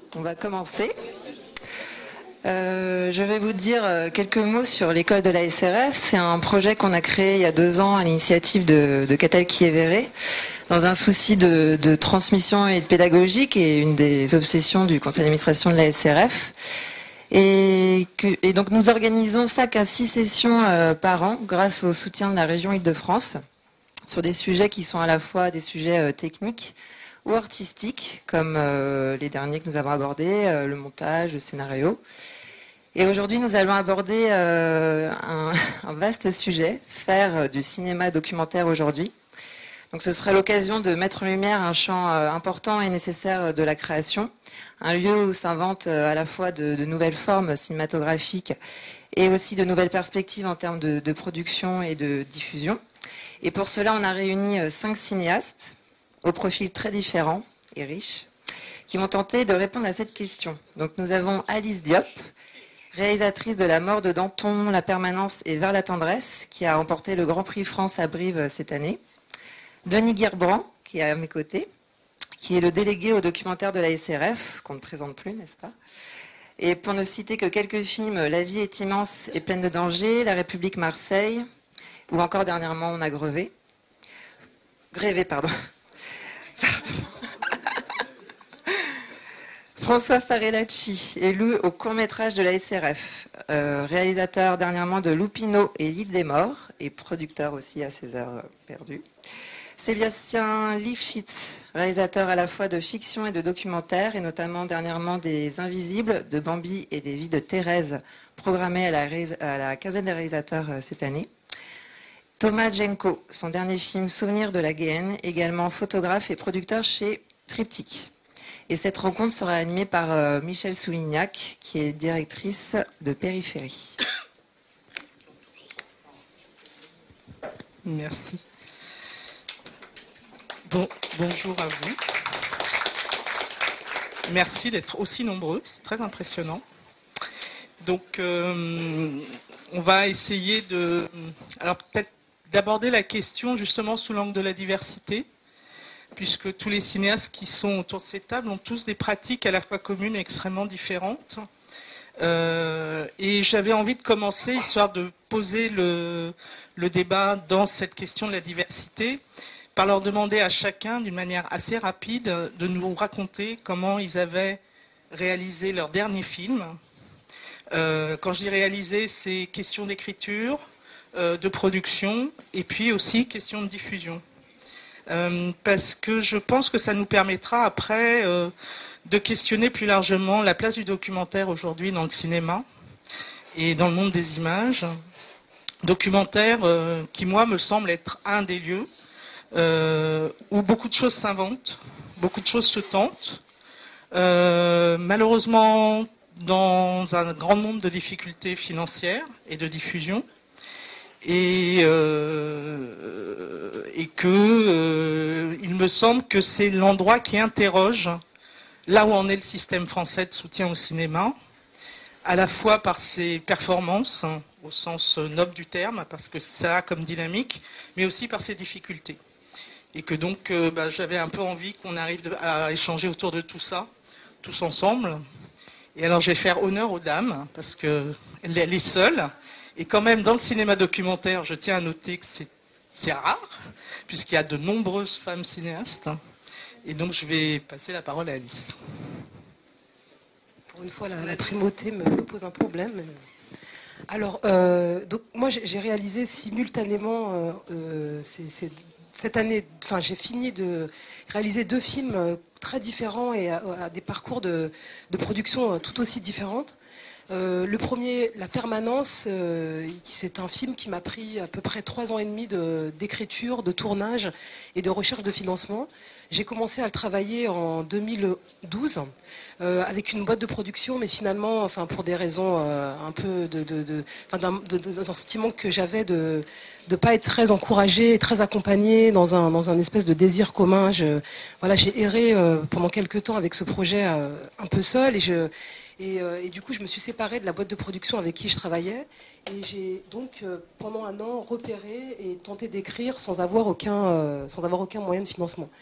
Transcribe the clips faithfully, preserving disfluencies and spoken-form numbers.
On va commencer. Euh, je vais vous dire quelques mots sur l'école de la S R F. C'est un projet qu'on a créé il y a deux ans à l'initiative de, de Catal Kievere, dans un souci de, de transmission et de pédagogique, et une des obsessions du conseil d'administration de la S R F. Et, que, et donc nous organisons cinq à six sessions euh, par an grâce au soutien de la région Île-de-France sur des sujets qui sont à la fois des sujets euh, techniques ou artistiques, comme euh, les derniers que nous avons abordés, euh, le montage, le scénario. Et aujourd'hui, nous allons aborder euh, un, un vaste sujet, faire du cinéma documentaire aujourd'hui. Donc ce sera l'occasion de mettre en lumière un champ euh, important et nécessaire de la création, un lieu où s'inventent euh, à la fois de, de nouvelles formes cinématographiques et aussi de nouvelles perspectives en termes de, de production et de diffusion. Et pour cela, on a réuni euh, cinq cinéastes aux profils très différents et riches, qui vont tenter de répondre à cette question. Donc nous avons Alice Diop, réalisatrice de La mort de Danton, La permanence et Vers la tendresse, qui a remporté le Grand Prix France à Brive cette année. Denis Guerbrand, qui est à mes côtés, qui est le délégué au documentaire de la S R F, qu'on ne présente plus, n'est-ce pas? Et pour ne citer que quelques films, La vie est immense et pleine de dangers, La République Marseille, ou encore dernièrement On a grevé. Grévé, pardon. Pardon. François Farellacci, élu au court-métrage de la S R F, euh, réalisateur dernièrement de Loupino et l'île des morts, et producteur aussi à ses heures perdues. Sébastien Lifshitz, réalisateur à la fois de fiction et de documentaire, et notamment dernièrement des Invisibles, de Bambi et des vies de Thérèse, programmés à la, à la quinzaine des réalisateurs cette année. Thomas Jenko, son dernier film Souvenir de la Guéhenne, également photographe et producteur chez Triptyque. Et cette rencontre sera animée par euh, Michèle Soulignac, qui est directrice de Périphérie. Merci. Bon, bonjour à vous. Merci d'être aussi nombreux, c'est très impressionnant. Donc, euh, on va essayer de, alors peut-être d'aborder la question justement sous l'angle de la diversité, puisque tous les cinéastes qui sont autour de cette table ont tous des pratiques à la fois communes et extrêmement différentes. Euh, et j'avais envie de commencer, histoire de poser le, le débat dans cette question de la diversité, par leur demander à chacun, d'une manière assez rapide, de nous raconter comment ils avaient réalisé leur dernier film. Euh, quand je dis réaliser, c'est question d'écriture, euh, de production, et puis aussi question de diffusion. Euh, parce que je pense que ça nous permettra après euh, de questionner plus largement la place du documentaire aujourd'hui dans le cinéma et dans le monde des images. Documentaire euh, qui, moi, me semble être un des lieux Euh, où beaucoup de choses s'inventent, beaucoup de choses se tentent. Euh, malheureusement, dans un grand nombre de difficultés financières et de diffusion, et, euh, et que euh, il me semble que c'est l'endroit qui interroge là où en est le système français de soutien au cinéma, à la fois par ses performances, hein, au sens noble du terme, parce que ça a comme dynamique, mais aussi par ses difficultés. Et que donc, euh, bah, j'avais un peu envie qu'on arrive à échanger autour de tout ça, tous ensemble. Et alors, je vais faire honneur aux dames, parce qu'elle est seule. Et quand même, dans le cinéma documentaire, je tiens à noter que c'est, c'est rare, puisqu'il y a de nombreuses femmes cinéastes. Et donc, je vais passer la parole à Alice. Pour une fois, la, la primauté me, me pose un problème. Alors, euh, donc, moi, j'ai réalisé simultanément euh, euh, ces, ces Cette année, enfin, j'ai fini de réaliser deux films très différents et à, à des parcours de, de production tout aussi différentes. Euh, le premier, La permanence, euh, c'est un film qui m'a pris à peu près trois ans et demi de, d'écriture, de tournage et de recherche de financement. J'ai commencé à le travailler en deux mille douze euh, avec une boîte de production, mais finalement, enfin, pour des raisons euh, un peu de, de, de, enfin, d'un, de, de, d'un sentiment que j'avais de ne pas être très encouragée et très accompagnée dans un, dans un espèce de désir commun. Je, voilà, j'ai erré euh, pendant quelques temps avec ce projet euh, un peu seul et je Et, euh, et du coup, je me suis séparée de la boîte de production avec qui je travaillais. Et j'ai donc, euh, pendant un an, repéré et tenté d'écrire sans avoir aucun, euh, sans avoir aucun moyen de financement.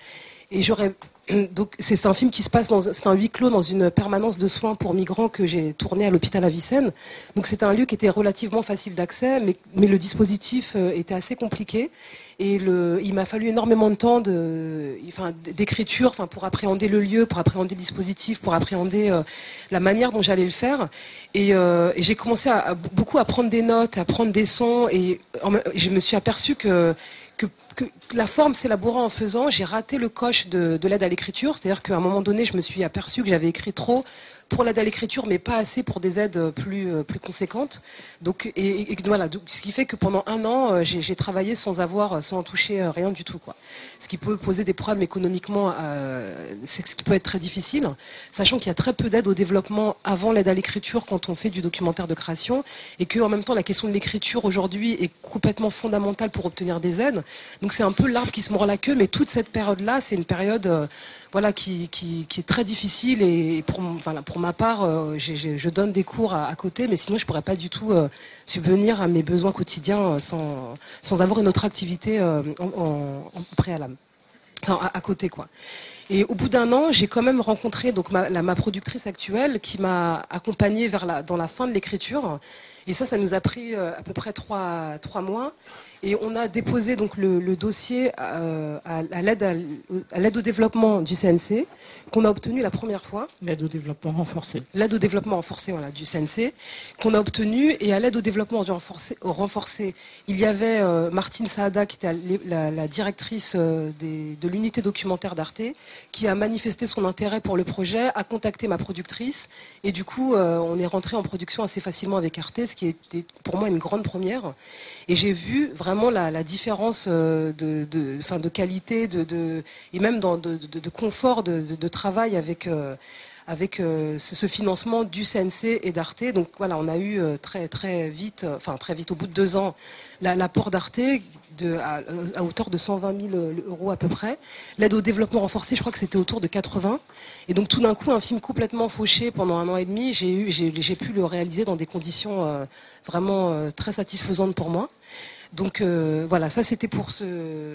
Et j'aurais donc c'est un film qui se passe dans c'est un huis clos dans une permanence de soins pour migrants que j'ai tourné à l'hôpital Avicenne. Donc c'était un lieu qui était relativement facile d'accès, mais, mais le dispositif était assez compliqué. Et le, il m'a fallu énormément de temps de, enfin, d'écriture, enfin, pour appréhender le lieu, pour appréhender le dispositif, pour appréhender euh, la manière dont j'allais le faire. Et, euh, et j'ai commencé à, à beaucoup à prendre des notes, à prendre des sons, et en, je me suis aperçue que Que, que la forme s'élaborant en faisant, j'ai raté le coche de, de l'aide à l'écriture. C'est-à-dire qu'à un moment donné, je me suis aperçue que j'avais écrit trop pour l'aide à l'écriture, mais pas assez pour des aides plus, plus conséquentes. Donc, et, et voilà, donc, ce qui fait que pendant un an, j'ai, j'ai travaillé sans avoir, sans en toucher rien du tout, quoi. Ce qui peut poser des problèmes économiquement, euh, c'est ce qui peut être très difficile, sachant qu'il y a très peu d'aide au développement avant l'aide à l'écriture quand on fait du documentaire de création, et que en même temps, la question de l'écriture aujourd'hui est complètement fondamentale pour obtenir des aides. Donc c'est un peu l'arbre qui se mord la queue, mais toute cette période-là, c'est une période, euh, voilà, qui, qui, qui est très difficile. Et pour, voilà, pour ma part, euh, j'ai, j'ai, je donne des cours à, à côté, mais sinon je pourrais pas du tout euh, subvenir à mes besoins quotidiens sans, sans avoir une autre activité euh, en, en, en préalable, enfin, à, à côté, quoi. Et au bout d'un an, j'ai quand même rencontré donc ma, la, ma productrice actuelle qui m'a accompagnée vers la, dans la fin de l'écriture. Et ça, ça nous a pris euh, à peu près trois, trois mois. Et on a déposé donc le, le dossier euh, à, à, l'aide à, à l'aide au développement du C N C, qu'on a obtenu la première fois. L'aide au développement renforcée. L'aide au développement renforcé, voilà, du C N C, qu'on a obtenu. Et à l'aide au développement renforcé, renforcé il y avait euh, Martine Saada, qui était la, la directrice euh, des, de l'unité documentaire d'Arte, qui a manifesté son intérêt pour le projet, a contacté ma productrice. Et du coup, euh, on est rentré en production assez facilement avec Arte, ce qui était pour moi une grande première. Et j'ai vu vraiment la, la différence de, de, enfin de qualité de, de, et même dans, de, de, de confort de, de, de travail avec, euh, avec euh, ce, ce financement du C N C et d'Arte. Donc voilà, on a eu très, très vite, enfin très vite, au bout de deux ans, la, l'apport d'Arte de, à, à hauteur de cent vingt mille euros à peu près. L'aide au développement renforcé, je crois que c'était autour de quatre-vingts. Et donc tout d'un coup, un film complètement fauché pendant un an et demi, j'ai, eu, j'ai, j'ai pu le réaliser dans des conditions euh, vraiment euh, très satisfaisantes pour moi. Donc euh, voilà, ça c'était pour ce.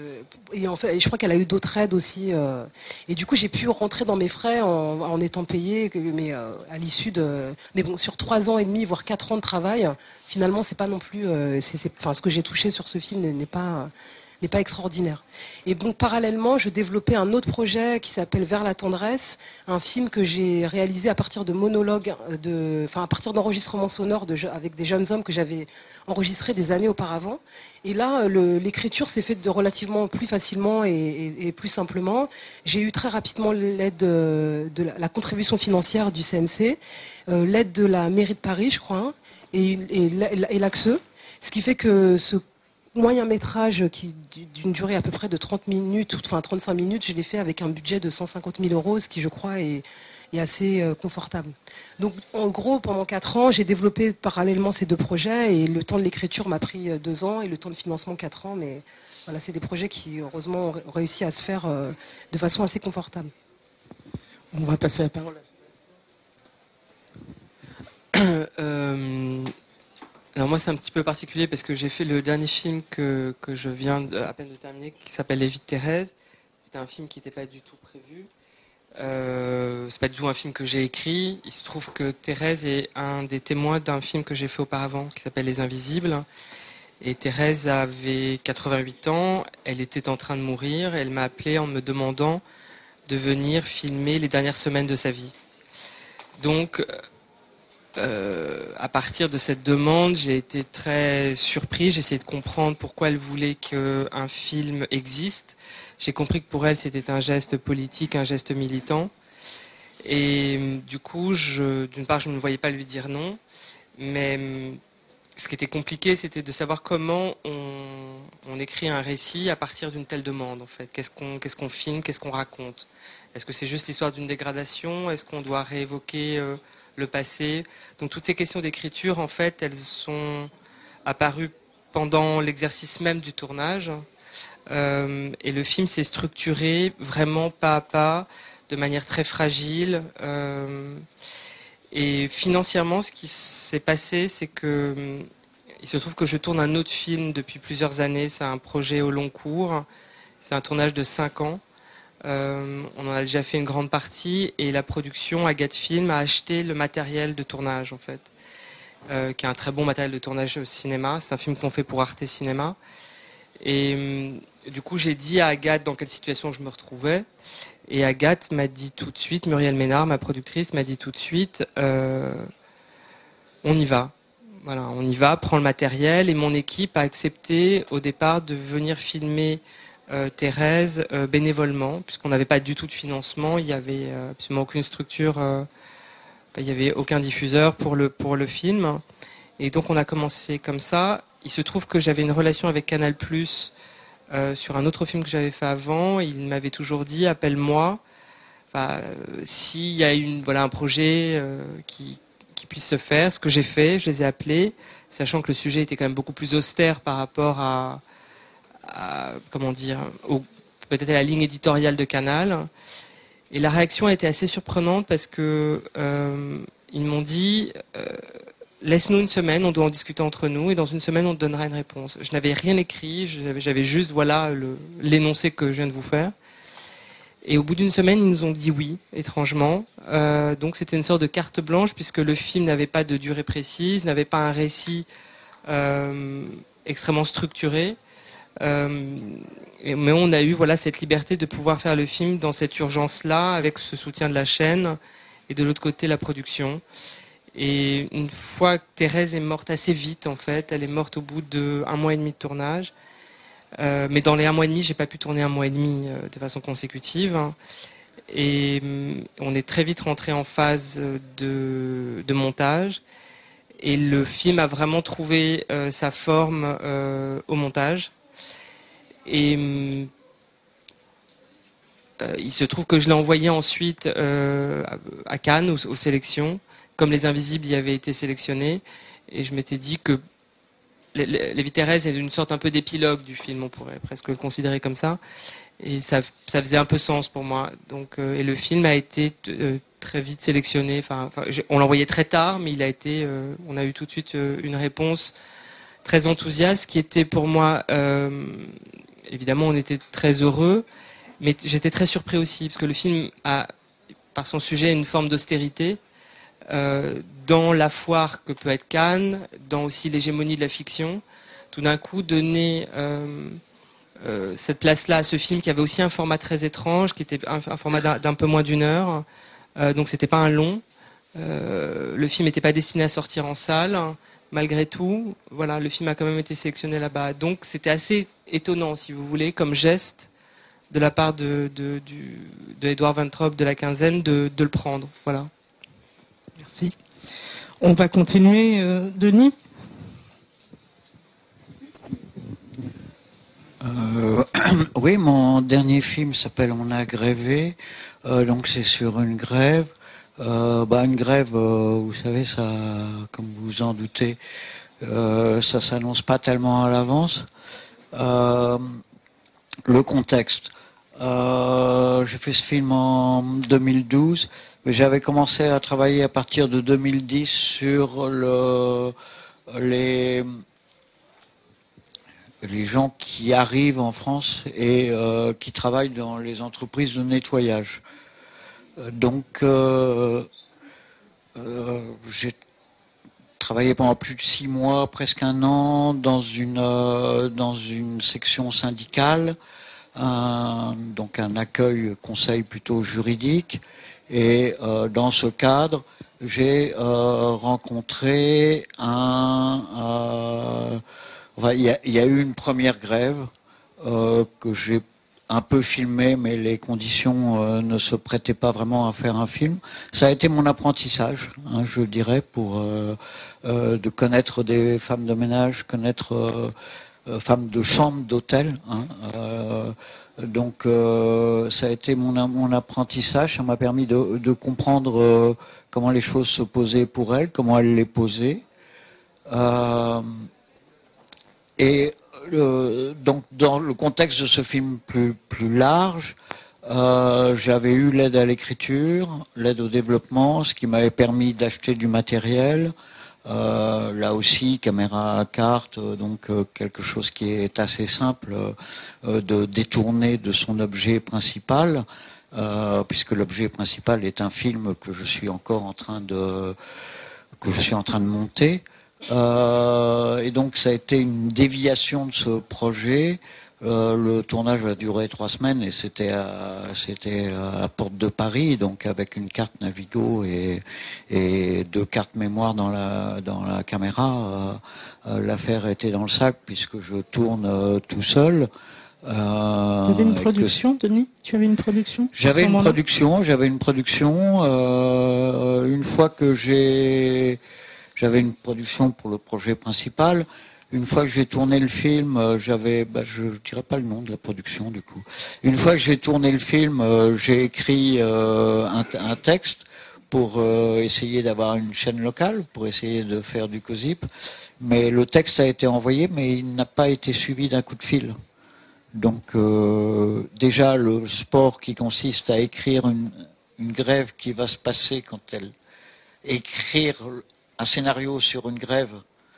Et en fait, je crois qu'elle a eu d'autres aides aussi. Euh... Et du coup, j'ai pu rentrer dans mes frais en, en étant payée, mais euh, à l'issue de. Mais bon, sur trois ans et demi, voire quatre ans de travail, finalement, c'est pas non plus. Euh, c'est, c'est... Enfin, ce que j'ai touché sur ce film n'est pas. n'est pas extraordinaire. Et donc parallèlement, je développais un autre projet qui s'appelle Vers la tendresse, un film que j'ai réalisé à partir de monologues, de, enfin à partir d'enregistrements sonores de, avec des jeunes hommes que j'avais enregistrés des années auparavant. Et là, le, l'écriture s'est faite de relativement plus facilement et, et, et plus simplement. J'ai eu très rapidement l'aide de, de la, la contribution financière du C N C, euh, l'aide de la mairie de Paris, je crois, hein, et, et, et l'A X E, ce qui fait que ce moyen métrage qui d'une durée à peu près de trente minutes, enfin trente-cinq minutes, je l'ai fait avec un budget de cent cinquante mille euros, ce qui je crois est, est assez euh, confortable. Donc en gros, pendant quatre ans, j'ai développé parallèlement ces deux projets et le temps de l'écriture m'a pris deux ans et le temps de financement quatre ans, mais voilà, c'est des projets qui heureusement ont réussi à se faire euh, de façon assez confortable. On va passer la parole à euh... Alors moi c'est un petit peu particulier parce que j'ai fait le dernier film que, que je viens de, à peine de terminer qui s'appelle Les Vies de Thérèse. C'était un film qui n'était pas du tout prévu. Euh, c'est pas du tout un film que j'ai écrit. Il se trouve que Thérèse est un des témoins d'un film que j'ai fait auparavant qui s'appelle Les Invisibles. Et Thérèse avait quatre-vingt-huit ans. Elle était en train de mourir. Elle m'a appelé en me demandant de venir filmer les dernières semaines de sa vie. Donc Euh, à partir de cette demande, j'ai été très surpris. J'ai essayé de comprendre pourquoi elle voulait qu'un film existe. J'ai compris que pour elle, c'était un geste politique, un geste militant. Et du coup, je, d'une part, je ne voyais pas lui dire non. Mais ce qui était compliqué, c'était de savoir comment on, on écrit un récit à partir d'une telle demande, en fait. Qu'est-ce qu'on, qu'est-ce qu'on filme, qu'est-ce qu'on raconte? Est-ce que c'est juste l'histoire d'une dégradation? Est-ce qu'on doit réévoquer euh, le passé? Donc toutes ces questions d'écriture, en fait, elles sont apparues pendant l'exercice même du tournage. Euh, et le film s'est structuré vraiment pas à pas, de manière très fragile. Euh, et financièrement, ce qui s'est passé, c'est que il se trouve que je tourne un autre film depuis plusieurs années. C'est un projet au long cours. C'est un tournage de cinq ans. Euh, on en a déjà fait une grande partie et la production, Agathe Film, a acheté le matériel de tournage en fait, euh, qui est un très bon matériel de tournage au cinéma. C'est un film qu'on fait pour Arte Cinéma. Et euh, du coup, j'ai dit à Agathe dans quelle situation je me retrouvais. Et Agathe m'a dit tout de suite, Muriel Ménard, ma productrice, m'a dit tout de suite, euh, on y va. Voilà, on y va, prends le matériel. Et mon équipe a accepté au départ de venir filmer Euh, Thérèse euh, bénévolement, puisqu'on n'avait pas du tout de financement, il n'y avait euh, absolument aucune structure, euh, il n'y avait aucun diffuseur pour le, pour le film. Et donc on a commencé comme ça. Il se trouve que j'avais une relation avec Canal plus, euh, sur un autre film que j'avais fait avant. Il m'avait toujours dit, appelle-moi, enfin, euh, s'il y a une, voilà, un projet euh, qui, qui puisse se faire. Ce que j'ai fait, je les ai appelés, sachant que le sujet était quand même beaucoup plus austère par rapport à À, comment dire, au, peut-être à la ligne éditoriale de Canal. Et la réaction a été assez surprenante parce que euh, ils m'ont dit euh, laisse-nous une semaine, on doit en discuter entre nous et dans une semaine on te donnera une réponse. Je n'avais rien écrit, j'avais, j'avais juste voilà le, l'énoncé que je viens de vous faire. Et au bout d'une semaine, ils nous ont dit oui, étrangement. Euh, donc c'était une sorte de carte blanche puisque le film n'avait pas de durée précise, n'avait pas un récit euh, extrêmement structuré. Euh, mais on a eu voilà cette liberté de pouvoir faire le film dans cette urgence-là, avec ce soutien de la chaîne et de l'autre côté la production. Et une fois que Thérèse est morte assez vite en fait, elle est morte au bout de un mois et demi de tournage. Euh, mais dans les un mois et demi, j'ai pas pu tourner un mois et demi euh, de façon consécutive. Et euh, on est très vite rentré en phase de, de montage. Et le film a vraiment trouvé euh, sa forme euh, au montage. Et euh, il se trouve que je l'ai envoyé ensuite euh, à Cannes, aux, aux sélections, comme Les Invisibles y avaient été sélectionnés. Et je m'étais dit que Les Vies Thérèse est une sorte un peu d'épilogue du film, on pourrait presque le considérer comme ça. Et ça, ça faisait un peu sens pour moi. Donc, euh, et le film a été euh, très vite sélectionné. Enfin, enfin, on l'a envoyé très tard, mais il a été, euh, on a eu tout de suite euh, une réponse très enthousiaste qui était pour moi... Euh, Évidemment, on était très heureux, mais j'étais très surpris aussi, parce que le film a, par son sujet, une forme d'austérité, euh, dans la foire que peut être Cannes, dans aussi l'hégémonie de la fiction. Tout d'un coup, donner euh, euh, cette place-là à ce film qui avait aussi un format très étrange, qui était un, un format d'un, d'un peu moins d'une heure, euh, donc c'était pas un long. Euh, le film n'était pas destiné à sortir en salle. Malgré tout, voilà, le film a quand même été sélectionné là-bas. Donc c'était assez étonnant, si vous voulez, comme geste de la part de, de, du, de Edouard Van Trop de la quinzaine de, de le prendre. Voilà. Merci. On va continuer, euh, Denis. Euh, oui, mon dernier film s'appelle On a grévé. Euh, donc c'est sur une grève. Euh, bah, une grève, euh, vous savez, ça, comme vous vous en doutez, euh, ça s'annonce pas tellement à l'avance. Euh, le contexte. Euh, j'ai fait ce film en deux mille douze, mais j'avais commencé à travailler à partir de deux mille dix sur le, les, les gens qui arrivent en France et euh, qui travaillent dans les entreprises de nettoyage. Donc, euh, euh, j'ai travaillé pendant plus de six mois, presque un an, dans une euh, dans une section syndicale, un, donc un accueil conseil plutôt juridique. Et euh, dans ce cadre, j'ai euh, rencontré un. Euh, enfin, il y a, y a eu une première grève euh, que j'ai un peu filmé, mais les conditions euh, ne se prêtaient pas vraiment à faire un film. Ça a été mon apprentissage, hein, je dirais, pour euh, euh, de connaître des femmes de ménage, connaître euh, euh, femmes de chambre, d'hôtel. Hein, euh, donc euh, ça a été mon, mon apprentissage. Ça m'a permis de, de comprendre euh, comment les choses se posaient pour elles, comment elles les posaient. Euh, et Le, donc dans le contexte de ce film plus, plus large, euh, j'avais eu l'aide à l'écriture, l'aide au développement, ce qui m'avait permis d'acheter du matériel, Euh, là aussi, caméra à carte, euh, donc euh, quelque chose qui est assez simple euh, de détourner de son objet principal, euh, puisque l'objet principal est un film que je suis encore en train de que je suis en train de monter. Euh, et donc ça a été une déviation de ce projet. Euh, le tournage a duré trois semaines et c'était à, c'était à la porte de Paris, donc avec une carte Navigo et, et deux cartes mémoire dans la, dans la caméra. Euh, euh, l'affaire était dans le sac puisque je tourne euh, tout seul. Euh, tu avais une production, que... Denis ? Tu avais une production ? J'avais une production, j'avais une production. Euh, une fois que j'ai, j'avais une production pour le projet principal. Une fois que j'ai tourné le film, j'avais, bah, je ne dirais pas le nom de la production du coup. Une fois que j'ai tourné le film, euh, j'ai écrit euh, un, un texte pour euh, essayer d'avoir une chaîne locale, pour essayer de faire du COSIP. Mais le texte a été envoyé, mais il n'a pas été suivi d'un coup de fil. Donc euh, déjà le sport qui consiste à écrire une, une grève qui va se passer quand elle écrire un scénario sur une grève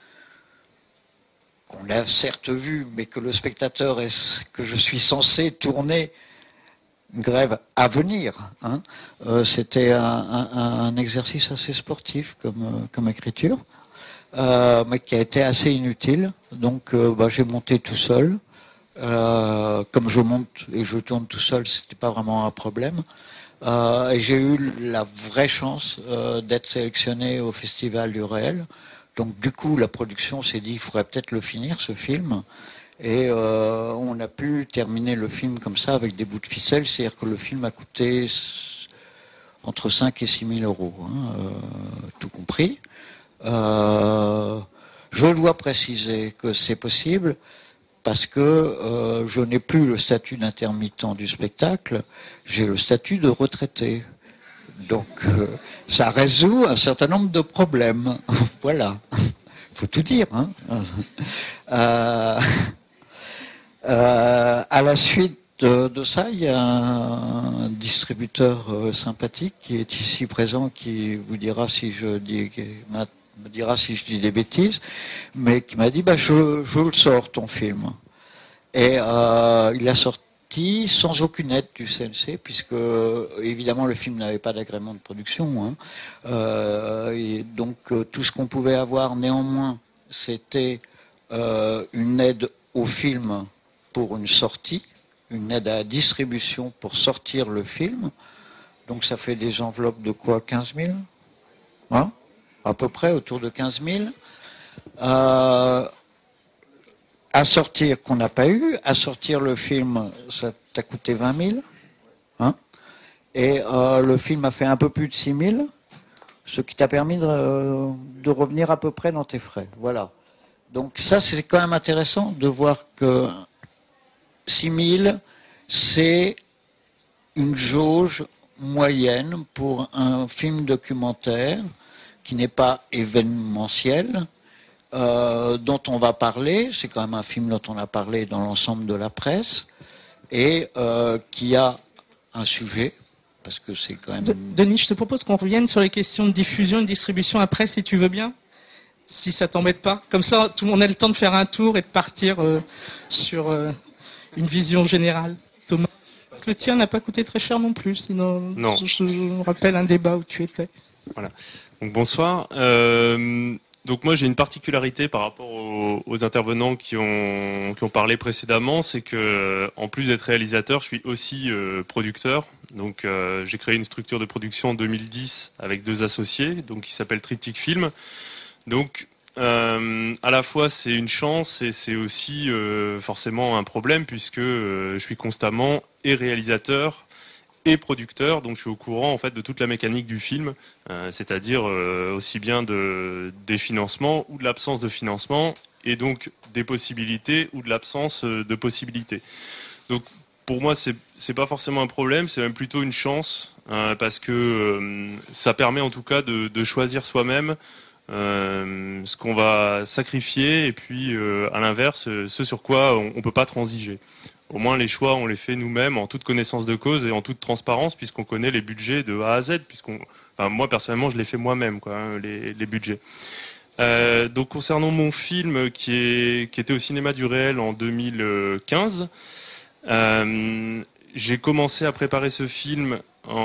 qu'on a certes vu, mais que le spectateur est, que je suis censé tourner une grève à venir. Hein. Euh, c'était un, un, un exercice assez sportif comme, comme écriture, euh, mais qui a été assez inutile. Donc euh, bah, j'ai monté tout seul. Euh, comme je monte et je tourne tout seul, c'était pas vraiment un problème. Euh, et j'ai eu la vraie chance euh, d'être sélectionné au Festival du Réel. Donc du coup, la production s'est dit qu'il faudrait peut-être le finir, ce film. Et euh, on a pu terminer le film comme ça, avec des bouts de ficelle. C'est-à-dire que le film a coûté entre cinq et six mille euros, hein, euh, tout compris. Euh, je dois préciser que c'est possible, parce que euh, je n'ai plus le statut d'intermittent du spectacle, j'ai le statut de retraité. Donc, euh, ça résout un certain nombre de problèmes. Voilà. Il faut tout dire. Hein. Euh, euh, à la suite de, de ça, il y a un distributeur euh, sympathique qui est ici présent, qui vous dira si je dis, me dira si je dis des bêtises, mais qui m'a dit bah, je, je le sors ton film. Et euh, il a sorti sans aucune aide du C N C, puisque évidemment le film n'avait pas d'agrément de production. Hein. Euh, et donc euh, tout ce qu'on pouvait avoir néanmoins, c'était euh, une aide au film pour une sortie, une aide à la distribution pour sortir le film. Donc ça fait des enveloppes de quoi, quinze mille, hein, à peu près, autour de quinze mille. Euh, À sortir qu'on n'a pas eu, à sortir le film, ça t'a coûté vingt mille, hein, et euh, le film a fait un peu plus de six mille, ce qui t'a permis de, de revenir à peu près dans tes frais. Voilà. Donc ça, c'est quand même intéressant de voir que six mille, c'est une jauge moyenne pour un film documentaire qui n'est pas événementiel, Euh, dont on va parler, c'est quand même un film dont on a parlé dans l'ensemble de la presse, et euh, qui a un sujet, parce que c'est quand même... De, Denis, je te propose qu'on revienne sur les questions de diffusion et de distribution après, si tu veux bien, si ça t'embête pas. Comme ça, tout le monde a le temps de faire un tour et de partir euh, sur euh, une vision générale. Thomas, le tien n'a pas coûté très cher non plus, sinon non. Je, je me rappelle un débat où tu étais. Voilà. Donc bonsoir. Euh... Donc moi j'ai une particularité par rapport aux, aux intervenants qui ont, qui ont parlé précédemment, c'est que en plus d'être réalisateur, je suis aussi euh, producteur. Donc euh, j'ai créé une structure de production en deux mille dix avec deux associés, donc qui s'appelle Triptyque Film. Donc euh, à la fois c'est une chance et c'est aussi euh, forcément un problème puisque euh, je suis constamment et réalisateur et producteur, donc je suis au courant en fait de toute la mécanique du film, euh, c'est-à-dire euh, aussi bien de, des financements ou de l'absence de financement, et donc des possibilités ou de l'absence de possibilités. Donc pour moi c'est c'est pas forcément un problème, c'est même plutôt une chance, euh, parce que euh, ça permet en tout cas de, de choisir soi-même euh, ce qu'on va sacrifier, et puis euh, à l'inverse ce sur quoi on, on peut pas transiger. Au moins, les choix, on les fait nous-mêmes en toute connaissance de cause et en toute transparence, puisqu'on connaît les budgets de A à Z. Puisqu'on, enfin, moi, personnellement, je les fais moi-même, quoi, hein, les, les budgets. Euh, donc concernant mon film qui, est, qui était au cinéma du réel en deux mille quinze, euh, j'ai commencé à préparer ce film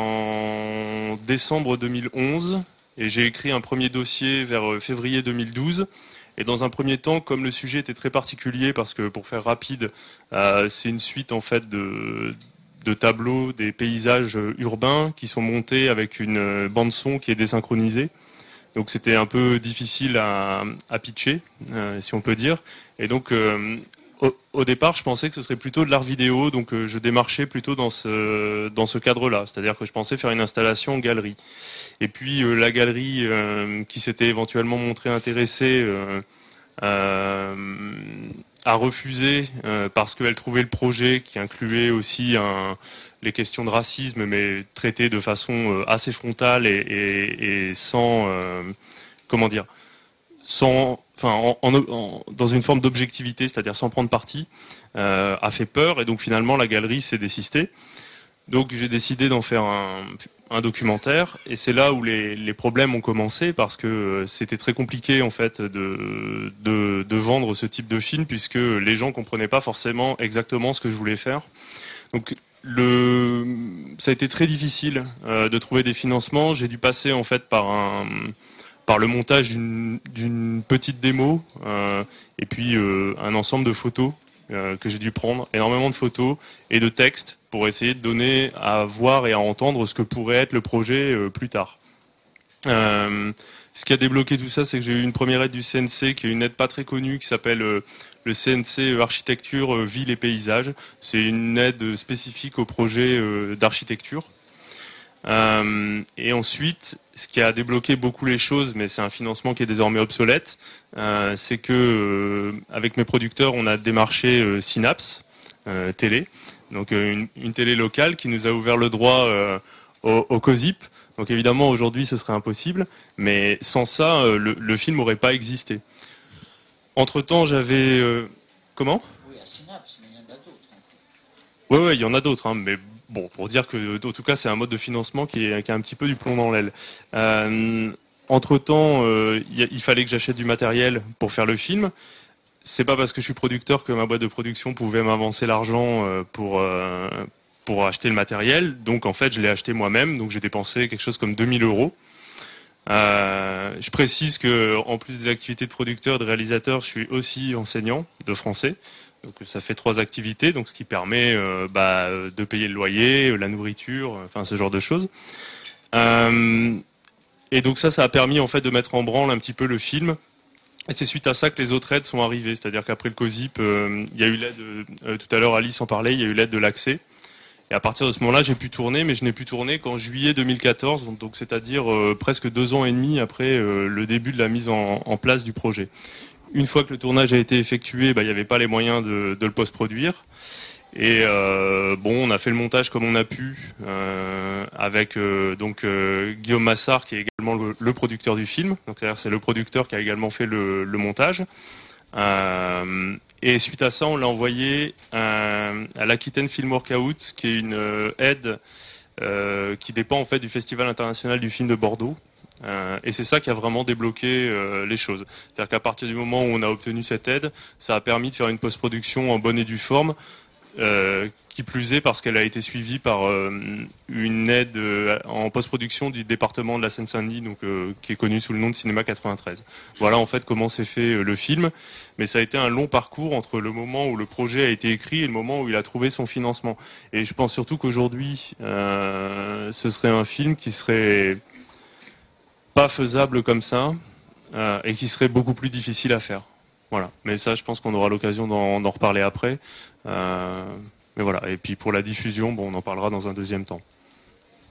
en décembre deux mille onze et j'ai écrit un premier dossier vers février deux mille douze. Et dans un premier temps, comme le sujet était très particulier, parce que pour faire rapide, euh, c'est une suite en fait de, de tableaux des paysages urbains qui sont montés avec une bande son qui est désynchronisée. Donc c'était un peu difficile à, à pitcher, euh, si on peut dire. Et donc euh, au, au départ, je pensais que ce serait plutôt de l'art vidéo, donc euh, je démarchais plutôt dans ce dans ce cadre-là. C'est-à-dire que je pensais faire une installation en galerie. Et puis euh, la galerie euh, qui s'était éventuellement montrée intéressée euh, euh, a refusé euh, parce qu'elle trouvait le projet qui incluait aussi un, les questions de racisme, mais traitées de façon euh, assez frontale et, et, et sans euh, comment dire, sans, enfin, en, en, en, dans une forme d'objectivité, c'est-à-dire sans prendre parti, euh, a fait peur et donc finalement la galerie s'est désistée. Donc j'ai décidé d'en faire un, un documentaire et c'est là où les, les problèmes ont commencé parce que c'était très compliqué en fait de, de, de vendre ce type de film puisque les gens comprenaient pas forcément exactement ce que je voulais faire. Donc le, ça a été très difficile euh, de trouver des financements. J'ai dû passer en fait par un par le montage d'une, d'une petite démo euh, et puis euh, un ensemble de photos euh, que j'ai dû prendre, énormément de photos et de textes pour essayer de donner à voir et à entendre ce que pourrait être le projet euh, plus tard. Euh, ce qui a débloqué tout ça, c'est que j'ai eu une première aide du C N C, qui est une aide pas très connue, qui s'appelle euh, le C N C Architecture, euh, Ville et Paysages. C'est une aide spécifique au projet euh, d'architecture. Euh, et ensuite, ce qui a débloqué beaucoup les choses, mais c'est un financement qui est désormais obsolète, euh, c'est que euh, avec mes producteurs, on a démarché euh, Synapse euh, Télé, donc euh, une, une télé locale qui nous a ouvert le droit euh, au, au COSIP. Donc évidemment, aujourd'hui, ce serait impossible, mais sans ça, euh, le, le film n'aurait pas existé. Entre-temps, j'avais... Euh, comment ? Oui, à Synapse, mais il y en a d'autres. Oui, ouais, il y en a d'autres, hein, mais... Bon, pour dire que, en tout cas, c'est un mode de financement qui, est, qui a un petit peu du plomb dans l'aile. Euh, entre-temps, euh, y a, il fallait que j'achète du matériel pour faire le film. C'est pas parce que je suis producteur que ma boîte de production pouvait m'avancer l'argent euh, pour euh, pour acheter le matériel. Donc, en fait, je l'ai acheté moi-même. Donc, j'ai dépensé quelque chose comme deux mille euros. Euh, je précise que, en plus des activités de producteur, de réalisateur, je suis aussi enseignant de français. Donc ça fait trois activités, donc ce qui permet euh, bah, de payer le loyer, la nourriture, enfin ce genre de choses. Euh, et donc ça, ça a permis en fait de mettre en branle un petit peu le film. Et c'est suite à ça que les autres aides sont arrivées. C'est-à-dire qu'après le COSIP, euh, il y a eu l'aide, euh, tout à l'heure Alice en parlait, il y a eu l'aide de l'accès. Et à partir de ce moment-là, j'ai pu tourner, mais je n'ai pu tourner qu'en juillet deux mille quatorze, donc, donc c'est-à-dire euh, presque deux ans et demi après euh, le début de la mise en, en place du projet. Une fois que le tournage a été effectué, bah, il n'y avait pas les moyens de, de le post-produire. Et euh, bon, on a fait le montage comme on a pu, euh, avec euh, donc euh, Guillaume Massard, qui est également le, le producteur du film. Donc c'est-à-dire c'est le producteur qui a également fait le, le montage. Euh, et suite à ça, on l'a envoyé à, à l'Aquitaine Film Workout, qui est une euh, aide euh, qui dépend en fait du Festival international du film de Bordeaux. Euh, et c'est ça qui a vraiment débloqué euh, les choses. C'est-à-dire qu'à partir du moment où on a obtenu cette aide, ça a permis de faire une post-production en bonne et due forme, euh, qui plus est parce qu'elle a été suivie par euh, une aide euh, en post-production du département de la Seine-Saint-Denis, donc euh, qui est connu sous le nom de Cinéma quatre-vingt-treize. Voilà en fait comment s'est fait euh, le film, mais ça a été un long parcours entre le moment où le projet a été écrit et le moment où il a trouvé son financement. Et je pense surtout qu'aujourd'hui, euh, ce serait un film qui serait pas faisable comme ça euh, et qui serait beaucoup plus difficile à faire. Voilà. Mais ça, je pense qu'on aura l'occasion d'en, d'en reparler après. Euh, mais voilà. Et puis pour la diffusion, bon, on en parlera dans un deuxième temps. François ?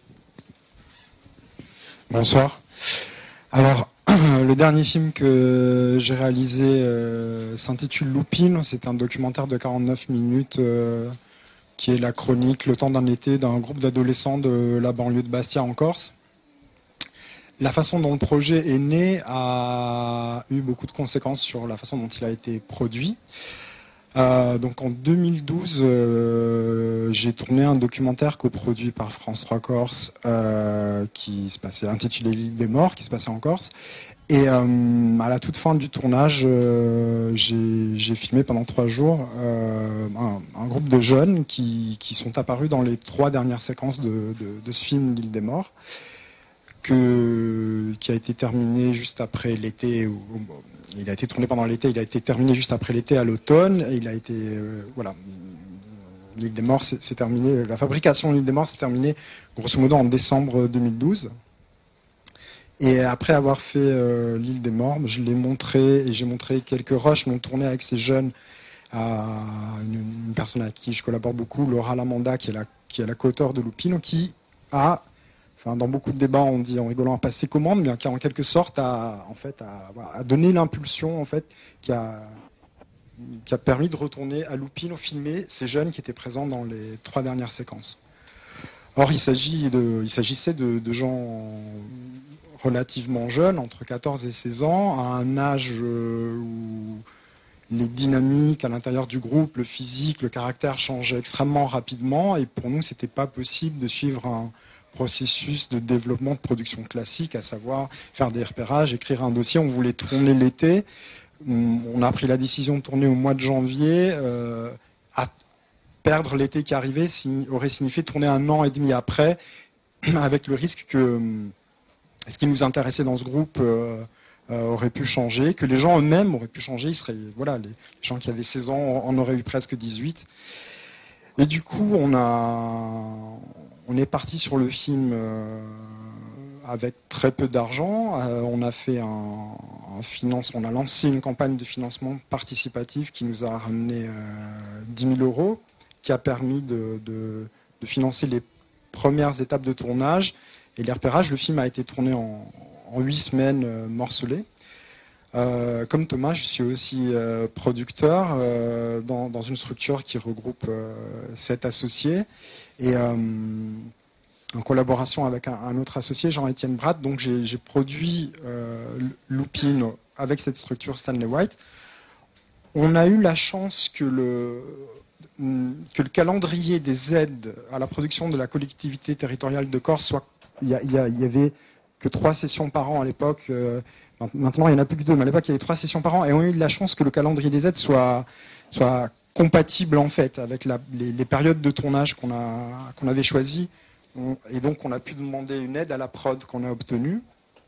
Bonsoir. Alors, le dernier film que j'ai réalisé euh, s'intitule Loupine. C'est un documentaire de quarante-neuf minutes euh, qui est la chronique, le temps d'un été, d'un groupe d'adolescents de la banlieue de Bastia en Corse. La façon dont le projet est né a eu beaucoup de conséquences sur la façon dont il a été produit. Euh, donc en deux mille douze, euh, j'ai tourné un documentaire coproduit par France trois Corse euh, qui se passait intitulé L'île des morts, qui se passait en Corse. Et euh, à la toute fin du tournage, euh, j'ai, j'ai filmé pendant trois jours euh, un, un groupe de jeunes qui, qui sont apparus dans les trois dernières séquences de, de, de ce film L'île des morts, que, qui a été terminé juste après l'été. Où, il a été tourné pendant l'été, il a été terminé juste après l'été à l'automne. Et il a été euh, voilà. L'île des morts, c'est, c'est terminé. La fabrication de l'île des morts s'est terminée grosso modo en décembre deux mille douze. Et après avoir fait euh, l'île des morts, je l'ai montré et j'ai montré quelques rushs non tournés avec ces jeunes à une, une personne avec qui je collabore beaucoup, Laura Lamanda, qui est la, qui est la co-auteure de Lupino, qui a, enfin dans beaucoup de débats on dit en rigolant, a passé commande, mais qui a en quelque sorte a, en fait, a, a donné l'impulsion en fait, qui a, qui a permis de retourner à Lupino filmer ces jeunes qui étaient présents dans les trois dernières séquences. Or il, s'agit de, il s'agissait de, de gens relativement jeunes, entre quatorze et seize ans, à un âge où les dynamiques à l'intérieur du groupe, le physique, le caractère changeaient extrêmement rapidement, et pour nous, c'était pas possible de suivre un processus de développement de production classique, à savoir faire des repérages, écrire un dossier. On voulait tourner l'été. On a pris la décision de tourner au mois de janvier. Euh, à perdre l'été qui arrivait aurait signifié tourner un an et demi après, avec le risque que ce qui nous intéressait dans ce groupe euh, euh, aurait pu changer, que les gens eux-mêmes auraient pu changer. Ils seraient, voilà, les gens qui avaient seize ans en auraient eu presque dix-huit. Et du coup, on a, on est parti sur le film euh, avec très peu d'argent. Euh, on a fait un, un finance, on a lancé une campagne de financement participatif qui nous a ramené euh, dix mille euros, qui a permis de, de, de financer les premières étapes de tournage. Et les repérages, le film a été tourné en, en huit semaines euh, morcelées. Euh, comme Thomas, je suis aussi euh, producteur euh, dans, dans une structure qui regroupe euh, sept associés. Et euh, en collaboration avec un, un autre associé, Jean-Étienne Bratt, donc j'ai, j'ai produit euh, Lupino avec cette structure Stanley White. On a eu la chance que le... que le calendrier des aides à la production de la collectivité territoriale de Corse soit... Il y, a, il, y a, il y avait que trois sessions par an à l'époque. Euh, maintenant, il n'y en a plus que deux. Mais à l'époque, il y avait trois sessions par an. Et on a eu de la chance que le calendrier des aides soit, soit compatible, en fait, avec la, les, les périodes de tournage qu'on, a, qu'on avait choisies. On, et donc, on a pu demander une aide à la prod qu'on a obtenue.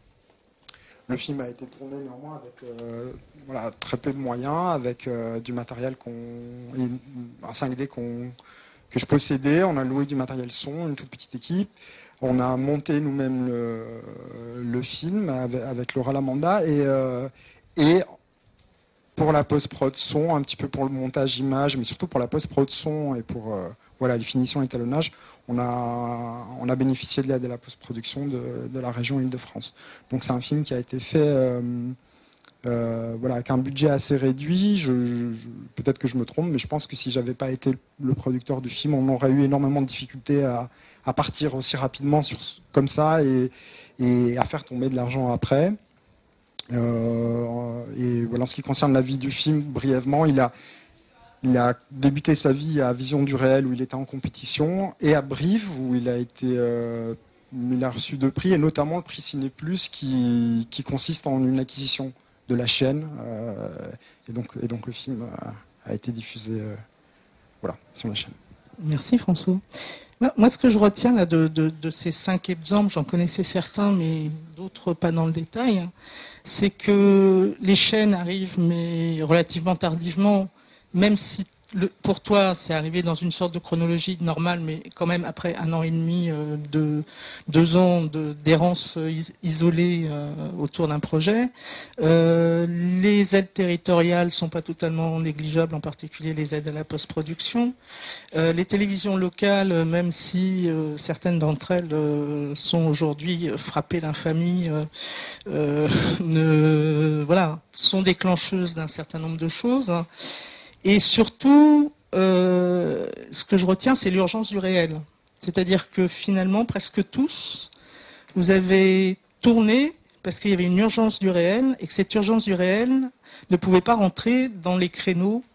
Le film a été tourné néanmoins avec euh, voilà, très peu de moyens, avec euh, du matériel, qu'on, un cinq D qu'on, que je possédais. On a loué du matériel son, une toute petite équipe. On a monté nous-mêmes le, le film avec, avec Laura Lamanda. Et, euh, et pour la post-prod son, un petit peu pour le montage image, mais surtout pour la post-prod son et pour euh, voilà, les finitions et étalonnage, on a, on a bénéficié de l'aide de la post-production de, de la région Île-de-France. Donc c'est un film qui a été fait euh, euh, voilà, avec un budget assez réduit. Je, je, peut-être que je me trompe, mais je pense que si j'avais pas été le producteur du film, on aurait eu énormément de difficultés à, à partir aussi rapidement sur, comme ça et, et à faire tomber de l'argent après. Euh, et voilà, en ce qui concerne la vie du film, brièvement, il a Il a débuté sa vie à Vision du Réel où il était en compétition et à Brive où il a été, euh, il a reçu deux prix et notamment le prix Ciné Plus qui, qui consiste en une acquisition de la chaîne euh, et donc et donc le film a, a été diffusé euh, voilà sur la chaîne. Merci François. Moi, ce que je retiens là de, de, de ces cinq exemples, j'en connaissais certains, mais d'autres pas dans le détail, c'est que les chaînes arrivent mais relativement tardivement. Même si le, pour toi c'est arrivé dans une sorte de chronologie normale, mais quand même après un an et demi, euh, de deux ans de, d'errance is, isolée euh, autour d'un projet, euh, les aides territoriales sont pas totalement négligeables, en particulier les aides à la post-production. Euh, les télévisions locales, même si euh, certaines d'entre elles euh, sont aujourd'hui frappées d'infamie, euh, euh, ne, voilà, sont déclencheuses d'un certain nombre de choses. Et surtout, euh, ce que je retiens, c'est l'urgence du réel. C'est-à-dire que finalement, presque tous, vous avez tourné parce qu'il y avait une urgence du réel et que cette urgence du réel ne pouvait pas rentrer dans les créneaux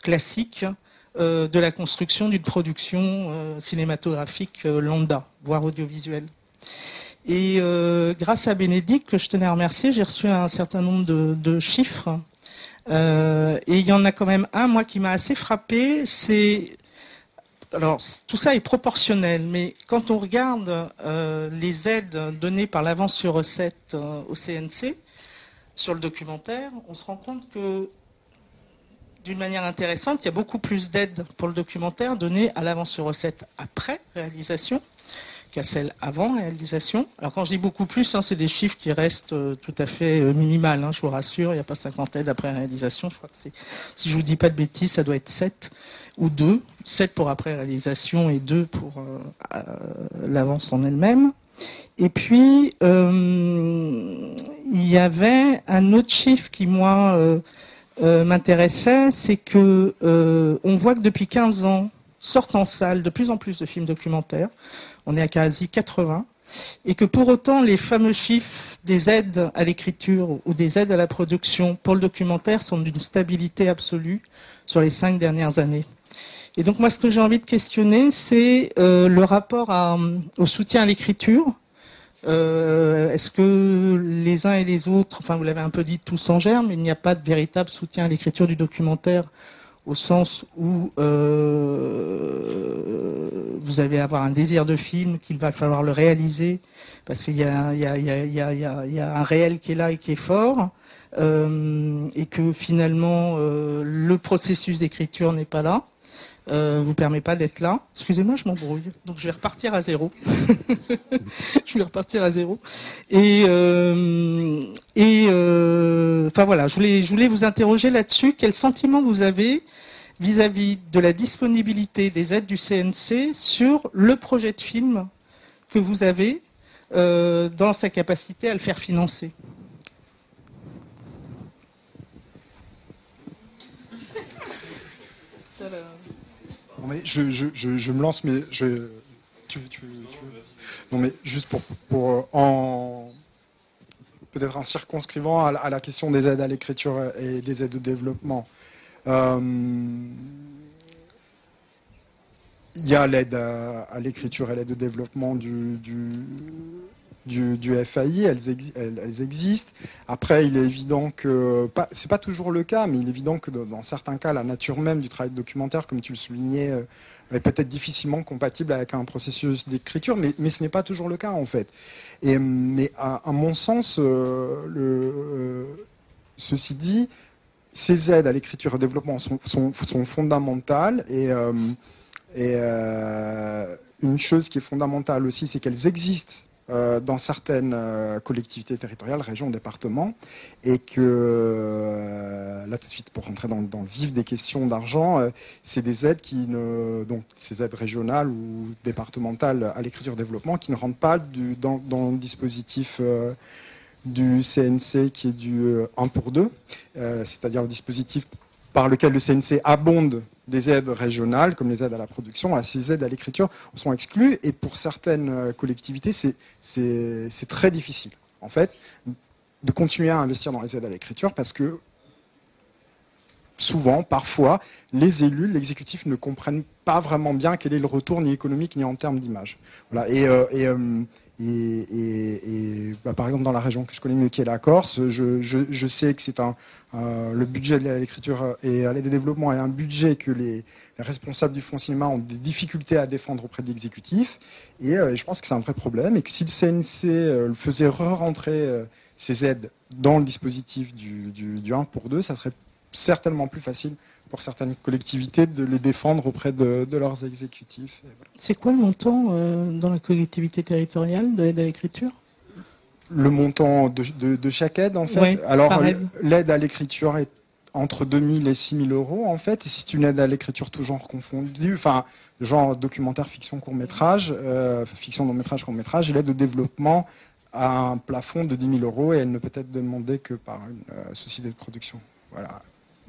classique euh, de la construction d'une production euh, cinématographique euh, lambda, voire audiovisuelle. Et euh, grâce à Bénédicte, que je tenais à remercier, j'ai reçu un certain nombre de, de chiffres. Euh, et il y en a quand même un, moi, qui m'a assez frappé. C'est, alors, tout ça est proportionnel, mais quand on regarde euh, les aides données par l'avance sur recette euh, au C N C sur le documentaire, on se rend compte que, d'une manière intéressante, il y a beaucoup plus d'aides pour le documentaire données à l'avance sur recette après réalisation qu'à celle avant réalisation. Alors quand je dis beaucoup plus, hein, c'est des chiffres qui restent euh, tout à fait euh, minimales, hein, je vous rassure, il n'y a pas cinquante aides après réalisation, je crois que c'est, si je vous dis pas de bêtises, ça doit être sept ou deux, sept pour après réalisation et deux pour euh, euh, l'avance en elle-même. Et puis, euh, il y avait un autre chiffre qui, moi, euh, euh, m'intéressait, c'est que euh, on voit que depuis quinze ans, sortent en salle de plus en plus de films documentaires. On est à quasi quatre-vingts. Et que pour autant, les fameux chiffres des aides à l'écriture ou des aides à la production pour le documentaire sont d'une stabilité absolue sur les cinq dernières années. Et donc moi, ce que j'ai envie de questionner, c'est euh, le rapport à, au soutien à l'écriture. Euh, est-ce que les uns et les autres, enfin vous l'avez un peu dit tous en germe, il n'y a pas de véritable soutien à l'écriture du documentaire au sens où euh, vous allez avoir un désir de film, qu'il va falloir le réaliser, parce qu'il y a, il y a, il y a, il y a, il y a, il y a un réel qui est là et qui est fort, euh, et que finalement euh, le processus d'écriture n'est pas là, euh, vous permet pas d'être là. Excusez-moi, je m'embrouille, donc je vais repartir à zéro. je vais repartir à zéro. Et, euh, et euh, enfin voilà, je voulais, je voulais vous interroger là-dessus. Quel sentiment vous avez vis-à-vis de la disponibilité des aides du C N C sur le projet de film que vous avez euh, dans sa capacité à le faire financer? Non, mais je, je, je, je me lance, mais je. Tu, tu, tu... Non, mais juste pour, pour en peut-être en circonscrivant à, à la question des aides à l'écriture et des aides au développement. Euh, il y a l'aide à, à l'écriture et l'aide au développement du, du, du, du F A I, elles, ex, elles, elles existent. Après, il est évident que, pas, c'est pas toujours le cas, mais il est évident que dans certains cas, la nature même du travail documentaire, comme tu le soulignais, est peut-être difficilement compatible avec un processus d'écriture, mais, mais ce n'est pas toujours le cas en fait. Et, mais à, à mon sens, euh, le, euh, ceci dit, ces aides à l'écriture et au développement sont, sont, sont fondamentales et, euh, et euh, une chose qui est fondamentale aussi, c'est qu'elles existent euh, dans certaines euh, collectivités territoriales, régions, départements, et que euh, là tout de suite pour rentrer dans, dans le vif des questions d'argent, euh, c'est des aides qui ne, donc ces aides régionales ou départementales à l'écriture développement qui ne rentrent pas du, dans, dans le dispositif euh, du C N C qui est du euh, un pour deux, euh, c'est-à-dire le dispositif par lequel le C N C abonde des aides régionales, comme les aides à la production. Ces aides à l'écriture sont exclues, et pour certaines collectivités, c'est, c'est, c'est très difficile, en fait, de continuer à investir dans les aides à l'écriture, parce que souvent, parfois, les élus, l'exécutif ne comprennent pas vraiment bien quel est le retour, ni économique, ni en termes d'image. Voilà. Et, euh, et euh, Et, et, et bah, par exemple dans la région que je connais mieux qui est la Corse, je, je, je sais que c'est un euh, le budget de l'écriture et à l'aide au développement est un budget que les, les responsables du fonds cinéma ont des difficultés à défendre auprès de l'exécutif, et, euh, et je pense que c'est un vrai problème, et que si le C N C euh, faisait re-rentrer euh, ces aides dans le dispositif du, du, du un pour deux, ça serait certainement plus facile pour certaines collectivités de les défendre auprès de, de leurs exécutifs. Voilà. C'est quoi le montant euh, dans la collectivité territoriale de l'aide à l'écriture? Le montant de, de, de chaque aide, en fait. Ouais, alors, l'aide à l'écriture est entre deux mille et six mille euros, en fait. Et c'est une aide à l'écriture tout genre confondu, enfin, genre documentaire, fiction, court-métrage, euh, fiction, long-métrage, court-métrage, et l'aide au développement a un plafond de dix mille euros, et elle ne peut être demandée que par une euh, société de production. Voilà.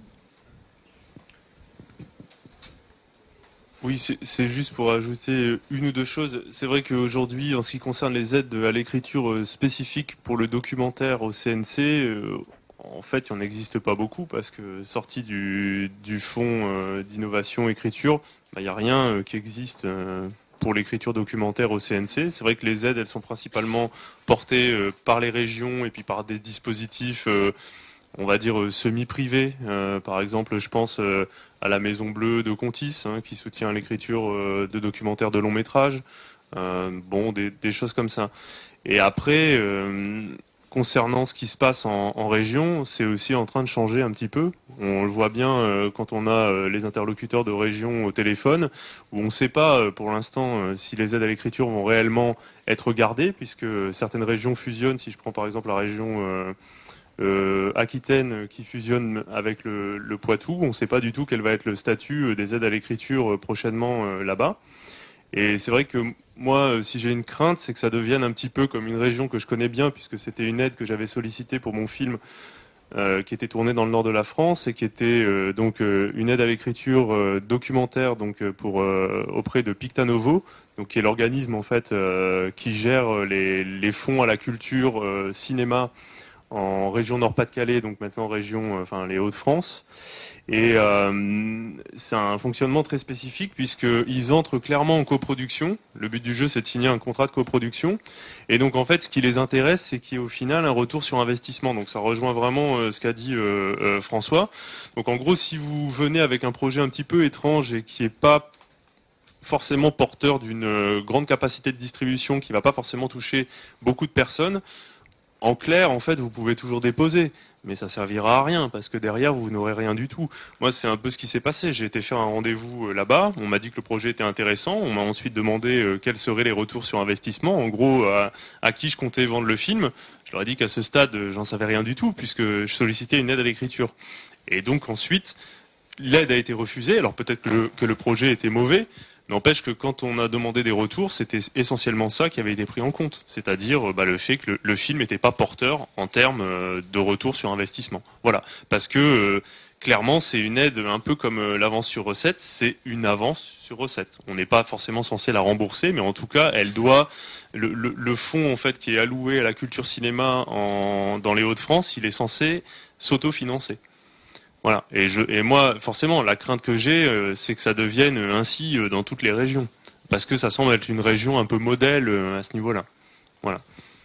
Oui, c'est juste pour ajouter une ou deux choses. C'est vrai qu'aujourd'hui, en ce qui concerne les aides à l'écriture spécifiques pour le documentaire au C N C, en fait, il n'en existe pas beaucoup parce que sorti du, du fonds euh, d'innovation écriture, il bah, n'y a rien euh, qui existe euh, pour l'écriture documentaire au C N C. C'est vrai que les aides, elles sont principalement portées euh, par les régions et puis par des dispositifs, euh, on va dire, euh, semi-privés. Euh, par exemple, je pense euh, à la Maison Bleue de Contis, hein, qui soutient l'écriture euh, de documentaires de long métrage. Euh, bon, des, des choses comme ça. Et après... Euh, Concernant ce qui se passe en, en région, c'est aussi en train de changer un petit peu. On le voit bien euh, quand on a euh, les interlocuteurs de région au téléphone, où on ne sait pas euh, pour l'instant euh, si les aides à l'écriture vont réellement être gardées, puisque certaines régions fusionnent. Si je prends par exemple la région euh, euh, Aquitaine qui fusionne avec le, le Poitou, on ne sait pas du tout quel va être le statut des aides à l'écriture prochainement euh, là-bas. Et c'est vrai que moi, si j'ai une crainte, c'est que ça devienne un petit peu comme une région que je connais bien, puisque c'était une aide que j'avais sollicitée pour mon film euh, qui était tourné dans le nord de la France et qui était euh, donc euh, une aide à l'écriture euh, documentaire donc euh, pour euh, auprès de Pictanovo, donc qui est l'organisme en fait euh, qui gère les, les fonds à la culture euh, cinéma en région Nord-Pas-de-Calais, donc maintenant région, euh, enfin les Hauts-de-France. Et euh, c'est un fonctionnement très spécifique puisqu'ils entrent clairement en coproduction. Le but du jeu, c'est de signer un contrat de coproduction. Et donc, en fait, ce qui les intéresse, c'est qu'il y ait au final un retour sur investissement. Donc, ça rejoint vraiment euh, ce qu'a dit euh, euh, François. Donc, en gros, si vous venez avec un projet un petit peu étrange et qui n'est pas forcément porteur d'une euh, grande capacité de distribution, qui ne va pas forcément toucher beaucoup de personnes, en clair, en fait, vous pouvez toujours déposer, mais ça servira à rien parce que derrière, vous n'aurez rien du tout. Moi, c'est un peu ce qui s'est passé. J'ai été faire un rendez-vous là-bas. On m'a dit que le projet était intéressant. On m'a ensuite demandé euh, quels seraient les retours sur investissement. En gros, à, à qui je comptais vendre le film. Je leur ai dit qu'à ce stade, j'en savais rien du tout puisque je sollicitais une aide à l'écriture. Et donc ensuite, l'aide a été refusée. Alors peut-être que le, que le projet était mauvais. N'empêche que quand on a demandé des retours, c'était essentiellement ça qui avait été pris en compte, c'est-à-dire bah, le fait que le, le film n'était pas porteur en termes euh, de retour sur investissement. Voilà, parce que euh, clairement c'est une aide un peu comme euh, l'avance sur recette, c'est une avance sur recette. On n'est pas forcément censé la rembourser, mais en tout cas, elle doit le, le, le fonds en fait qui est alloué à la culture cinéma en, dans les Hauts-de-France, il est censé s'autofinancer. Voilà. Et, je, et moi, forcément, la crainte que j'ai, euh, c'est que ça devienne ainsi euh, dans toutes les régions. Parce que ça semble être une région un peu modèle euh, à ce niveau-là. Voilà.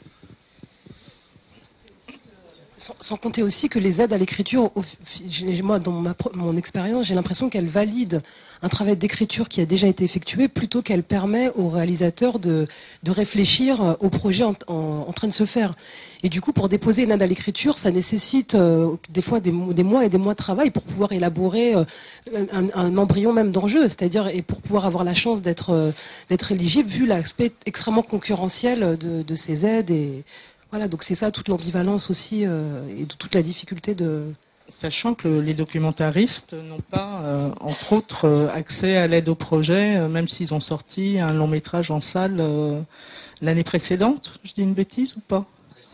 Sans, sans compter aussi que les aides à l'écriture, moi, dans ma, mon expérience, j'ai l'impression qu'elles valident un travail d'écriture qui a déjà été effectué plutôt qu'elle permet aux réalisateurs de, de réfléchir au projet en, en, en train de se faire. Et du coup, pour déposer une aide à l'écriture, ça nécessite euh, des fois des, des mois et des mois de travail pour pouvoir élaborer euh, un, un embryon même d'enjeu, c'est-à-dire et pour pouvoir avoir la chance d'être euh, d'être éligible vu l'aspect extrêmement concurrentiel de, de ces aides. Et voilà, donc c'est ça toute l'ambivalence aussi euh, et toute la difficulté de... Sachant que les documentaristes n'ont pas, euh, entre autres, euh, accès à l'aide au projet, euh, même s'ils ont sorti un long métrage en salle euh, l'année précédente. Je dis une bêtise ou pas?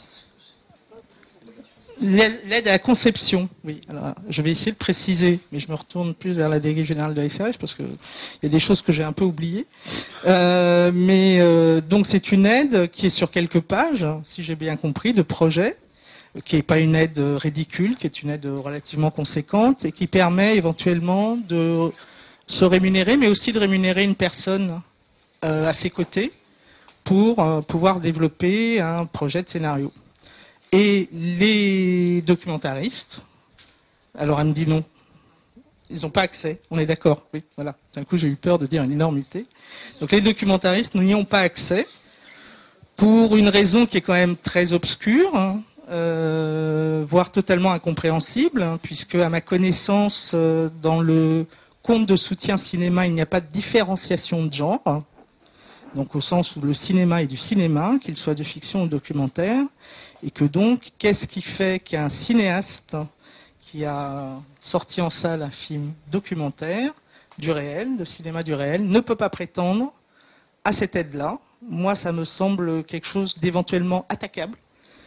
L'aide à la conception, oui. Alors, je vais essayer de préciser, mais je me retourne plus vers la déléguée générale de la S R F parce que il y a des choses que j'ai un peu oubliées. Euh, mais euh, donc c'est une aide qui est sur quelques pages, si j'ai bien compris, de projet, qui n'est pas une aide ridicule, qui est une aide relativement conséquente et qui permet éventuellement de se rémunérer, mais aussi de rémunérer une personne euh, à ses côtés pour euh, pouvoir développer un projet de scénario. Et les documentaristes, alors elle me dit non, ils n'ont pas accès, on est d'accord, oui, voilà. D'un coup j'ai eu peur de dire une énormité. Donc les documentaristes n'y ont pas accès pour une raison qui est quand même très obscure, hein, euh, voire totalement incompréhensible, hein, puisque à ma connaissance, euh, dans le compte de soutien cinéma, il n'y a pas de différenciation de genre, hein, donc au sens où le cinéma est du cinéma, qu'il soit de fiction ou documentaire. Et que donc, qu'est-ce qui fait qu'un cinéaste qui a sorti en salle un film documentaire du réel, de cinéma du réel, ne peut pas prétendre à cette aide-là? Moi, ça me semble quelque chose d'éventuellement attaquable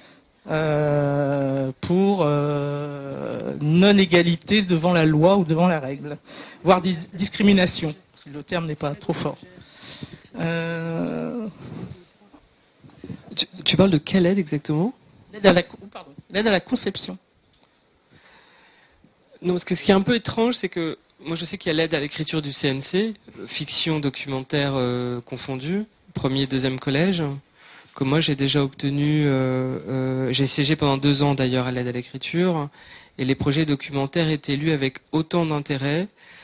euh, pour euh, non-égalité devant la loi ou devant la règle, voire dis- discrimination, si le terme n'est pas trop fort. Euh... Tu, tu parles de quelle aide exactement? L'aide à la, pardon, l'aide à la conception. Non, parce que ce qui est un peu étrange, c'est que moi je sais qu'il y a l'aide à l'écriture du C N C, fiction, documentaire euh, confondu, premier et deuxième collège, que moi j'ai déjà obtenu, euh, euh, j'ai siégé pendant deux ans d'ailleurs à l'aide à l'écriture, et les projets documentaires étaient lus avec autant d'intérêt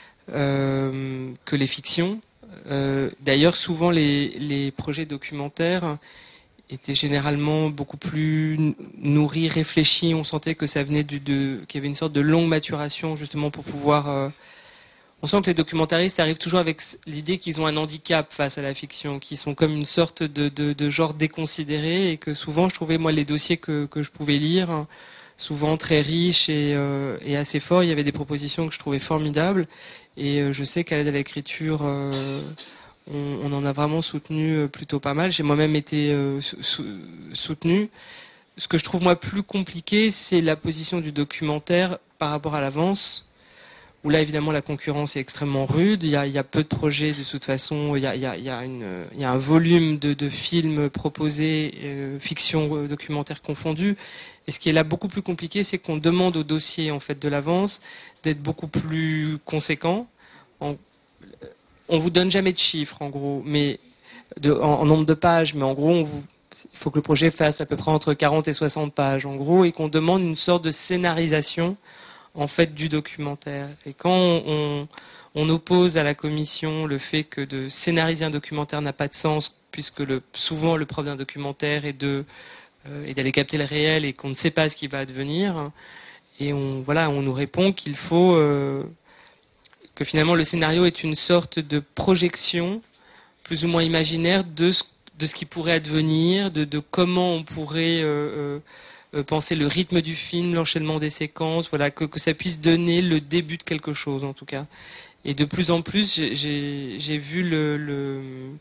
euh, que les fictions. Euh, d'ailleurs, souvent les, les projets documentaires étaient généralement beaucoup plus nourris, réfléchis. On sentait que ça venait du, de, qu'il y avait une sorte de longue maturation justement pour pouvoir. Euh, on sent que les documentaristes arrivent toujours avec l'idée qu'ils ont un handicap face à la fiction, qu'ils sont comme une sorte de, de, de genre déconsidéré, et que souvent, je trouvais moi les dossiers que, que je pouvais lire, souvent très riches et, euh, et assez forts. Il y avait des propositions que je trouvais formidables, et euh, je sais qu'à l'aide à l'écriture. Euh, On, on en a vraiment soutenu plutôt pas mal. J'ai moi-même été euh, sou, soutenu. Ce que je trouve moi plus compliqué, c'est la position du documentaire par rapport à l'avance, où là évidemment la concurrence est extrêmement rude. Il y a, il y a peu de projets de toute façon. Il y a, il y a, il y a, une, il y a un volume de, de films proposés, euh, fiction, euh, documentaire confondus. Et ce qui est là beaucoup plus compliqué, c'est qu'on demande au dossier en fait de l'avance d'être beaucoup plus conséquent. En, On vous donne jamais de chiffres, en gros, mais de, en, en nombre de pages, mais en gros, on vous, il faut que le projet fasse à peu près entre quarante et soixante pages, en gros, et qu'on demande une sorte de scénarisation, en fait, du documentaire. Et quand on, on, on oppose à la commission le fait que de scénariser un documentaire n'a pas de sens, puisque le, souvent le propre d'un documentaire est de, euh, est d'aller capter le réel et qu'on ne sait pas ce qui va advenir, et on, voilà, on nous répond qu'il faut, euh, que finalement le scénario est une sorte de projection plus ou moins imaginaire de ce, de ce qui pourrait advenir, de, de comment on pourrait euh, euh, penser le rythme du film, l'enchaînement des séquences, voilà, que, que ça puisse donner le début de quelque chose en tout cas. Et de plus en plus, j'ai, j'ai, j'ai vu le... le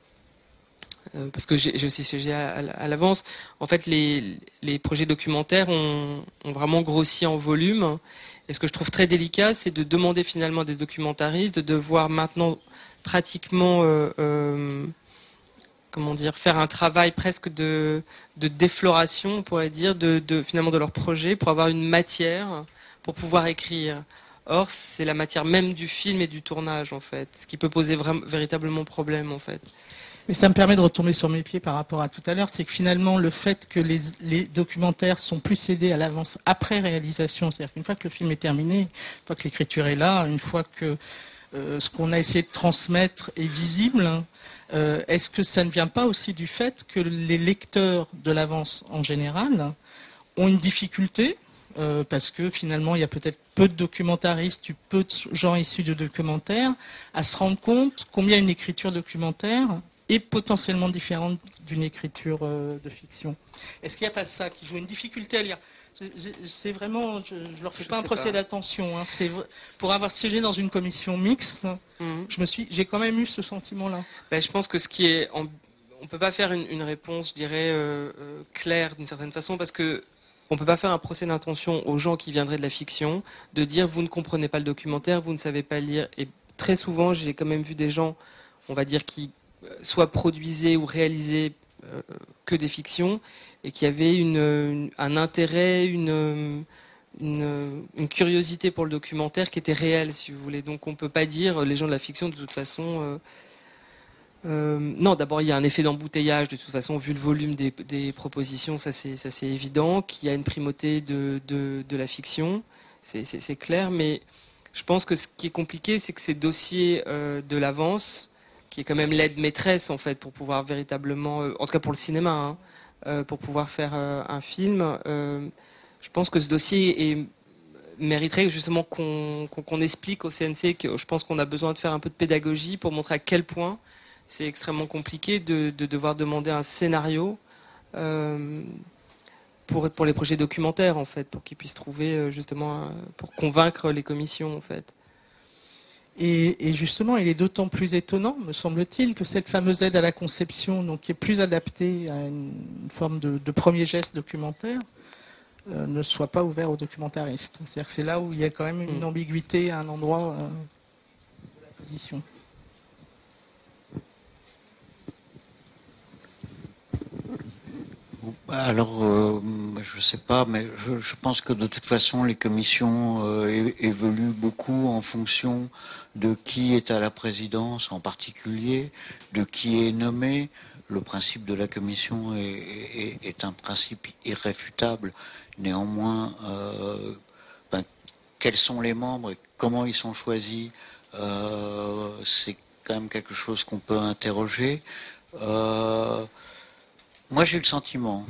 euh, parce que j'ai, j'ai aussi siégé à, à, à l'avance, en fait les, les projets documentaires ont, ont vraiment grossi en volume. Et ce que je trouve très délicat, c'est de demander finalement à des documentaristes de devoir maintenant pratiquement, euh, euh, comment dire, faire un travail presque de, de défloration, on pourrait dire, de, de finalement de leur projet pour avoir une matière pour pouvoir écrire. Or, c'est la matière même du film et du tournage en fait, ce qui peut poser vraiment, véritablement problème en fait. Mais ça me permet de retomber sur mes pieds par rapport à tout à l'heure, c'est que finalement le fait que les, les documentaires sont plus cédés à l'avance après réalisation, c'est-à-dire qu'une fois que le film est terminé, une fois que l'écriture est là, une fois que euh, ce qu'on a essayé de transmettre est visible, hein, euh, est-ce que ça ne vient pas aussi du fait que les lecteurs de l'avance en général ont une difficulté euh, parce que finalement il y a peut-être peu de documentaristes, peu de gens issus de documentaires, à se rendre compte combien une écriture documentaire est potentiellement différente d'une écriture euh, de fiction. Est-ce qu'il n'y a pas ça qui joue une difficulté à lire ? C'est vraiment, je ne leur fais je pas un procès pas. d'attention. Hein. C'est pour avoir siégé dans une commission mixte, mmh. je me suis, j'ai quand même eu ce sentiment-là. Ben, je pense que ce qui est, en, on peut pas faire une, une réponse, je dirais, euh, euh, claire d'une certaine façon, parce que on peut pas faire un procès d'intention aux gens qui viendraient de la fiction, de dire vous ne comprenez pas le documentaire, vous ne savez pas lire. Et très souvent, j'ai quand même vu des gens, on va dire, qui soit produisaient ou réalisaient euh, que des fictions et qui avaient une, une, un intérêt, une, une, une curiosité pour le documentaire qui était réelle, si vous voulez. Donc on ne peut pas dire les gens de la fiction de toute façon. Euh, euh, non, d'abord il y a un effet d'embouteillage de toute façon vu le volume des, des propositions, ça c'est ça c'est évident. Qu'il y a une primauté de, de, de la fiction, c'est, c'est, c'est clair. Mais je pense que ce qui est compliqué, c'est que ces dossiers euh, de l'avance, qui est quand même l'aide maîtresse en fait pour pouvoir véritablement, euh, en tout cas pour le cinéma, hein, euh, pour pouvoir faire euh, un film. Euh, je pense que ce dossier est, mériterait justement qu'on, qu'on, qu'on explique au C N C que je pense qu'on a besoin de faire un peu de pédagogie pour montrer à quel point c'est extrêmement compliqué de, de devoir demander un scénario euh, pour, pour les projets documentaires en fait, pour qu'ils puissent trouver justement, pour convaincre les commissions en fait. Et, et justement, il est d'autant plus étonnant, me semble-t-il, que cette fameuse aide à la conception, donc qui est plus adaptée à une forme de, de premier geste documentaire, euh, ne soit pas ouvert aux documentaristes. C'est-à-dire que c'est là où il y a quand même une ambiguïté à un endroit euh, de la position. Alors, euh, je ne sais pas, mais je, je pense que de toute façon, les commissions euh, é- évoluent beaucoup en fonction de qui est à la présidence en particulier, de qui est nommé. Le principe de la commission est, est, est un principe irréfutable. Néanmoins, euh, ben, quels sont les membres et comment ils sont choisis, euh, c'est quand même quelque chose qu'on peut interroger. Euh, moi, j'ai le sentiment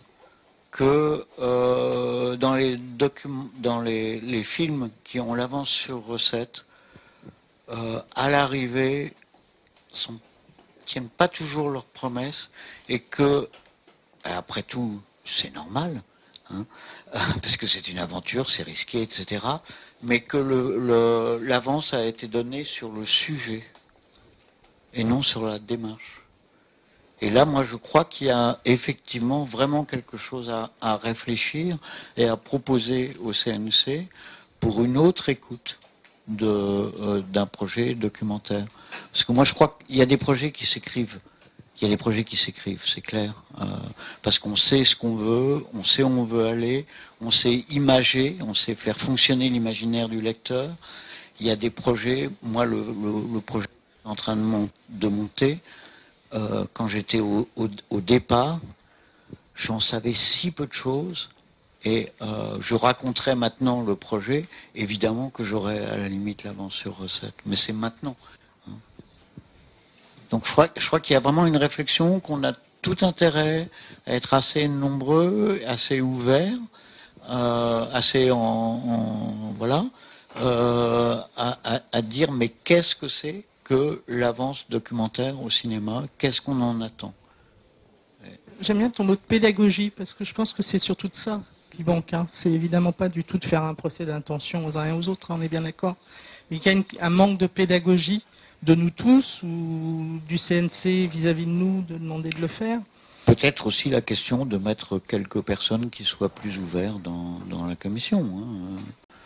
que euh, dans les documents, dans les, les films qui ont l'avance sur recette, euh, à l'arrivée, sont tiennent pas toujours leurs promesses et que, après tout, c'est normal, hein, parce que c'est une aventure, c'est risqué, et cetera. Mais que le, le, l'avance a été donnée sur le sujet et non sur la démarche. Et là, moi, je crois qu'il y a effectivement vraiment quelque chose à, à réfléchir et à proposer au C N C pour une autre écoute de, euh, d'un projet documentaire. Parce que moi, je crois qu'il y a des projets qui s'écrivent. Il y a des projets qui s'écrivent, c'est clair. Euh, parce qu'on sait ce qu'on veut, on sait où on veut aller, on sait imager, on sait faire fonctionner l'imaginaire du lecteur. Il y a des projets, moi, le, le, le projet en train de, mon, de monter, euh, quand j'étais au, au, au départ, j'en savais si peu de choses. Et euh, je raconterai maintenant le projet, évidemment que j'aurai à la limite l'avance sur recette. Mais c'est maintenant. Hein. Donc je crois, je crois qu'il y a vraiment une réflexion, qu'on a tout intérêt à être assez nombreux, assez ouverts, euh, assez en, en voilà, euh, à, à, à dire mais qu'est-ce que c'est que l'avance documentaire au cinéma? Qu'est-ce qu'on en attend? J'aime bien ton mot de pédagogie, parce que je pense que c'est surtout de ça qui manque. Hein. C'est évidemment pas du tout de faire un procès d'intention aux uns et aux autres, hein, on est bien d'accord. Mais il y a une, un manque de pédagogie de nous tous, ou du C N C vis-à-vis de nous, de demander de le faire. Peut-être aussi la question de mettre quelques personnes qui soient plus ouvertes dans, dans la commission. Hein.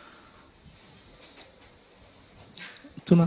Thomas.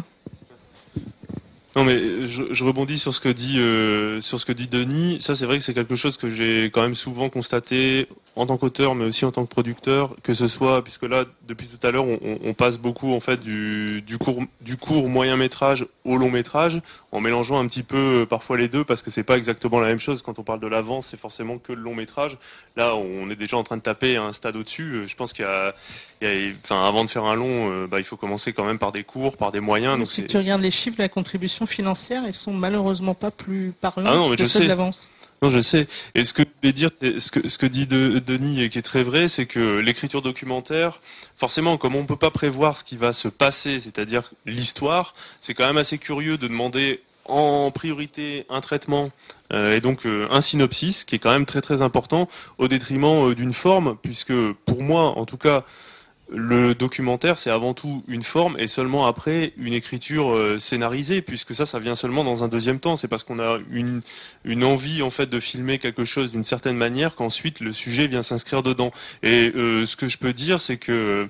Non mais je, je rebondis sur ce que dit euh, sur ce que dit Denis. Ça c'est vrai que c'est quelque chose que j'ai quand même souvent constaté en tant qu'auteur, mais aussi en tant que producteur, que ce soit, puisque là depuis tout à l'heure on, on passe beaucoup en fait du, du court du court moyen métrage au long métrage, en mélangeant un petit peu euh, parfois les deux, parce que c'est pas exactement la même chose. Quand on parle de l'avance, c'est forcément que le long métrage. Là on est déjà en train de taper un stade au-dessus. Je pense qu'il y a, il y a enfin avant de faire un long, euh, bah, il faut commencer quand même par des courts, par des moyens. Donc si c'est... tu regardes les chiffres de la contribution financière, ils sont malheureusement pas plus parlants ah non, mais que je ceux sais. de l'avance. Non, je sais. Et ce que je voulais dire, ce que, ce que dit de, Denis et qui est très vrai, c'est que l'écriture documentaire, forcément, comme on ne peut pas prévoir ce qui va se passer, c'est-à-dire l'histoire, c'est quand même assez curieux de demander en priorité un traitement euh, et donc euh, un synopsis, qui est quand même très très important, au détriment euh, d'une forme, puisque pour moi, en tout cas, le documentaire, c'est avant tout une forme et seulement après une écriture euh, scénarisée, puisque ça, ça vient seulement dans un deuxième temps. C'est parce qu'on a une, une envie en fait de filmer quelque chose d'une certaine manière qu'ensuite le sujet vient s'inscrire dedans. Et euh, ce que je peux dire, c'est que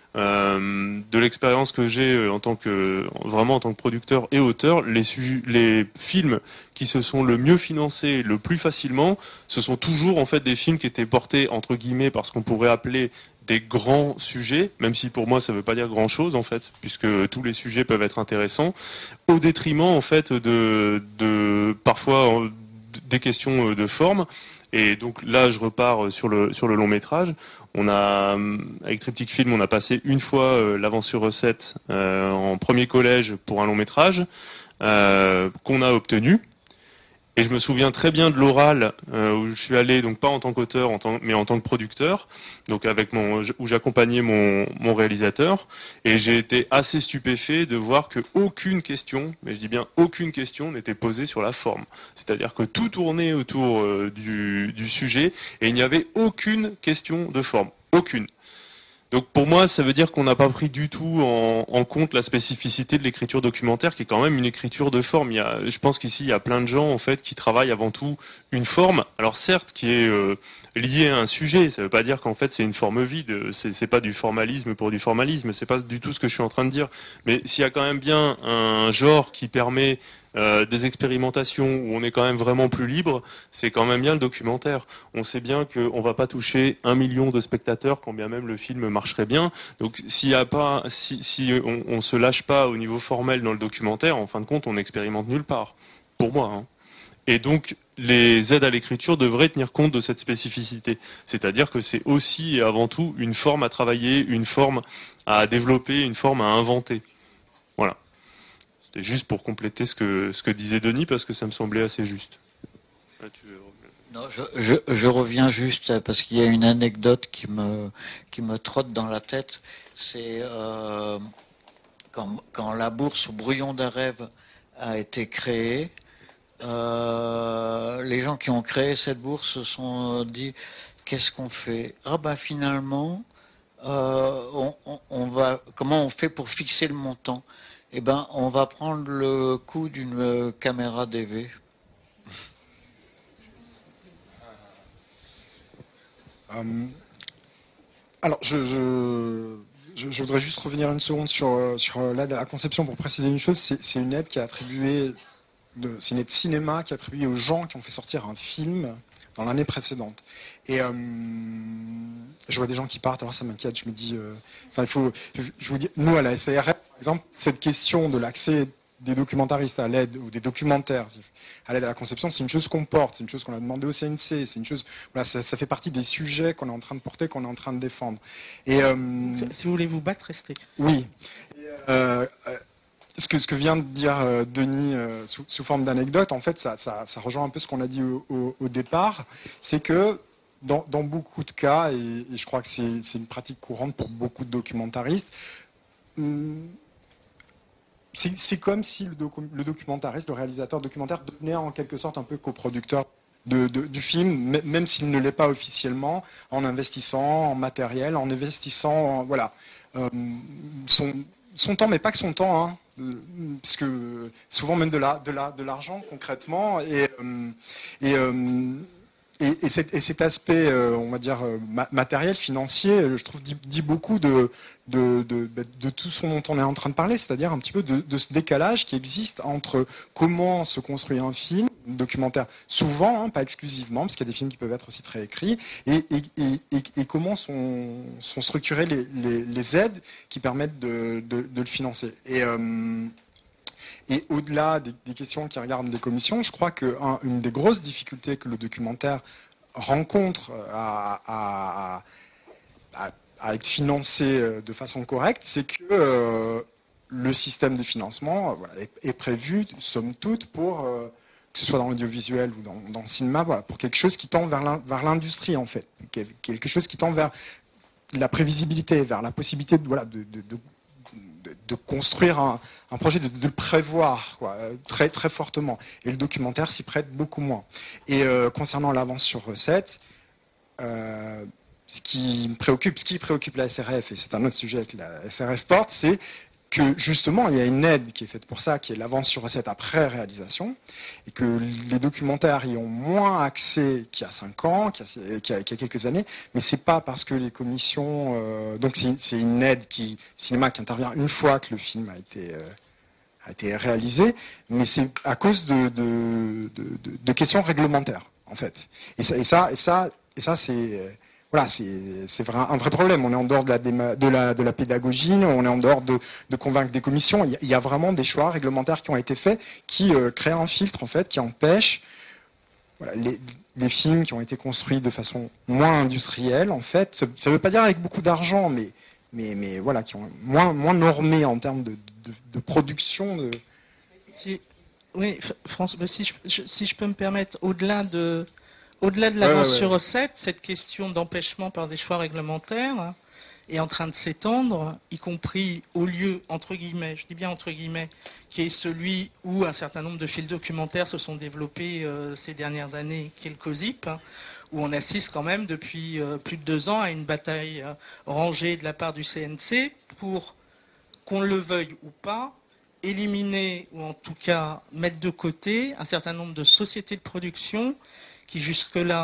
euh, de l'expérience que j'ai en tant que vraiment en tant que producteur et auteur, les, sujets, les films qui se sont le mieux financés, le plus facilement, ce sont toujours en fait des films qui étaient portés entre guillemets par ce qu'on pourrait appeler des grands sujets, même si pour moi ça ne veut pas dire grand chose en fait, puisque tous les sujets peuvent être intéressants, au détriment en fait de, de parfois des questions de forme. Et donc là je repars sur le sur le long métrage. On a avec Triptyque Film, on a passé une fois euh, l'avance sur recette euh, en premier collège pour un long métrage euh, qu'on a obtenu. Et je me souviens très bien de l'oral euh, où je suis allé, donc pas en tant qu'auteur, en tant, mais en tant que producteur, donc avec mon, où j'accompagnais mon, mon réalisateur, et j'ai été assez stupéfait de voir que aucune question, mais je dis bien aucune question, n'était posée sur la forme. C'est-à-dire que tout tournait autour euh, du, du sujet, et il n'y avait aucune question de forme, aucune. Donc pour moi, ça veut dire qu'on n'a pas pris du tout en, en compte la spécificité de l'écriture documentaire, qui est quand même une écriture de forme. Il y a, je pense qu'ici, il y a plein de gens en fait qui travaillent avant tout une forme. Alors certes, qui est euh, lié à un sujet. Ça ne veut pas dire qu'en fait c'est une forme vide. C'est, c'est pas du formalisme pour du formalisme. C'est pas du tout ce que je suis en train de dire. Mais s'il y a quand même bien un genre qui permet euh, des expérimentations où on est quand même vraiment plus libre, c'est quand même bien le documentaire. On sait bien qu'on va pas toucher un million de spectateurs, quand bien même le film marcherait bien. Donc s'il y a pas, si, si on, on se lâche pas au niveau formel dans le documentaire, en fin de compte, on n'expérimente nulle part. Pour moi. Hein. Et donc, les aides à l'écriture devraient tenir compte de cette spécificité. C'est-à-dire que c'est aussi et avant tout une forme à travailler, une forme à développer, une forme à inventer. Voilà. C'était juste pour compléter ce que, ce que disait Denis, parce que ça me semblait assez juste. Là, tu veux... Non, je, je, je reviens juste parce qu'il y a une anecdote qui me, qui me trotte dans la tête. C'est euh, quand, quand la bourse Brouillon d'un rêve a été créée, Euh, les gens qui ont créé cette bourse se sont dit qu'est-ce qu'on fait? Ah ben finalement, euh, on, on, on va comment on fait pour fixer le montant? Eh ben on va prendre le coût d'une caméra D V. Euh, alors je, je, je, je voudrais juste revenir une seconde sur, sur l'aide à la conception pour préciser une chose. C'est, c'est une aide qui est attribuée De, c'est une aide cinéma qui est attribuée aux gens qui ont fait sortir un film dans l'année précédente. Et euh, je vois des gens qui partent, alors ça m'inquiète, je me dis... Euh, enfin, il faut... Je, je vous dis, nous, à la S A R F, par exemple, cette question de l'accès des documentaristes à l'aide, ou des documentaires à l'aide à la conception, c'est une chose qu'on porte, c'est une chose qu'on a demandé au C N C, c'est une chose... Voilà, ça, ça fait partie des sujets qu'on est en train de porter, qu'on est en train de défendre. Et, euh, si vous voulez vous battre, restez. Oui. Et, euh, euh, Ce que, ce que vient de dire euh, Denis euh, sous, sous forme d'anecdote, en fait, ça, ça, ça rejoint un peu ce qu'on a dit au, au, au départ. C'est que dans, dans beaucoup de cas, et, et je crois que c'est, c'est une pratique courante pour beaucoup de documentaristes, hum, c'est, c'est comme si le, docu, le documentariste, le réalisateur documentaire devenait en quelque sorte un peu coproducteur de, de, du film, même s'il ne l'est pas officiellement, en investissant en matériel, en investissant, en, voilà, euh, son, son temps, mais pas que son temps, hein. Parce que souvent même de la, de la, de l'argent concrètement et euh, et, euh, et, et, cet, et cet aspect euh, on va dire ma, matériel financier je trouve dit, dit beaucoup de de, de de tout ce dont on est en train de parler, c'est-à-dire un petit peu de, de ce décalage qui existe entre comment se construit un film un documentaire, souvent hein, pas exclusivement parce qu'il y a des films qui peuvent être aussi très écrits et, et, et, et, et comment sont, sont structurées les, les, les aides qui permettent de, de, de le financer et euh, Et au-delà des, des questions qui regardent les commissions, je crois qu'une des grosses difficultés que le documentaire rencontre à, à, à, à être financé de façon correcte, c'est que euh, le système de financement euh, voilà, est, est prévu, somme toute, pour, euh, que ce soit dans l'audiovisuel ou dans, dans le cinéma, voilà, pour quelque chose qui tend vers l'industrie, en fait. Quelque chose qui tend vers la prévisibilité, vers la possibilité de, voilà, de, de, de de construire un, un projet, de, de le prévoir quoi, très, très fortement. Et le documentaire s'y prête beaucoup moins. Et euh, concernant l'avance sur recette, euh, ce qui me préoccupe, ce qui préoccupe la S R F, et c'est un autre sujet que la S R F porte, c'est que justement, il y a une aide qui est faite pour ça, qui est l'avance sur recette après réalisation, et que les documentaires y ont moins accès qu'il y a cinq ans, qu'il y a, qu'il y a, qu'il y a quelques années, mais c'est pas parce que les commissions... Euh, donc c'est, c'est une aide qui, cinéma qui intervient une fois que le film a été, euh, a été réalisé, mais c'est à cause de, de, de, de, de questions réglementaires, en fait. Et ça, et ça, et ça, et ça c'est... Voilà, c'est, c'est vrai, un vrai problème. On est en dehors de la, déma, de la, de la pédagogie, on est en dehors de, de convaincre des commissions. Il y, a, il y a vraiment des choix réglementaires qui ont été faits, qui euh, créent un filtre en fait, qui empêche voilà, les, les films qui ont été construits de façon moins industrielle. En fait, ça ne veut pas dire avec beaucoup d'argent, mais, mais, mais voilà, qui ont moins, moins normé en termes de, de, de production. De... Si, oui, François, si je, si je peux me permettre, au-delà de Au-delà de l'avance ouais, ouais, sur ouais. recette, cette question d'empêchement par des choix réglementaires est en train de s'étendre, y compris au lieu, entre guillemets, je dis bien entre guillemets, qui est celui où un certain nombre de fils documentaires se sont développés euh, ces dernières années, qui est le COSIP, hein, où on assiste quand même depuis euh, plus de deux ans à une bataille euh, rangée de la part du C N C pour, qu'on le veuille ou pas, éliminer, ou en tout cas mettre de côté, un certain nombre de sociétés de production qui jusque-là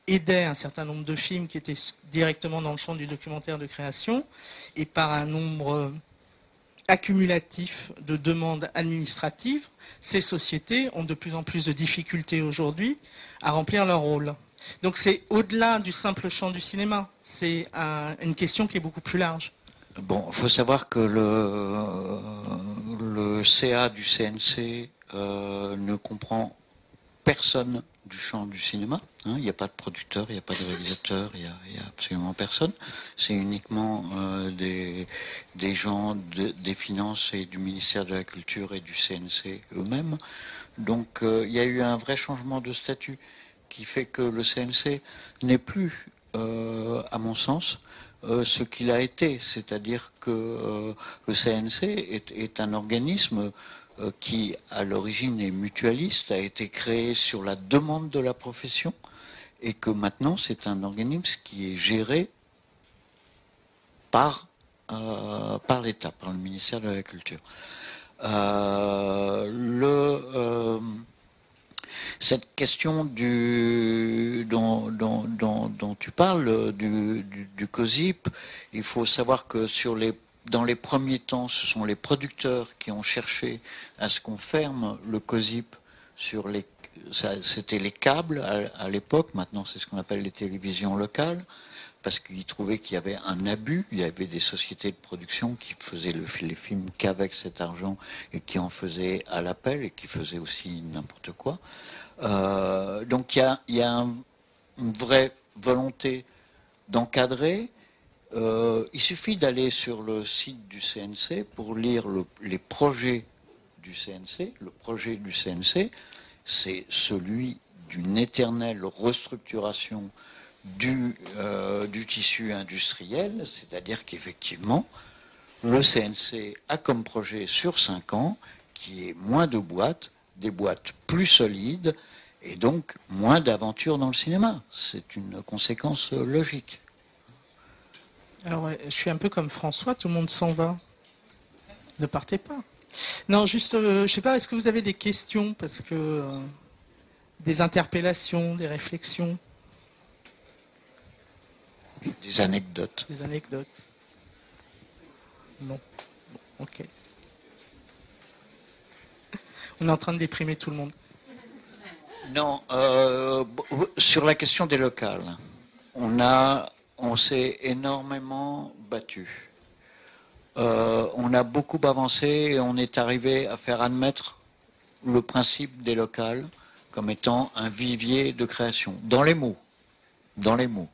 aidait un certain nombre de films qui étaient directement dans le champ du documentaire de création, et par un nombre accumulatif de demandes administratives, ces sociétés ont de plus en plus de difficultés aujourd'hui à remplir leur rôle. Donc c'est au-delà du simple champ du cinéma, c'est un, une question qui est beaucoup plus large. Bon, il faut savoir que le, le C A du C N C euh, ne comprend personne du champ du cinéma. Hein, il n'y a pas de producteur, il n'y a pas de réalisateur, il n'y a, il y a absolument personne. C'est uniquement euh, des, des gens de, des finances et du ministère de la Culture et du C N C eux-mêmes. Donc euh, il y a eu un vrai changement de statut qui fait que le C N C n'est plus, euh, à mon sens, euh, ce qu'il a été. C'est-à-dire que euh, le C N C est, est un organisme qui, à l'origine, est mutualiste, a été créé sur la demande de la profession, et que maintenant, c'est un organisme qui est géré par, euh, par l'État, par le ministère de la Culture. Euh, le, euh, cette question du, dont, dont, dont, dont tu parles, du, du, du COSIP, il faut savoir que sur les Dans les premiers temps, ce sont les producteurs qui ont cherché à ce qu'on ferme le COSIP sur les... C'était les câbles à, à l'époque, maintenant c'est ce qu'on appelle les télévisions locales, parce qu'ils trouvaient qu'il y avait un abus, il y avait des sociétés de production qui faisaient le, les films qu'avec cet argent et qui en faisaient à l'appel et qui faisaient aussi n'importe quoi. Euh, donc il y a, il y a un, une vraie volonté d'encadrer. Euh, il suffit d'aller sur le site du C N C pour lire le, les projets du C N C. Le projet du C N C, c'est celui d'une éternelle restructuration du, euh, du tissu industriel, c'est-à-dire qu'effectivement, le C N C a comme projet sur cinq ans qui est moins de boîtes, des boîtes plus solides, et donc moins d'aventures dans le cinéma. C'est une conséquence logique. Alors, ouais, je suis un peu comme François, tout le monde s'en va. Ne partez pas. Non, juste, euh, je sais pas, est-ce que vous avez des questions, parce que euh, des interpellations, des réflexions, des anecdotes. Des anecdotes. Non. Bon, ok. On est en train de déprimer tout le monde. Non, euh, sur la question des locales, on a On s'est énormément battu. Euh, on a beaucoup avancé et on est arrivé à faire admettre le principe des locales comme étant un vivier de création, dans les mots. Dans les mots.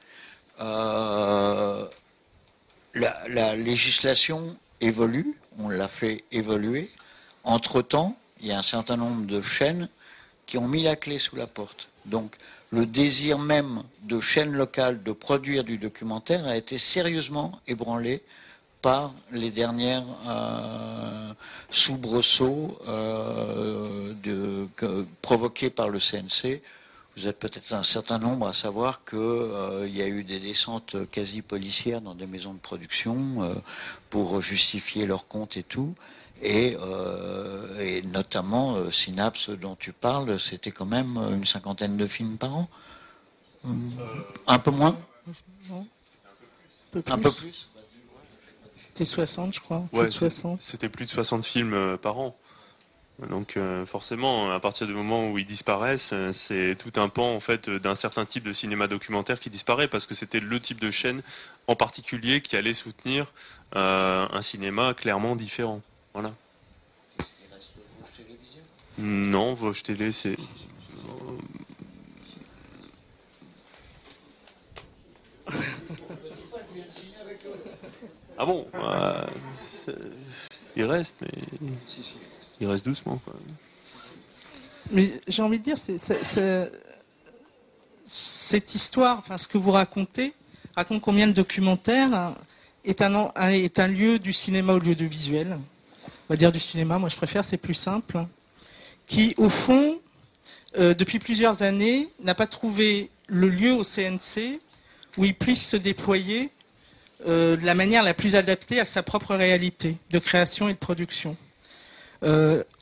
Euh, la, la législation évolue, on l'a fait évoluer. Entre-temps, il y a un certain nombre de chaînes qui ont mis la clé sous la porte. Donc, le désir même de chaînes locales de produire du documentaire a été sérieusement ébranlé par les dernières euh, soubresauts euh, de, que, provoqués par le C N C. Vous êtes peut-être un certain nombre à savoir qu'il euh, y a eu des descentes quasi policières dans des maisons de production euh, pour justifier leurs comptes et tout. Et, euh, et notamment euh, Synapse dont tu parles, c'était quand même une cinquantaine de films par an. Euh, un peu moins non. Un peu plus. Un peu plus. C'était soixante, je crois. Ouais, soixante. C'était plus de soixante films euh, par an. Donc euh, forcément, à partir du moment où ils disparaissent, c'est tout un pan en fait d'un certain type de cinéma documentaire qui disparaît, parce que c'était le type de chaîne en particulier qui allait soutenir euh, un cinéma clairement différent. Voilà. Il reste Vosges Télévision ? Non, Vosges Télé, c'est... Ah bon euh, il reste, mais... Si, si. Il reste doucement, quoi. Mais j'ai envie de dire, c'est, c'est, c'est, cette histoire, enfin ce que vous racontez, raconte combien le documentaire est un, est un lieu du cinéma au lieu de visuel. On va dire du cinéma, moi je préfère, c'est plus simple. Qui, au fond, euh, depuis plusieurs années, n'a pas trouvé le lieu au C N C où il puisse se déployer euh, de la manière la plus adaptée à sa propre réalité de création et de production. Euh,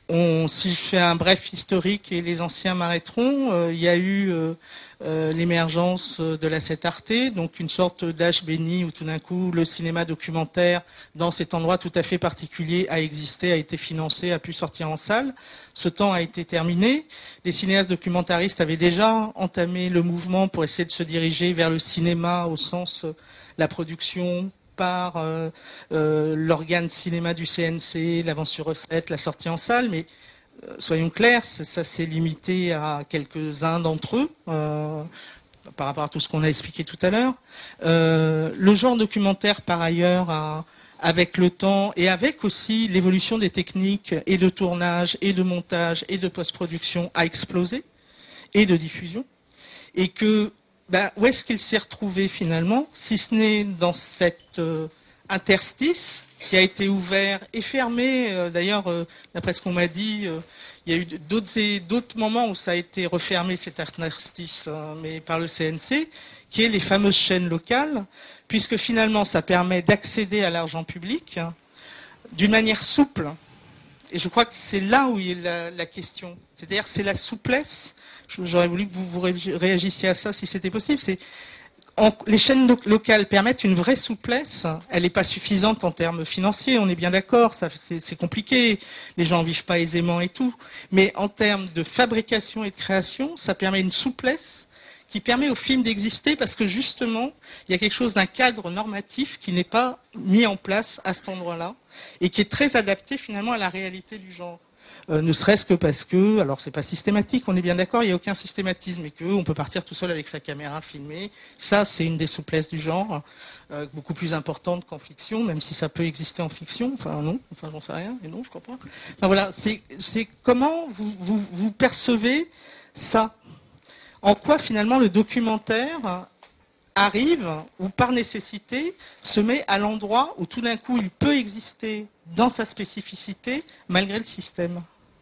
on, si je fais un bref historique et les anciens m'arrêteront, euh, il y a eu euh, euh, l'émergence de la sept Arte, donc une sorte d'âge béni où tout d'un coup le cinéma documentaire dans cet endroit tout à fait particulier a existé, a été financé, a pu sortir en salle. Ce temps a été terminé. Les cinéastes documentaristes avaient déjà entamé le mouvement pour essayer de se diriger vers le cinéma au sens euh, la production par euh, euh, l'organe cinéma du C N C, l'avance sur recette, la sortie en salle, mais euh, soyons clairs, ça, ça s'est limité à quelques-uns d'entre eux, euh, par rapport à tout ce qu'on a expliqué tout à l'heure. Euh, le genre documentaire, par ailleurs, a, avec le temps et avec aussi l'évolution des techniques et de tournage, et de montage, et de post-production, a explosé, et de diffusion, et que Ben, où est-ce qu'il s'est retrouvé finalement, si ce n'est dans cet euh, interstice qui a été ouvert et fermé. Euh, D'ailleurs, euh, d'après ce qu'on m'a dit, euh, il y a eu d'autres d'autres moments où ça a été refermé, cet interstice, euh, mais par le C N C, qui est les fameuses chaînes locales, puisque finalement ça permet d'accéder à l'argent public hein, d'une manière souple. Et je crois que c'est là où est la, la question. C'est-à-dire c'est la souplesse. J'aurais voulu que vous, vous réagissiez à ça si c'était possible. C'est, en, les chaînes lo- locales permettent une vraie souplesse. Elle n'est pas suffisante en termes financiers, on est bien d'accord, ça, c'est, c'est compliqué. Les gens ne vivent pas aisément et tout. Mais en termes de fabrication et de création, ça permet une souplesse qui permet au film d'exister parce que justement, il y a quelque chose d'un cadre normatif qui n'est pas mis en place à cet endroit-là et qui est très adapté finalement à la réalité du genre. Euh, ne serait-ce que parce que, alors c'est pas systématique, on est bien d'accord, il n'y a aucun systématisme, et qu'on peut partir tout seul avec sa caméra filmer. Ça, c'est une des souplesses du genre, euh, beaucoup plus importante qu'en fiction, même si ça peut exister en fiction. Enfin non, enfin j'en sais rien, mais non, je crois pas. Enfin voilà, c'est, c'est comment vous, vous, vous percevez ça. En quoi finalement le documentaire arrive, ou par nécessité, se met à l'endroit où tout d'un coup il peut exister dans sa spécificité, malgré le système.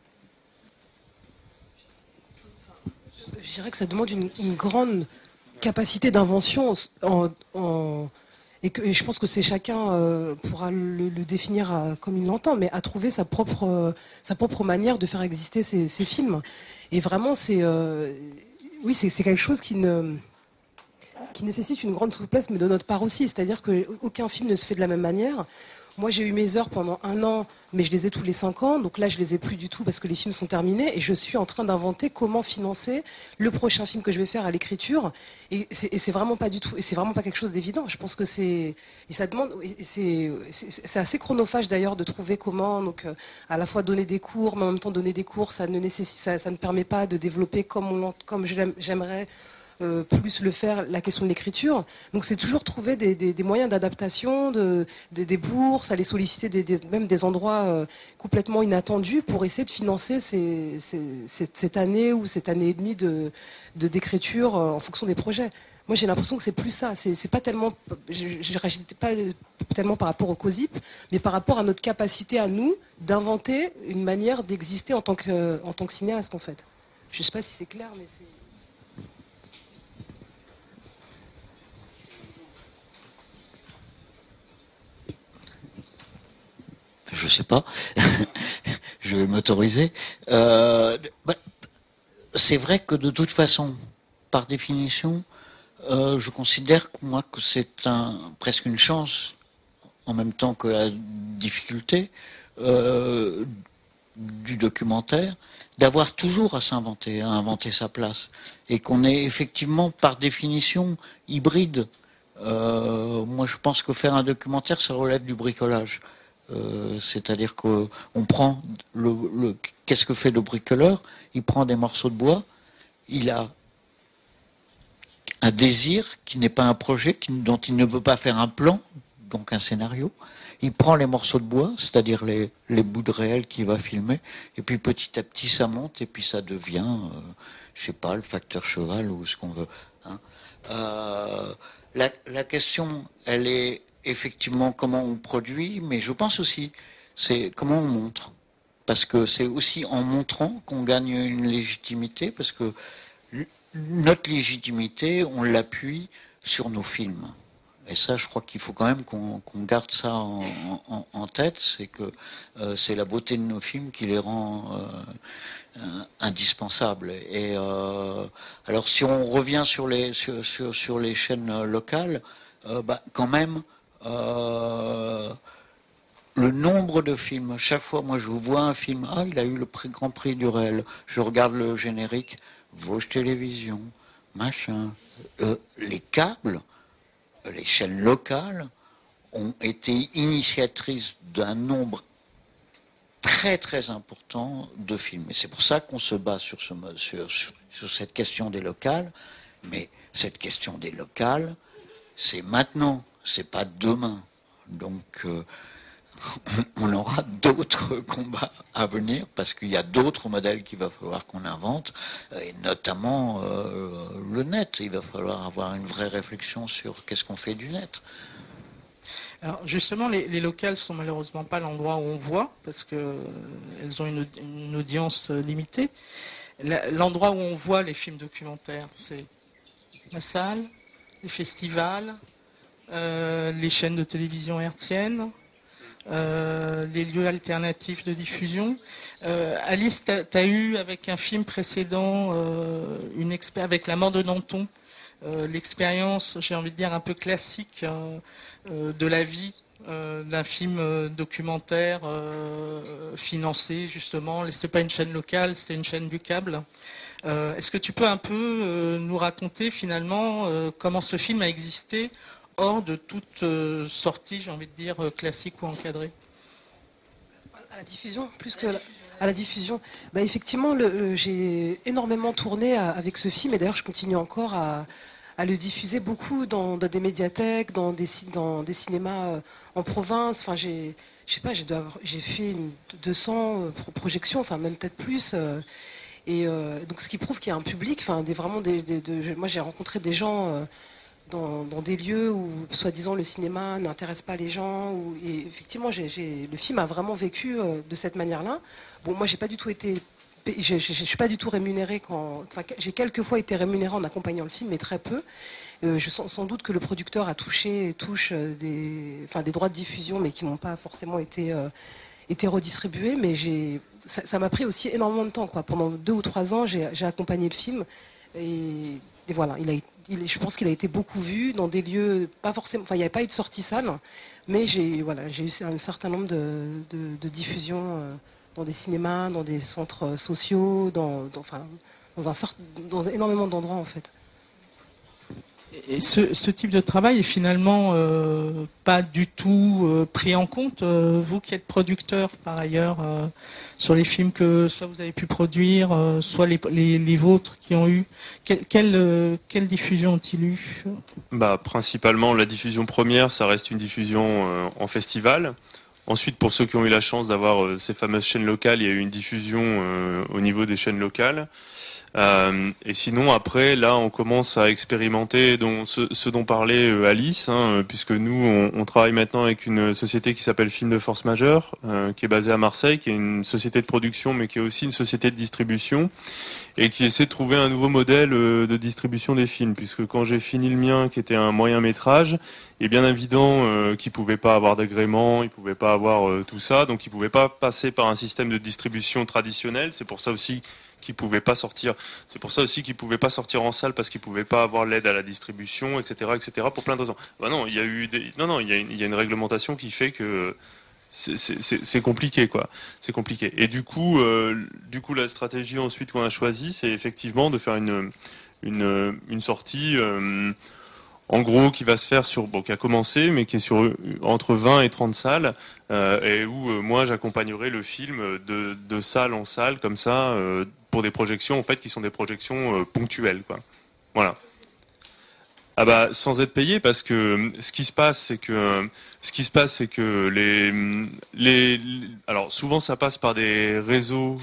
Je dirais que ça demande une, une grande capacité d'invention en, en, et, que, et je pense que c'est chacun euh, pourra le, le définir à, comme il l'entend, mais à trouver sa propre, euh, sa propre manière de faire exister ces, ces films. Et vraiment, c'est, euh, oui, c'est, c'est quelque chose qui ne... qui nécessite une grande souplesse, mais de notre part aussi. C'est-à-dire qu'aucun film ne se fait de la même manière. Moi, j'ai eu mes heures pendant un an, mais je les ai tous les cinq ans. Donc là, je les ai plus du tout parce que les films sont terminés. Et je suis en train d'inventer comment financer le prochain film que je vais faire à l'écriture. Et c'est, et c'est vraiment pas du tout, et c'est vraiment pas quelque chose d'évident. Je pense que c'est, et ça demande, et c'est, c'est, c'est assez chronophage d'ailleurs de trouver comment, donc à la fois donner des cours, mais en même temps donner des cours, ça ne nécessite, ça, ça ne permet pas de développer comme on, comme je l'aime, j'aimerais. Euh, plus le faire, la question de l'écriture. Donc c'est toujours trouver des, des, des moyens d'adaptation, de, de, des bourses, aller solliciter des, des, même des endroits euh, complètement inattendus pour essayer de financer ces, ces, cette, cette année ou cette année et demie de, de, d'écriture euh, en fonction des projets. Moi j'ai l'impression que c'est plus ça. C'est, c'est pas tellement, je ne réagis pas tellement par rapport au COSIP, mais par rapport à notre capacité à nous d'inventer une manière d'exister en tant que, en tant que cinéaste en fait. Je ne sais pas si c'est clair, mais c'est... Je sais pas, je vais m'autoriser. Euh, bah, c'est vrai que de toute façon, par définition, euh, je considère que moi que c'est un, presque une chance, en même temps que la difficulté euh, du documentaire, d'avoir toujours à s'inventer, à inventer sa place, et qu'on est effectivement par définition hybride. Euh, moi, je pense que faire un documentaire, ça relève du bricolage. Euh, c'est-à-dire qu'on prend le, le qu'est-ce que fait le bricoleur? Il prend des morceaux de bois, il a un désir qui n'est pas un projet, qui, dont il ne peut pas faire un plan, donc un scénario. Il prend les morceaux de bois, c'est-à-dire les, les bouts de réel qu'il va filmer, et puis petit à petit ça monte, et puis ça devient, euh, je sais pas, le facteur cheval ou ce qu'on veut. Hein. Euh, la, la question, elle est effectivement comment on produit, mais je pense aussi c'est comment on montre, parce que c'est aussi en montrant qu'on gagne une légitimité, parce que notre légitimité on l'appuie sur nos films. et ça, je crois qu'il faut quand même qu'on qu'on garde ça en, en, en tête, c'est que euh, c'est la beauté de nos films qui les rend euh, indispensables. Et euh, alors, si on revient sur les sur sur, sur les chaînes locales, euh, bah, quand même. Euh, Le nombre de films, chaque fois, moi je vois un film, ah, il a eu le prix, Grand Prix du réel, je regarde le générique, Vosges Télévision, machin. Euh, les câbles, les chaînes locales ont été initiatrices d'un nombre très très important de films. Et c'est pour ça qu'on se bat sur, ce, sur, sur, sur cette question des locales, mais cette question des locales, c'est maintenant, c'est pas demain. Donc... Euh, on aura d'autres combats à venir parce qu'il y a d'autres modèles qu'il va falloir qu'on invente, et notamment euh, le net. Il va falloir avoir une vraie réflexion sur qu'est-ce qu'on fait du net. Alors justement, les, les locales sont malheureusement pas l'endroit où on voit parce que euh, elles ont une, une audience limitée. La, l'endroit où on voit les films documentaires, c'est la salle, les festivals, euh, les chaînes de télévision hertziennes. Euh, les lieux alternatifs de diffusion. Euh, Alice, tu as eu avec un film précédent, euh, une expé- avec La mort de Danton, euh, l'expérience, j'ai envie de dire, un peu classique euh, euh, de la vie euh, d'un film euh, documentaire euh, financé justement. C'était pas une chaîne locale, c'était une chaîne du câble. Euh, est-ce que tu peux un peu euh, nous raconter finalement euh, comment ce film a existé hors de toute euh, sortie, j'ai envie de dire, euh, classique ou encadrée? À la diffusion, plus que à la diffusion. Bah, effectivement, le, le, j'ai énormément tourné à, avec ce film, et d'ailleurs je continue encore à, à le diffuser beaucoup dans, dans des médiathèques, dans des, dans des cinémas euh, en province. Enfin, j'ai, je sais pas, j'ai, avoir, j'ai fait une, deux cents euh, projections, enfin même peut-être plus. Euh, et euh, donc ce qui prouve qu'il y a un public. Enfin, des, vraiment des, des, de, moi j'ai rencontré des gens. Euh, Dans, dans des lieux où, soi-disant, le cinéma n'intéresse pas les gens. Où, et effectivement, j'ai, j'ai, le film a vraiment vécu euh, de cette manière-là. Bon, moi, j'ai pas du tout été, je, je, je suis pas du tout rémunérée quand, enfin, j'ai quelques fois été rémunérée en accompagnant le film, mais très peu. Euh, je sens sans doute que le producteur a touché et touche des, enfin, des droits de diffusion, mais qui n'ont pas forcément été, euh, été redistribués. Mais j'ai, ça, ça m'a pris aussi énormément de temps, quoi. Pendant deux ou trois ans, j'ai, j'ai accompagné le film. Et, et voilà, il a, il, je pense qu'il a été beaucoup vu dans des lieux, pas forcément, enfin il n'y avait pas eu de sortie salle, mais j'ai, voilà, j'ai eu un certain nombre de, de, de diffusions euh, dans des cinémas, dans des centres sociaux, dans, dans, enfin, dans, un, dans énormément d'endroits en fait. Et ce, ce type de travail est finalement euh, pas du tout euh, pris en compte. Euh, vous qui êtes producteur par ailleurs euh, sur les films que soit vous avez pu produire, euh, soit les, les, les vôtres qui ont eu, quelle, quelle, euh, quelle diffusion ont-ils eu? Bah, principalement la diffusion première, ça reste une diffusion euh, en festival. Ensuite, pour ceux qui ont eu la chance d'avoir euh, ces fameuses chaînes locales, il y a eu une diffusion euh, au niveau des chaînes locales. Euh, et sinon, après, là, on commence à expérimenter dont, ce, ce dont parlait euh, Alice, hein, puisque nous, on, on travaille maintenant avec une société qui s'appelle Film de Force Majeure, euh, qui est basée à Marseille, qui est une société de production, mais qui est aussi une société de distribution, et qui essaie de trouver un nouveau modèle euh, de distribution des films, puisque quand j'ai fini le mien, qui était un moyen métrage, il est bien évident euh, qu'il pouvait pas avoir d'agrément, il pouvait pas avoir euh, tout ça, donc il pouvait pas passer par un système de distribution traditionnel. C'est pour ça aussi qui pouvaient pas sortir. C'est pour ça aussi qu'ils pouvaient pas sortir en salle parce qu'ils pouvaient pas avoir l'aide à la distribution, et cetera, et cetera. Pour plein de raisons. Bah non, il y a eu des... non, non, il y a une, il y a une réglementation qui fait que c'est, c'est, c'est compliqué, quoi. C'est compliqué. Et du coup, euh, du coup, la stratégie ensuite qu'on a choisie, c'est effectivement de faire une une, une sortie. Euh, En gros, qui va se faire sur, bon, qui a commencé, mais qui est sur entre vingt et trente salles, euh, et où euh, moi j'accompagnerai le film de, de salle en salle, comme ça, euh, pour des projections en fait qui sont des projections euh, ponctuelles, quoi. Voilà. Ah bah sans être payé, parce que ce qui se passe, c'est que ce qui se passe, c'est que les les alors souvent ça passe par des réseaux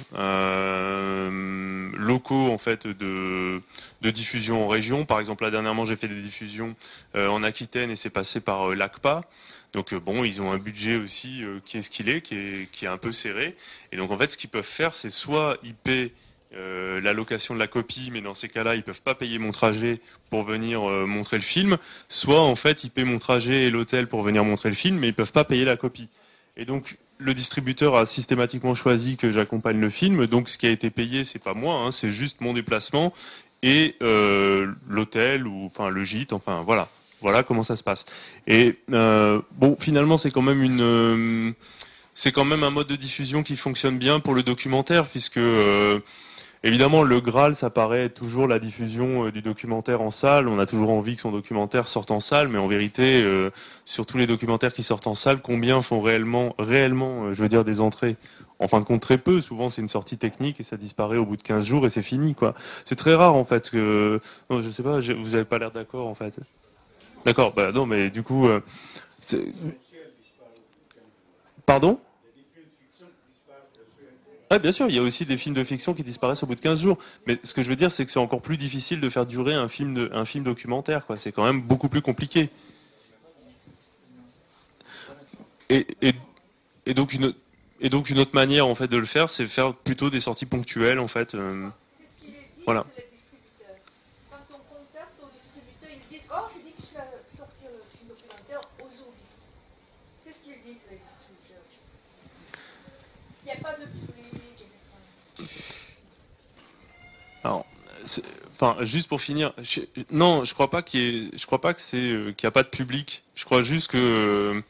euh, locaux en fait de de diffusion en région. Par exemple, là dernièrement j'ai fait des diffusions euh, en Aquitaine et c'est passé par euh, l'A C P A. Donc euh, bon, ils ont un budget aussi euh, qui est ce qu'il est, qui est qui est un peu serré. Et donc en fait, ce qu'ils peuvent faire, c'est soit ils paient euh, la location de la copie, mais dans ces cas-là, ils peuvent pas payer mon trajet pour venir euh, montrer le film. Soit en fait, ils paient mon trajet et l'hôtel pour venir montrer le film, mais ils peuvent pas payer la copie. Et donc le distributeur a systématiquement choisi que j'accompagne le film. Donc ce qui a été payé, c'est pas moi, hein, c'est juste mon déplacement et euh, l'hôtel ou enfin le gîte. Enfin voilà, voilà comment ça se passe. Et euh, bon, finalement, c'est quand même une euh, c'est quand même un mode de diffusion qui fonctionne bien pour le documentaire, puisque euh, évidemment le Graal, ça paraît toujours la diffusion euh, du documentaire en salle. On a toujours envie que son documentaire sorte en salle, mais en vérité, euh, sur tous les documentaires qui sortent en salle, combien font réellement, réellement, euh, je veux dire, des entrées? En fin de compte, très peu. Souvent, c'est une sortie technique et ça disparaît au bout de quinze jours et c'est fini, quoi. C'est très rare, en fait, que... Non, je sais pas, je... vous avez pas l'air d'accord, en fait. D'accord, bah non, mais du coup... Euh, c'est... Pardon? Ah, bien sûr, il y a aussi des films de fiction qui disparaissent au bout de quinze jours. Mais ce que je veux dire, c'est que c'est encore plus difficile de faire durer un film, de, un film documentaire, quoi. C'est quand même beaucoup plus compliqué. Et, et, et, donc une, et donc une autre manière, en fait, de le faire, c'est faire plutôt des sorties ponctuelles, en fait. Euh, voilà. Quand on contacte au distributeur, ils disent « Oh, c'est dit que je vais sortir le film documentaire aujourd'hui. » C'est ce qu'ils disent, les distributeurs. S'il n'y a pas de public, et cetera. Alors, enfin, juste pour finir, je, non, je crois pas qu'il y ait, je crois pas que c'est euh, qu'il n'y a pas de public. Je crois juste que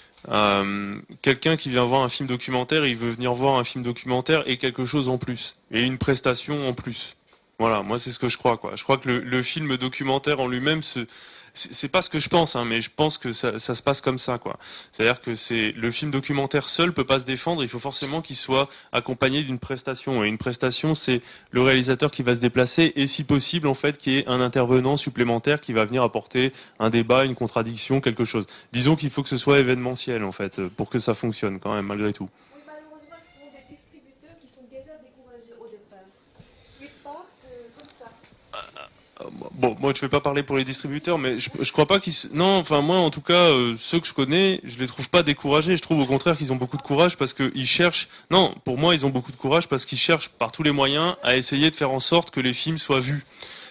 euh, quelqu'un qui vient voir un film documentaire, il veut venir voir un film documentaire et quelque chose en plus, et une prestation en plus. Voilà, moi c'est ce que je crois, quoi. Je crois que le, le film documentaire en lui-même, se, c'est, c'est pas ce que je pense, hein, mais je pense que ça, ça se passe comme ça, quoi. C'est-à-dire que c'est le film documentaire seul peut pas se défendre. Il faut forcément qu'il soit accompagné d'une prestation. Et une prestation, c'est le réalisateur qui va se déplacer et, si possible, en fait, qu'il y ait un intervenant supplémentaire qui va venir apporter un débat, une contradiction, quelque chose. Disons qu'il faut que ce soit événementiel, en fait, pour que ça fonctionne quand même, malgré tout. Oui, malheureusement, ce sont des distributeurs qui sont déjà découragés au départ. Ils partent euh, comme ça. Bon, moi je vais pas parler pour les distributeurs, mais je, je crois pas qu'ils... Non, enfin moi en tout cas, euh, ceux que je connais, je les trouve pas découragés. Je trouve au contraire qu'ils ont beaucoup de courage parce qu'ils cherchent... Non, pour moi ils ont beaucoup de courage parce qu'ils cherchent par tous les moyens à essayer de faire en sorte que les films soient vus.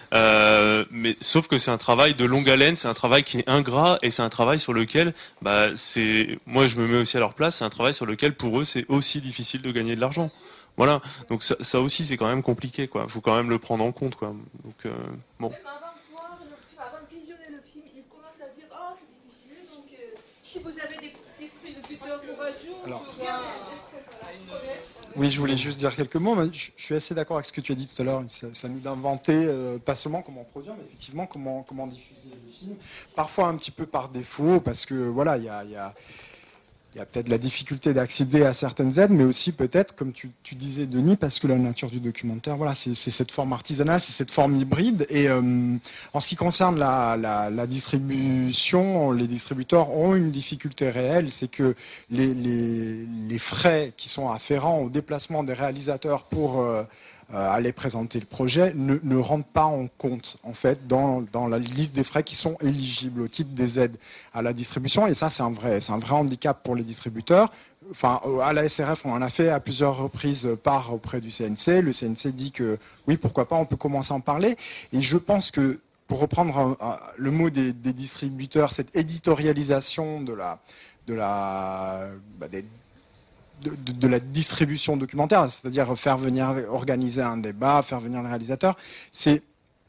Euh, mais sauf que c'est un travail de longue haleine, c'est un travail qui est ingrat et c'est un travail sur lequel, bah c'est... Moi je me mets aussi à leur place, c'est un travail sur lequel pour eux c'est aussi difficile de gagner de l'argent. Voilà, donc ça, ça aussi c'est quand même compliqué, quoi. Il faut quand même le prendre en compte, quoi. Donc euh, bon. Même avant de voir le film, avant de visionner le film, ils commencent à dire « Oh, c'est difficile, donc euh, si vous avez des distributeurs courageux, Alors, vous bien être honnête. » Oui, je voulais juste dire quelques mots. Mais je, je suis assez d'accord avec ce que tu as dit tout à l'heure. Ça, ça nous d'inventer euh, pas seulement comment produire, mais effectivement comment, comment diffuser le film. Parfois un petit peu par défaut, parce que voilà, il y a... Y a Il y a peut-être la difficulté d'accéder à certaines aides, mais aussi peut-être, comme tu, tu disais, Denis, parce que la nature du documentaire, voilà, c'est, c'est cette forme artisanale, c'est cette forme hybride. Et euh, en ce qui concerne la, la, la distribution, les distributeurs ont une difficulté réelle, c'est que les, les, les frais qui sont afférents au déplacement des réalisateurs pour euh, euh, aller présenter le projet ne, ne rentrent pas en compte, en fait, dans, dans la liste des frais qui sont éligibles au titre des aides à la distribution. Et ça, c'est un vrai, c'est un vrai handicap pour les distributeurs. Enfin, à la S R F, on en a fait à plusieurs reprises part auprès du C N C. Le C N C dit que oui, pourquoi pas, on peut commencer à en parler. Et je pense que, pour reprendre le mot des, des distributeurs, cette éditorialisation de la, de la, bah, des, de, de, de la distribution documentaire, c'est-à-dire faire venir, organiser un débat, faire venir le réalisateur, c'est,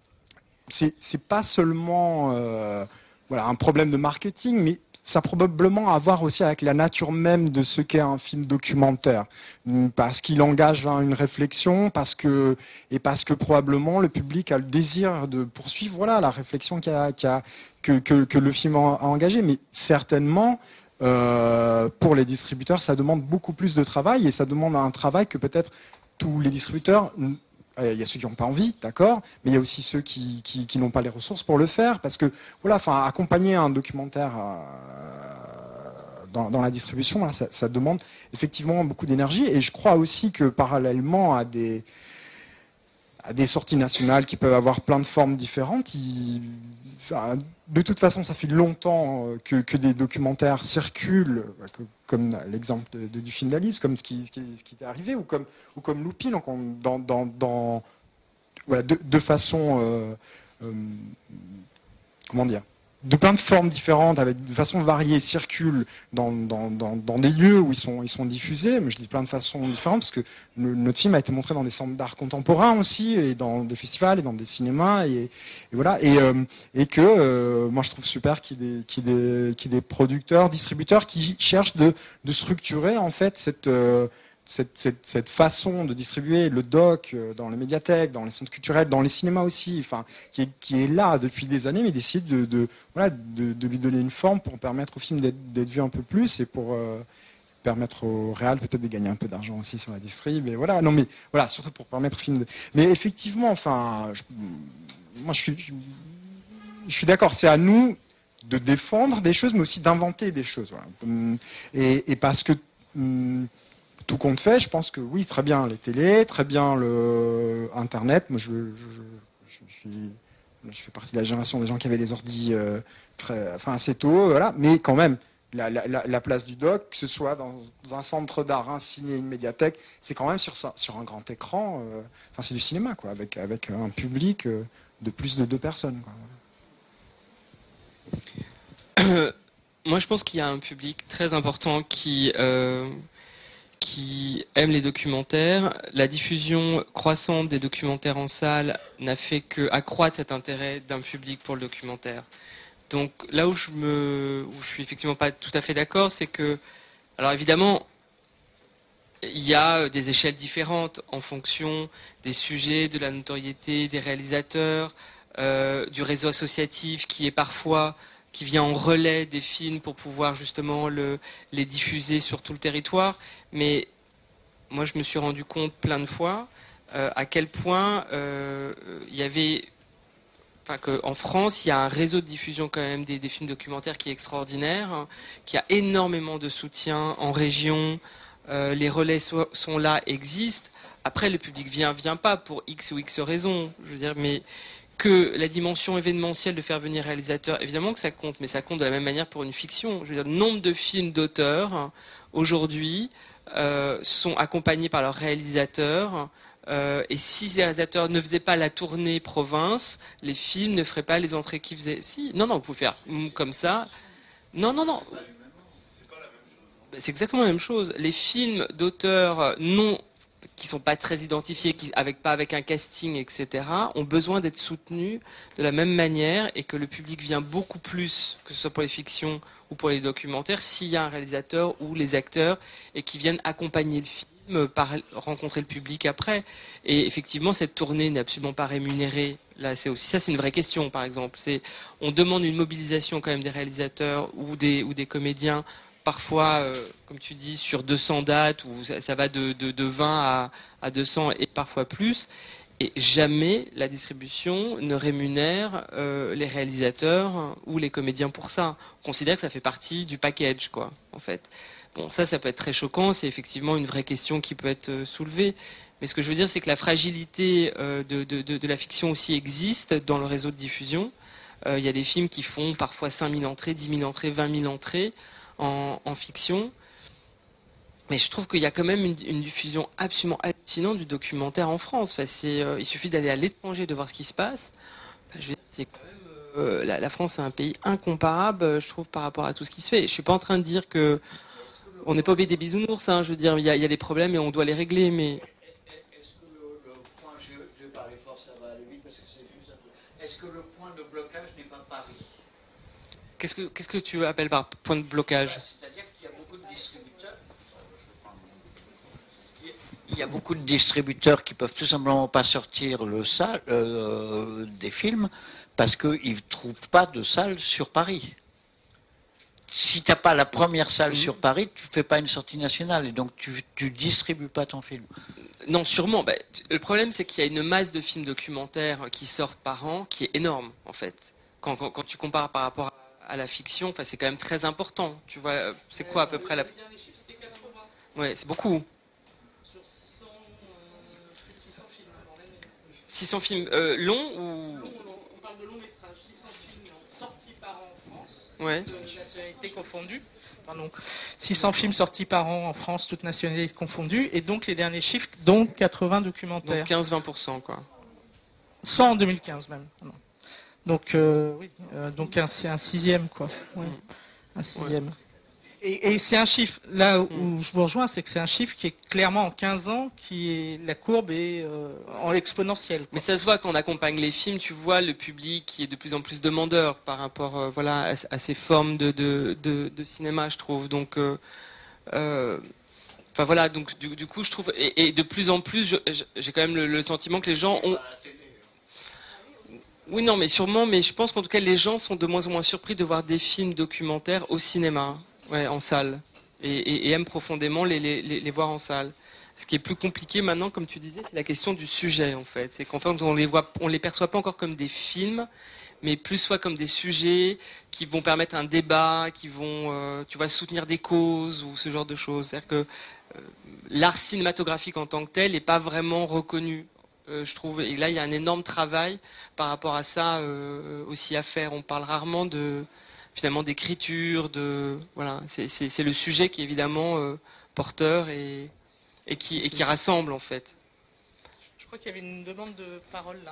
c'est, c'est pas seulement euh, voilà, un problème de marketing, mais ça a probablement à voir aussi avec la nature même de ce qu'est un film documentaire, parce qu'il engage une réflexion, parce que et parce que probablement le public a le désir de poursuivre voilà la réflexion qu'il a, qu'il a, que, que que le film a engagé, mais certainement. Euh, pour les distributeurs, ça demande beaucoup plus de travail et ça demande un travail que peut-être tous les distributeurs. Il y a ceux qui n'ont pas envie, d'accord, mais il y a aussi ceux qui, qui, qui n'ont pas les ressources pour le faire, parce que voilà, enfin, accompagner un documentaire euh, dans, dans la distribution, là, ça, ça demande effectivement beaucoup d'énergie. Et je crois aussi que parallèlement à des à des sorties nationales qui peuvent avoir plein de formes différentes. Il, enfin, de toute façon, ça fait longtemps que, que des documentaires circulent, que, comme l'exemple de, de, du film d'Alice, comme ce qui, ce qui, ce qui est arrivé, ou comme, ou comme Loupine, donc on, dans, dans, dans voilà, de, de façon, euh, euh, comment dire, de plein de formes différentes, avec de façon variée, circulent dans, dans, dans, dans des lieux où ils sont, ils sont diffusés. Mais je dis plein de façons différentes parce que le, notre film a été montré dans des centres d'art contemporain aussi, et dans des festivals, et dans des cinémas, et, et voilà. Et, euh, et que euh, moi je trouve super qu'il y ait des, qu'il y ait des, qu'il y ait des producteurs, distributeurs qui cherchent de, de structurer en fait cette euh, Cette, cette, cette façon de distribuer le doc dans les médiathèques, dans les centres culturels, dans les cinémas aussi, enfin, qui est, qui est là depuis des années, mais d'essayer de, de, voilà, de, de lui donner une forme pour permettre au film d'être, d'être vu un peu plus et pour euh, permettre au réal peut-être de gagner un peu d'argent aussi sur la distrib. Et voilà, non mais voilà, surtout pour permettre au film de... Mais effectivement, enfin, je, moi je suis, je, je suis d'accord, c'est à nous de défendre des choses, mais aussi d'inventer des choses. Voilà. Et, et parce que hum, tout compte fait, je pense que oui, très bien les télés, très bien le Internet. Moi, je, je, je, je suis, je fais partie de la génération des gens qui avaient des ordis euh, très, enfin assez tôt, voilà. Mais quand même, la, la, la place du doc, que ce soit dans, dans un centre d'art, un ciné, une médiathèque, c'est quand même sur sur un grand écran. Euh, enfin, c'est du cinéma, quoi, avec avec un public euh, de plus de deux personnes, quoi. Euh, moi, je pense qu'il y a un public très important qui euh, qui aiment les documentaires. La diffusion croissante des documentaires en salle n'a fait qu'accroître cet intérêt d'un public pour le documentaire. Donc là où je me, où je suis effectivement pas tout à fait d'accord, c'est que, alors évidemment, il y a des échelles différentes en fonction des sujets, de la notoriété des réalisateurs, euh, du réseau associatif qui est parfois qui vient en relais des films pour pouvoir justement le, les diffuser sur tout le territoire. Mais moi, je me suis rendu compte plein de fois euh, à quel point euh, il y avait... Enfin, qu'en France, il y a un réseau de diffusion quand même des, des films documentaires qui est extraordinaire, hein, qui a énormément de soutien en région. Euh, les relais so- sont là, existent. Après, le public vient, vient pas pour X ou X raisons. Je veux dire, mais... que la dimension événementielle de faire venir réalisateurs, évidemment que ça compte, mais ça compte de la même manière pour une fiction. Je veux dire, le nombre de films d'auteurs, hein, aujourd'hui, euh, sont accompagnés par leurs réalisateurs, euh, et si ces réalisateurs ne faisaient pas la tournée province, les films ne feraient pas les entrées qu'ils faisaient. Si, non, non, vous pouvez faire comme ça. Non, non, non. C'est exactement la même chose. Les films d'auteurs non qui sont pas très identifiés, qui avec pas avec un casting, et cetera, ont besoin d'être soutenus de la même manière, et que le public vient beaucoup plus, que ce soit pour les fictions ou pour les documentaires, s'il y a un réalisateur ou les acteurs et qui viennent accompagner le film, par rencontrer le public après. Et effectivement, cette tournée n'est absolument pas rémunérée. Là, c'est aussi ça, c'est une vraie question. Par exemple, c'est on demande une mobilisation quand même des réalisateurs ou des ou des comédiens. Parfois, euh, comme tu dis, sur deux cents dates, où ça, ça va de, de, de vingt à, à deux cents et parfois plus. Et jamais la distribution ne rémunère euh, les réalisateurs ou les comédiens pour ça. On considère que ça fait partie du package, quoi, en fait. Bon, ça, ça peut être très choquant. C'est effectivement une vraie question qui peut être soulevée. Mais ce que je veux dire, c'est que la fragilité euh, de, de, de, de la fiction aussi existe dans le réseau de diffusion. Euh, il y a des films qui font parfois cinq mille entrées, dix mille entrées, vingt mille entrées. En, en fiction, mais je trouve qu'il y a quand même une, une diffusion absolument hallucinante du documentaire en France. Enfin, c'est, euh, il suffit d'aller à l'étranger de voir ce qui se passe. Enfin, je veux dire, c'est quand même, euh, la, la France est un pays incomparable, je trouve, par rapport à tout ce qui se fait. Je suis pas en train de dire que on n'est pas obligé des bisounours. Hein, je veux dire, il y, a, il y a des problèmes et on doit les régler, mais Est-ce que le, le point, je, je vais parler fort, ça va aller vite parce que c'est juste un peu. Est-ce que le point de blocage n'est pas Paris? Qu'est-ce que, qu'est-ce que tu appelles par point de blocage? C'est-à-dire qu'il y a beaucoup de distributeurs. Il y a beaucoup de distributeurs qui peuvent tout simplement pas sortir le salle, euh, des films parce qu'ils ne trouvent pas de salle sur Paris. Si tu n'as pas la première salle mmh. sur Paris, tu ne fais pas une sortie nationale et donc tu ne distribues pas ton film. Non, sûrement. Bah, le problème, c'est qu'il y a une masse de films documentaires qui sortent par an qui est énorme, en fait. Quand, quand, quand tu compares par rapport à à la fiction, enfin, c'est quand même très important. Tu vois, c'est quoi à peu près la... Ouais, c'est beaucoup. Sur six cents, euh, plus de six cents films avant l'année. six cents films euh, longs ou... On parle de long métrage, six cents films sortis par an en France, Ouais. toutes nationalités confondues. Pardon. six cents films sortis par an en France, toutes nationalités confondues, et donc les derniers chiffres, donc quatre-vingts documentaires. Donc quinze à vingt pour cent, quoi. cent en deux mille quinze même. Non. Donc euh, oui, euh, donc un, c'est un sixième, quoi. Ouais. Mm. Un sixième. Ouais. Et, et c'est un chiffre, là où mm. je vous rejoins, c'est que c'est un chiffre qui est clairement en quinze ans, qui est, la courbe est euh, en exponentielle. Mais ça se voit quand on accompagne les films, tu vois le public qui est de plus en plus demandeur par rapport euh, voilà, à, à ces formes de, de, de, de cinéma, je trouve. Donc, euh, euh, enfin voilà, donc du, du coup, je trouve, et, et de plus en plus, je, j'ai quand même le, le sentiment que les gens ont... Oui, non, mais sûrement, mais je pense qu'en tout cas, les gens sont de moins en moins surpris de voir des films documentaires au cinéma. Ouais, en salle. Et, et, et aiment profondément les, les, les voir en salle. Ce qui est plus compliqué maintenant, comme tu disais, c'est la question du sujet, en fait. C'est qu'en fait, on les voit, on les perçoit pas encore comme des films, mais plus soit comme des sujets qui vont permettre un débat, qui vont, euh, tu vois, soutenir des causes ou ce genre de choses. C'est-à-dire que euh, l'art cinématographique en tant que tel n'est pas vraiment reconnu, euh, je trouve. Et là, il y a un énorme travail par rapport à ça euh, aussi à faire. On parle rarement de finalement d'écriture, de voilà, c'est, c'est, c'est le sujet qui est évidemment euh, porteur et, et, qui, et qui rassemble en fait. Je crois qu'il y avait une demande de parole là.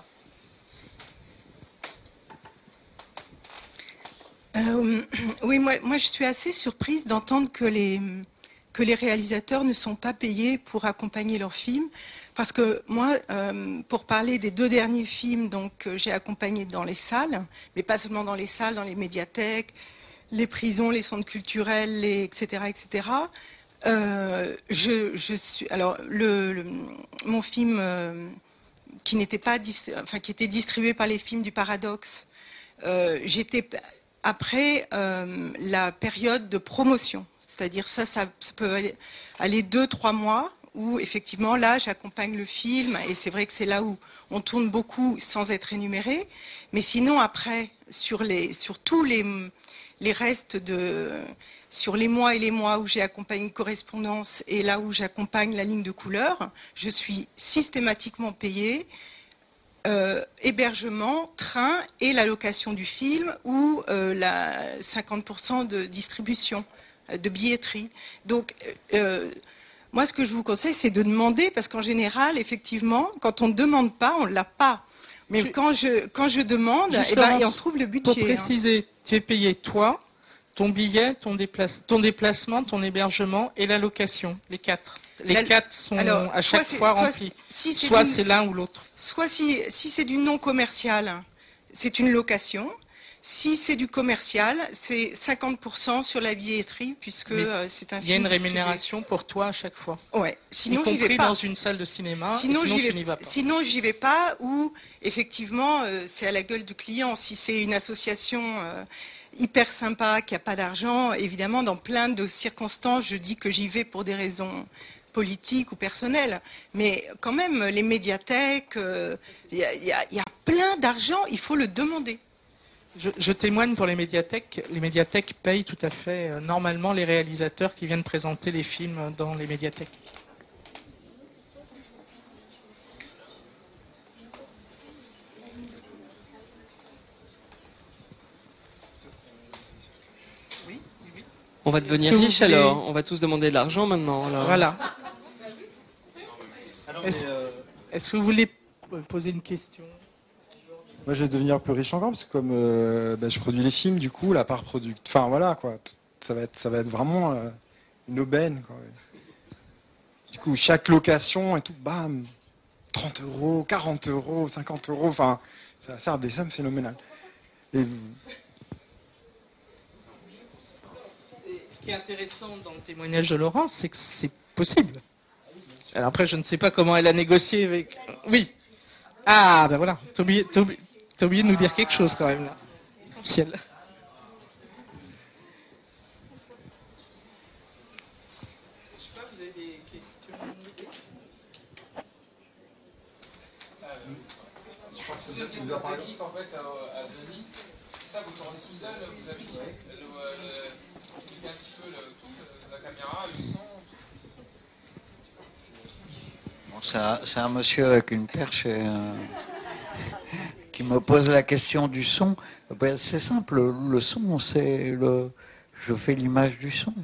Euh, oui, moi, moi je suis assez surprise d'entendre que les, que les réalisateurs ne sont pas payés pour accompagner leurs films. Parce que moi, euh, pour parler des deux derniers films, donc euh, j'ai accompagné dans les salles, mais pas seulement dans les salles, dans les médiathèques, les prisons, les centres culturels, les, et cetera, et cetera. Euh, je, je suis, alors le, le, mon film euh, qui n'était pas, enfin qui était distribué par les films du Paradoxe, euh, j'étais après euh, la période de promotion, c'est-à-dire ça, ça, ça peut aller, aller deux, trois mois. Où effectivement là j'accompagne le film et c'est vrai que c'est là où on tourne beaucoup sans être rémunéré, mais sinon après sur les sur tous les les restes de sur les mois et les mois où j'ai accompagné une correspondance et là où j'accompagne la ligne de couleur, je suis systématiquement payée euh, hébergement, train et la location du film ou euh, la cinquante pour cent de distribution, de billetterie. Donc euh, moi, ce que je vous conseille, c'est de demander, parce qu'en général, effectivement, quand on ne demande pas, on ne l'a pas. Mais je, quand, je, quand je demande, eh ben, et on trouve le budget. Pour préciser, hein. Tu es payé toi, ton billet, ton, déplace, ton déplacement, ton hébergement et la location, les quatre. Les la, quatre sont alors, à chaque fois remplis. Si c'est soit c'est l'un ou l'autre. Soit si, si c'est du non commercial, c'est une location. Si c'est du commercial, c'est cinquante pour cent sur la billetterie, puisque euh, c'est un film. Il y a une distribué. Rémunération pour toi à chaque fois. Ouais. Sinon, y compris j'y vais pas. Dans une salle de cinéma. Sinon, sinon j'y vais, tu n'y vas pas. Sinon, j'y vais pas. Ou effectivement, euh, c'est à la gueule du client. Si c'est une association euh, hyper sympa qui a pas d'argent, évidemment, dans plein de circonstances, je dis que j'y vais pour des raisons politiques ou personnelles. Mais quand même, les médiathèques, il euh, y, y, y a plein d'argent. Il faut le demander. Je, je témoigne pour les médiathèques. Les médiathèques payent tout à fait euh, normalement les réalisateurs qui viennent présenter les films dans les médiathèques. Oui, oui, oui. On va devenir riche voulez... alors. On va tous demander de l'argent maintenant. Alors. Voilà. Est-ce, est-ce que vous voulez poser une question ? Moi, je vais devenir plus riche encore parce que comme euh, bah, je produis les films, du coup, la part product, enfin voilà quoi, ça va être, ça va être vraiment euh, une aubaine quoi. Du coup, chaque location et tout, bam, trente euros, quarante euros, cinquante euros, enfin, ça va faire des sommes phénoménales. Et... Ce qui est intéressant dans le témoignage de Laurence, c'est que c'est possible. Alors après, je ne sais pas comment elle a négocié avec. Oui. Ah, ben voilà. T'as oublié, t'as oublié, t'as oublié de nous dire quelque chose quand même là. Essentiel. Je sais pas, vous avez des questions? Euh, je pense que c'est une question technique en fait à, à Denis. C'est ça, vous tournez tout seul, vous avez dit. Le, le, le, expliquez un petit peu le, tout, le, la caméra, le son. Bon, c'est, un, c'est un monsieur avec une perche et un... me pose la question du son. Ben, c'est simple, le son, c'est le. Je fais l'image du son.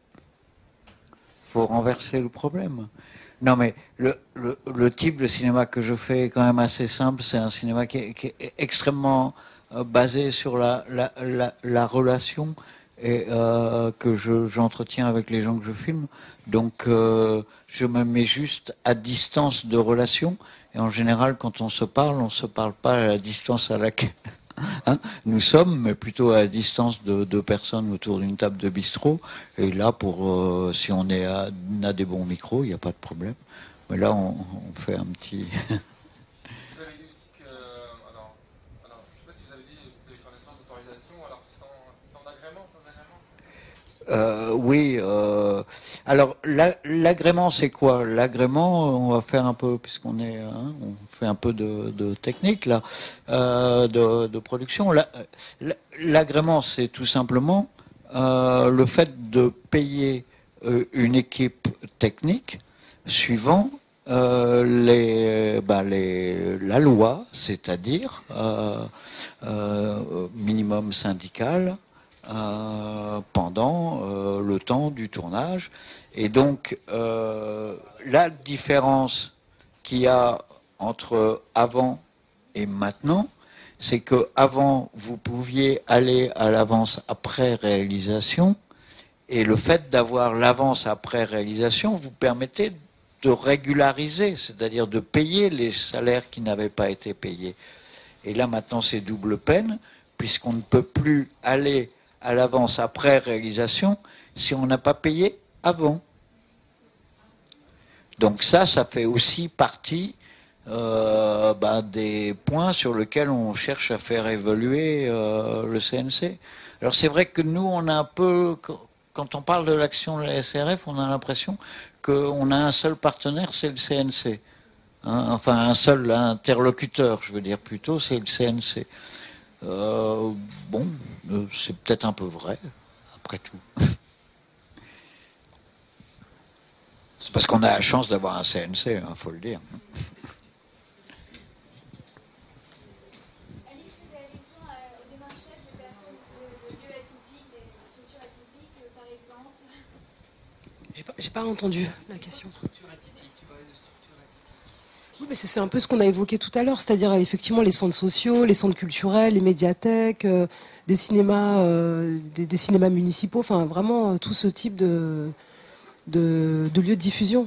Faut renverser le problème. Non, mais le, le, le type de cinéma que je fais est quand même assez simple. C'est un cinéma qui est, qui est extrêmement euh, basé sur la, la, la, la relation et euh, que je, j'entretiens avec les gens que je filme. Donc, euh, je me mets juste à distance de relation. Et en général, quand on se parle, on ne se parle pas à la distance à laquelle hein, nous sommes, mais plutôt à la distance de deux personnes autour d'une table de bistrot. Et là, pour euh, si on, est à, on a des bons micros, il n'y a pas de problème. Mais là, on, on fait un petit... Vous avez dit aussi que... Alors, alors, je ne sais pas si vous avez dit que vous avez fait une sans autorisation, alors sans, sans agrément, sans agrément Euh, oui. Euh, alors, la, l'agrément, c'est quoi? L'agrément, on va faire un peu, puisqu'on est, hein, on fait un peu de, de technique là, euh, de, de production. La, la, l'agrément, c'est tout simplement euh, le fait de payer euh, une équipe technique suivant euh, les, bah, les, la loi, c'est-à-dire euh, euh, minimum syndical. Euh, pendant euh, le temps du tournage. Et donc, euh, la différence qu'il y a entre avant et maintenant, c'est que avant vous pouviez aller à l'avance après réalisation, et le fait d'avoir l'avance après réalisation vous permettait de régulariser, c'est-à-dire de payer les salaires qui n'avaient pas été payés. Et là, maintenant, c'est double peine, puisqu'on ne peut plus aller à l'avance après réalisation si on n'a pas payé avant. Donc ça, ça fait aussi partie euh, bah, des points sur lesquels on cherche à faire évoluer euh, le C N C. Alors c'est vrai que nous, on a un peu, quand on parle de l'action de la S R F, on a l'impression qu'on a un seul partenaire, c'est le C N C. Hein, enfin, un seul interlocuteur, je veux dire plutôt, c'est le C N C. Euh, bon, euh, c'est peut-être un peu vrai, après tout. C'est parce qu'on a la chance d'avoir un C N C, il hein, faut le dire. Alice faisait allusion au démarchage de personnes de, de lieux atypiques, de structures atypiques, par exemple. J'ai pas, j'ai pas entendu la question. Oui, mais c'est, c'est un peu ce qu'on a évoqué tout à l'heure, c'est-à-dire effectivement les centres sociaux, les centres culturels, les médiathèques, euh, des cinémas, euh, des, des cinémas municipaux, enfin vraiment euh, tout ce type de, de, de lieux de diffusion.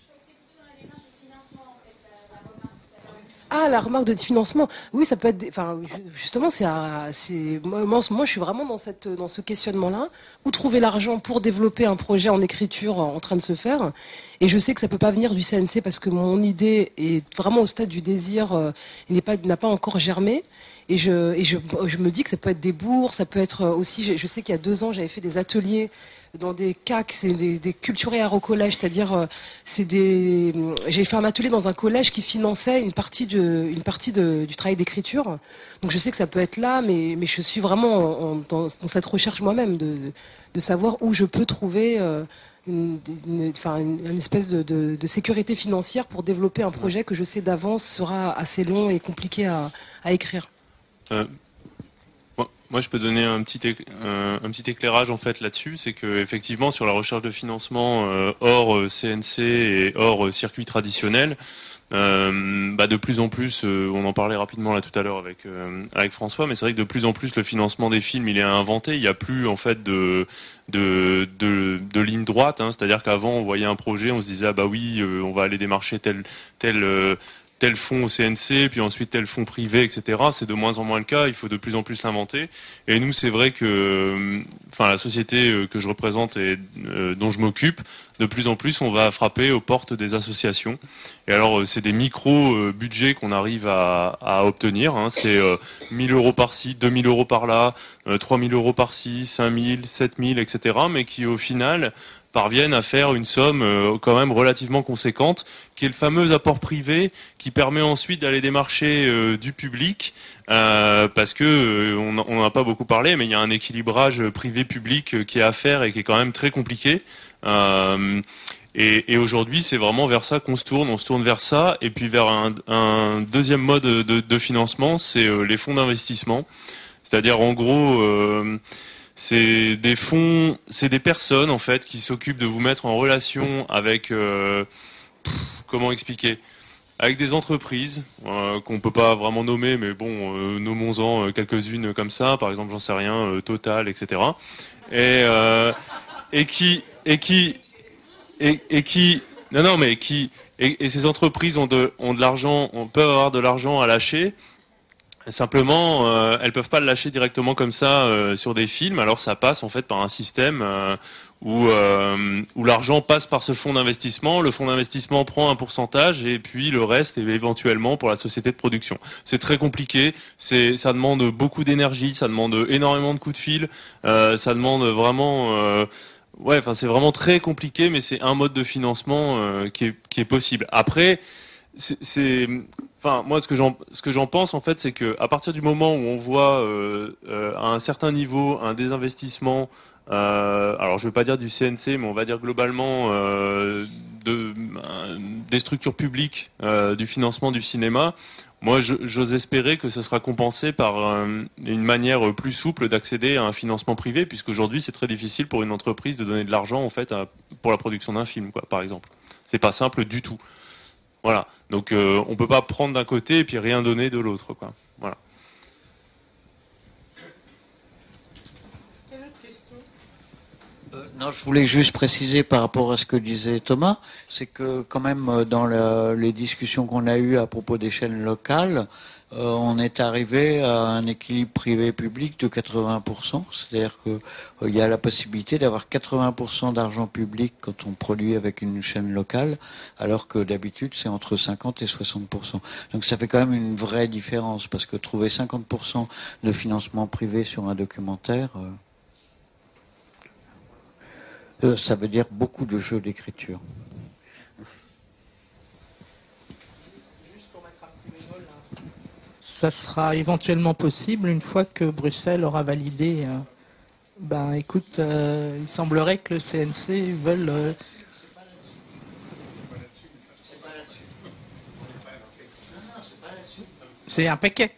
Ah, la remarque de financement. Oui, ça peut être. Des, enfin, justement, c'est, c'est moi, moi, je suis vraiment dans cette, dans ce questionnement-là. Où trouver l'argent pour développer un projet en écriture en train de se faire. Et je sais que ça peut pas venir du C N C parce que mon idée est vraiment au stade du désir. Euh, il n'est pas, n'a pas encore germé. Et je, et je, je me dis que ça peut être des bourses, ça peut être aussi. Je, je sais qu'il y a deux ans, j'avais fait des ateliers dans des C A C, c'est des, des culturels au collège, c'est-à-dire c'est des. J'ai fait un atelier dans un collège qui finançait une partie de, une partie de, du travail d'écriture. Donc je sais que ça peut être là, mais, mais je suis vraiment en, dans, dans cette recherche moi-même de, de savoir où je peux trouver euh, une, une, enfin, une, une espèce de, de, de sécurité financière pour développer un projet que je sais d'avance sera assez long et compliqué à, à écrire. Euh, moi, moi, je peux donner un petit, éc- un, un petit éclairage en fait là-dessus, c'est que effectivement sur la recherche de financement euh, hors euh, C N C et hors euh, circuit traditionnel, euh, bah, de plus en plus, euh, on en parlait rapidement là tout à l'heure avec euh, avec François, mais c'est vrai que de plus en plus le financement des films il est inventé, il n'y a plus en fait de de de, de ligne droite, hein, c'est-à-dire qu'avant on voyait un projet, on se disait ah bah oui, euh, on va aller démarcher tel tel euh, tel fonds au C N C, puis ensuite tel fonds privé, et cetera. C'est de moins en moins le cas, il faut de plus en plus l'inventer. Et nous, c'est vrai que, enfin, la société que je représente et euh, dont je m'occupe, de plus en plus, on va frapper aux portes des associations. Et alors, c'est des micro-budgets qu'on arrive à, à obtenir. Hein. C'est euh, mille euros par-ci, deux mille euros par-là, euh, trois mille euros par-ci, cinq mille, sept mille, et cetera. Mais qui, au final, parviennent à faire une somme euh, quand même relativement conséquente, qui est le fameux apport privé qui permet ensuite d'aller démarcher euh, du public, euh, parce que euh, on n'en a pas beaucoup parlé, mais il y a un équilibrage privé-public euh, qui est à faire et qui est quand même très compliqué. Euh, Et, et aujourd'hui, c'est vraiment vers ça qu'on se tourne. On se tourne vers ça, et puis vers un, un deuxième mode de, de financement, c'est euh, les fonds d'investissement. C'est-à-dire, en gros, euh, c'est des fonds, c'est des personnes en fait qui s'occupent de vous mettre en relation avec, euh, pff, comment expliquer, avec des entreprises euh, qu'on peut pas vraiment nommer, mais bon, euh, nommons-en euh, quelques-unes comme ça. Par exemple, j'en sais rien, euh, Total, et cetera. Et euh, et qui et qui et, et qui non non mais qui et, et ces entreprises ont de ont de l'argent, on peut avoir de l'argent à lâcher. Simplement, euh, elles peuvent pas le lâcher directement comme ça euh, sur des films. Alors ça passe en fait par un système euh, où euh, où l'argent passe par ce fonds d'investissement. Le fonds d'investissement prend un pourcentage et puis le reste est éventuellement pour la société de production. C'est très compliqué. C'est ça demande beaucoup d'énergie, ça demande énormément de coups de fil. Euh, ça demande vraiment euh, ouais, enfin c'est vraiment très compliqué, mais c'est un mode de financement euh, qui est qui est possible. Après, c'est, c'est Enfin, moi, ce que j'en, ce que j'en pense, en fait, c'est que à partir du moment où on voit euh, euh, à un certain niveau un désinvestissement, euh, alors je ne veux pas dire du C N C, mais on va dire globalement euh, de, euh, des structures publiques euh, du financement du cinéma, moi, je, j'ose espérer que ce sera compensé par euh, une manière plus souple d'accéder à un financement privé, puisqu'aujourd'hui, c'est très difficile pour une entreprise de donner de l'argent, en fait, à, pour la production d'un film, quoi, par exemple. C'est pas simple du tout. Voilà, donc euh, on peut pas prendre d'un côté et puis rien donner de l'autre, quoi. Voilà. Euh, non, je voulais juste préciser par rapport à ce que disait Thomas, c'est que quand même dans la, les discussions qu'on a eues à propos des chaînes locales, euh, on est arrivé à un équilibre privé-public de quatre-vingts pour cent, c'est-à-dire que euh, il y a la possibilité d'avoir quatre-vingts pour cent d'argent public quand on produit avec une chaîne locale, alors que d'habitude c'est entre cinquante et soixante pour cent. Donc ça fait quand même une vraie différence, parce que trouver cinquante pour cent de financement privé sur un documentaire, euh, euh, ça veut dire beaucoup de jeux d'écriture. Ça sera éventuellement possible une fois que Bruxelles aura validé. Euh, ben, écoute, euh, il semblerait que le C N C veuille. Euh, c'est un paquet.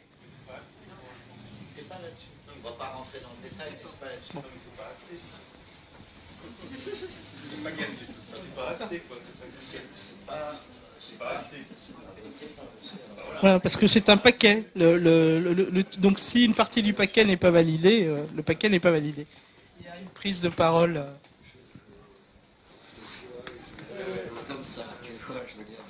On va pas rentrer dans le détail, mais c'est pas là-dessus. Bon. C'est pas gagné. C'est pas acté, quoi. C'est pas. C'est pas acté. Voilà, parce que c'est un paquet. Le, le, le, le, donc si une partie du paquet n'est pas validée, euh, le paquet n'est pas validé. Il y a une prise de parole. Euh... Comme ça, tu vois, je veux dire.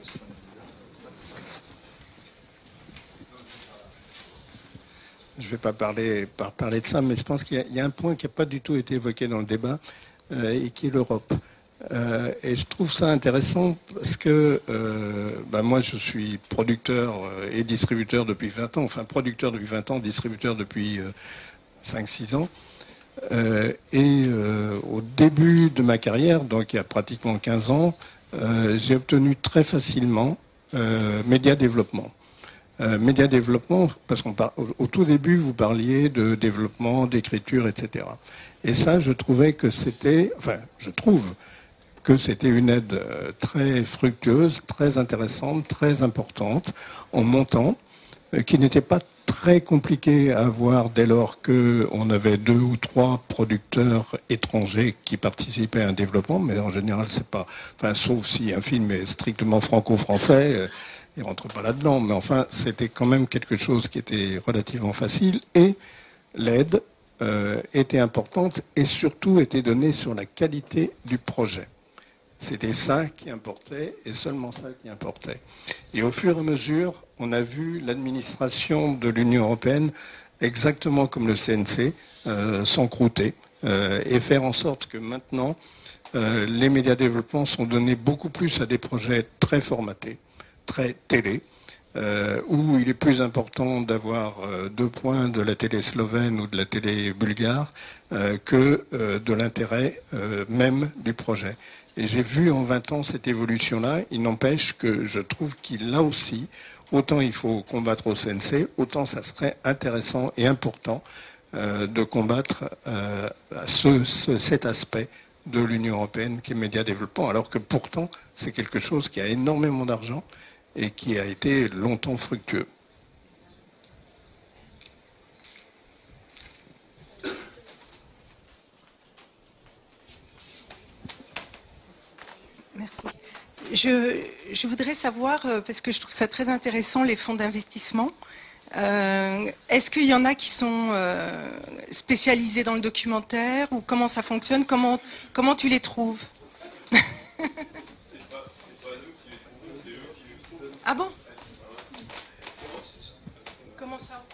Je ne vais pas parler, pas parler de ça, mais je pense qu'il y a, il y a un point qui n'a pas du tout été évoqué dans le débat, euh, et qui est l'Europe. Euh, et je trouve ça intéressant parce que euh, bah moi je suis producteur et distributeur depuis vingt ans, enfin producteur depuis vingt ans, distributeur depuis euh, cinq six ans. Euh, et euh, au début de ma carrière, donc il y a pratiquement quinze ans, euh, j'ai obtenu très facilement euh, média développement. Euh, média développement, parce qu'on par... au, au tout début vous parliez de développement, d'écriture, et cetera. Et ça, je trouvais que c'était, enfin, je trouve que c'était une aide très fructueuse, très intéressante, très importante en montant, qui n'était pas très compliqué à avoir dès lors qu'on avait deux ou trois producteurs étrangers qui participaient à un développement, mais en général c'est pas, enfin sauf si un film est strictement franco-français, il rentre pas là-dedans, mais enfin c'était quand même quelque chose qui était relativement facile, et l'aide euh, était importante et surtout était donnée sur la qualité du projet. C'était ça qui importait, et seulement ça qui importait. Et au fur et à mesure, on a vu l'administration de l'Union européenne, exactement comme le C N C, euh, s'encrouter euh, et faire en sorte que maintenant, euh, les médias développement sont donnés beaucoup plus à des projets très formatés, très télé, euh, où il est plus important d'avoir euh, deux points de la télé slovène ou de la télé bulgare euh, que euh, de l'intérêt euh, même du projet. Et j'ai vu en vingt ans cette évolution-là. Il n'empêche que je trouve qu'il, là aussi, autant il faut combattre au C N C, autant ça serait intéressant et important euh, de combattre euh, ce, ce, cet aspect de l'Union européenne qui est Média Développement, alors que pourtant c'est quelque chose qui a énormément d'argent et qui a été longtemps fructueux. Merci. Je, je voudrais savoir, parce que je trouve ça très intéressant, les fonds d'investissement. Euh, est-ce qu'il y en a qui sont euh, spécialisés dans le documentaire ou comment ça fonctionne? Comment, comment tu les trouves? C'est pas, c'est pas nous qui les trouvons, c'est eux qui les trouvent. Ah bon? Comment ça?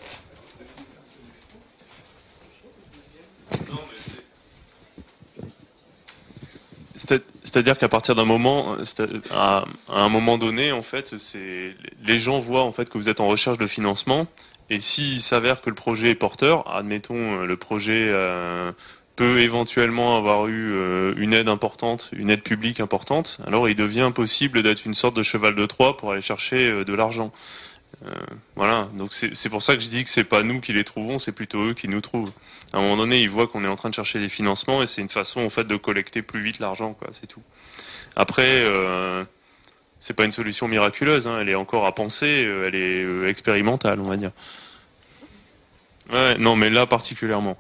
Non, mais c'est... C'est-à-dire qu'à partir d'un moment, à un moment donné, en fait, c'est les gens voient en fait que vous êtes en recherche de financement, et s'il s'avère que le projet est porteur, admettons le projet euh, peut éventuellement avoir eu euh, une aide importante, une aide publique importante, alors il devient possible d'être une sorte de cheval de Troie pour aller chercher euh, de l'argent. Euh, voilà, donc c'est, c'est pour ça que je dis que c'est pas nous qui les trouvons, c'est plutôt eux qui nous trouvent. À un moment donné, ils voient qu'on est en train de chercher des financements et c'est une façon en fait de collecter plus vite l'argent, quoi. C'est tout. Après, euh, c'est pas une solution miraculeuse, hein, elle est encore à penser, elle est euh, expérimentale, on va dire. Ouais, non, mais là particulièrement.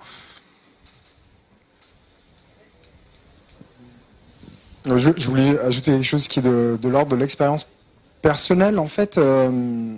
Je, je voulais ajouter quelque chose qui est de, de l'ordre de l'expérience personnelle, en fait. Euh,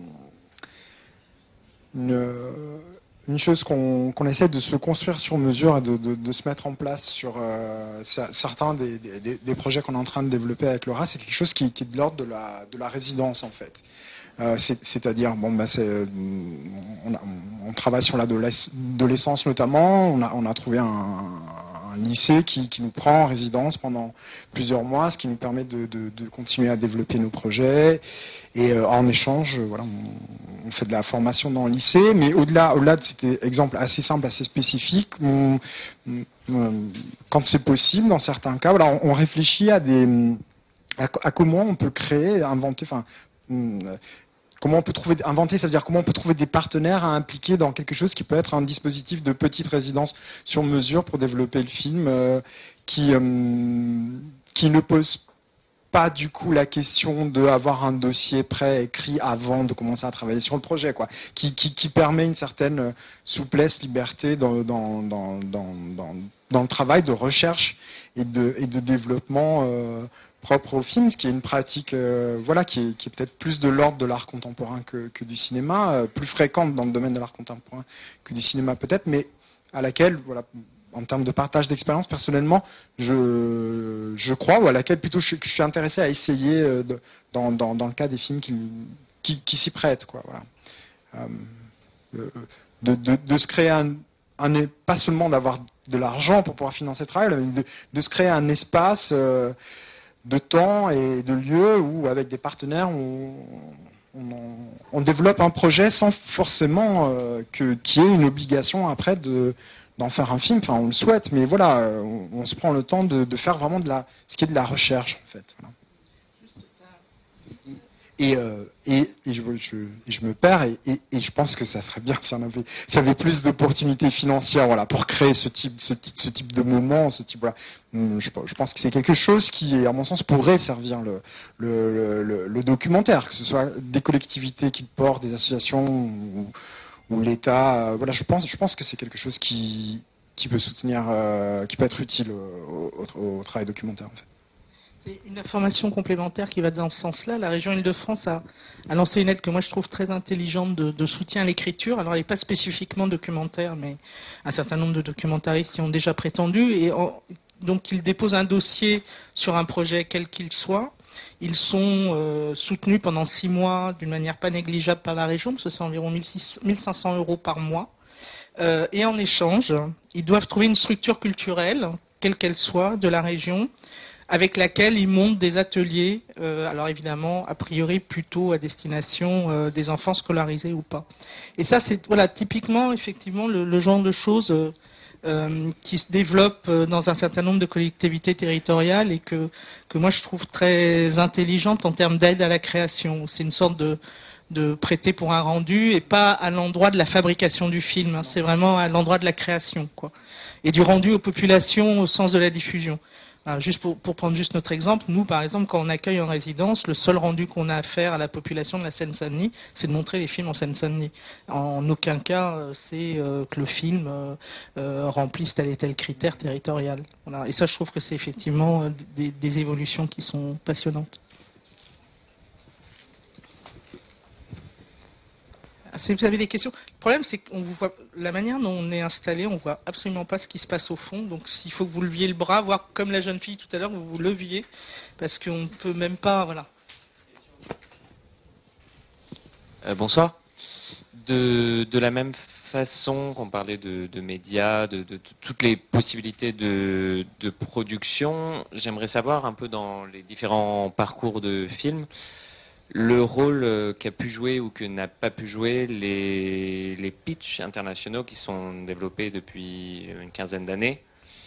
une, une chose qu'on qu'on essaie de se construire sur mesure et de, de, de se mettre en place sur euh, certains des, des, des projets qu'on est en train de développer avec Laura, c'est quelque chose qui, qui est de l'ordre de la, de la résidence, en fait. Euh, c'est, c'est-à-dire, bon, bah, c'est, on, a, on travaille sur l'adolescence notamment, on a, on a trouvé un, un lycée qui, qui nous prend en résidence pendant plusieurs mois, ce qui nous permet de, de, de continuer à développer nos projets. Et euh, en échange, voilà, on, on fait de la formation dans le lycée, mais au-delà, au-delà de cet exemple assez simple, assez spécifique, on, on, quand c'est possible, dans certains cas, voilà, on, on réfléchit à des, à, à comment on peut créer, inventer, enfin, comment on peut trouver, inventer, ça veut dire comment on peut trouver des partenaires à impliquer dans quelque chose qui peut être un dispositif de petite résidence sur mesure pour développer le film, euh, qui, euh, qui ne pose pas du coup la question d'avoir un dossier prêt écrit avant de commencer à travailler sur le projet, quoi, qui, qui, qui permet une certaine souplesse, liberté dans, dans, dans, dans, dans, dans le travail de recherche et de, et de développement euh, propre au film, ce qui est une pratique euh, voilà, qui est, qui est peut-être plus de l'ordre de l'art contemporain que, que du cinéma, euh, plus fréquente dans le domaine de l'art contemporain que du cinéma peut-être, mais à laquelle, voilà, en termes de partage d'expérience, personnellement, je, je crois, ou à laquelle plutôt je, je suis intéressé à essayer euh, de, dans, dans, dans le cas des films qui, qui, qui s'y prêtent, quoi, voilà. Euh, de, de, de se créer un, un, pas seulement d'avoir de l'argent pour pouvoir financer le travail, mais de, de se créer un espace euh, de temps et de lieu où, avec des partenaires, on, on, on développe un projet sans forcément euh, que, qu'il y ait une obligation après de, d'en faire un film. Enfin, on le souhaite, mais voilà, on, on se prend le temps de, de faire vraiment de la, ce qui est de la recherche, en fait. Voilà. Et, euh, et, et, je, je, et je me perds, et, et, et je pense que ça serait bien si on avait, si on avait plus d'opportunités financières, voilà, pour créer ce type, ce, ce type de moment, ce type, voilà. Je, je pense que c'est quelque chose qui, à mon sens, pourrait servir le, le, le, le documentaire, que ce soit des collectivités qui le portent, des associations ou, ou l'État. Voilà, je pense, je pense que c'est quelque chose qui, qui peut soutenir, euh, qui peut être utile au, au, au travail documentaire, en fait. C'est une information complémentaire qui va dans ce sens-là. La région Île-de-France a, a lancé une aide que moi je trouve très intelligente de, de soutien à l'écriture. Alors elle n'est pas spécifiquement documentaire, mais un certain nombre de documentaristes y ont déjà prétendu. Et en, donc ils déposent un dossier sur un projet quel qu'il soit. Ils sont euh, soutenus pendant six mois d'une manière pas négligeable par la région, parce que c'est environ mille cinq cents euros par mois. Euh, et en échange, ils doivent trouver une structure culturelle, quelle qu'elle soit, de la région, avec laquelle ils montent des ateliers, euh, alors évidemment, a priori plutôt à destination euh, des enfants scolarisés ou pas. Et ça, c'est voilà typiquement, effectivement, le, le genre de choses euh, euh, qui se développent euh, dans un certain nombre de collectivités territoriales et que, que moi je trouve très intelligente en termes d'aide à la création. C'est une sorte de, de prêter pour un rendu et pas à l'endroit de la fabrication du film, hein, c'est vraiment à l'endroit de la création, quoi. Et du rendu aux populations au sens de la diffusion. Euh, juste pour, pour prendre juste notre exemple, nous par exemple quand on accueille en résidence, le seul rendu qu'on a à faire à la population de la Seine-Saint-Denis, c'est de montrer les films en Seine-Saint-Denis. En aucun cas euh, c'est euh, que le film euh, euh, remplisse tel et tel critère territorial. Voilà. Et ça je trouve que c'est effectivement euh, des, des évolutions qui sont passionnantes. Si vous avez des questions, le problème c'est qu'on vous voit, la manière dont on est installé, on voit absolument pas ce qui se passe au fond. Donc s'il faut que vous leviez le bras, voire comme la jeune fille tout à l'heure, vous vous leviez, parce qu'on ne peut même pas, voilà. Euh, bonsoir. De, de la même façon qu'on parlait de, de médias, de, de, de toutes les possibilités de, de production, j'aimerais savoir un peu dans les différents parcours de films, le rôle qu'a pu jouer ou que n'a pas pu jouer les, les pitchs internationaux qui sont développés depuis une quinzaine d'années.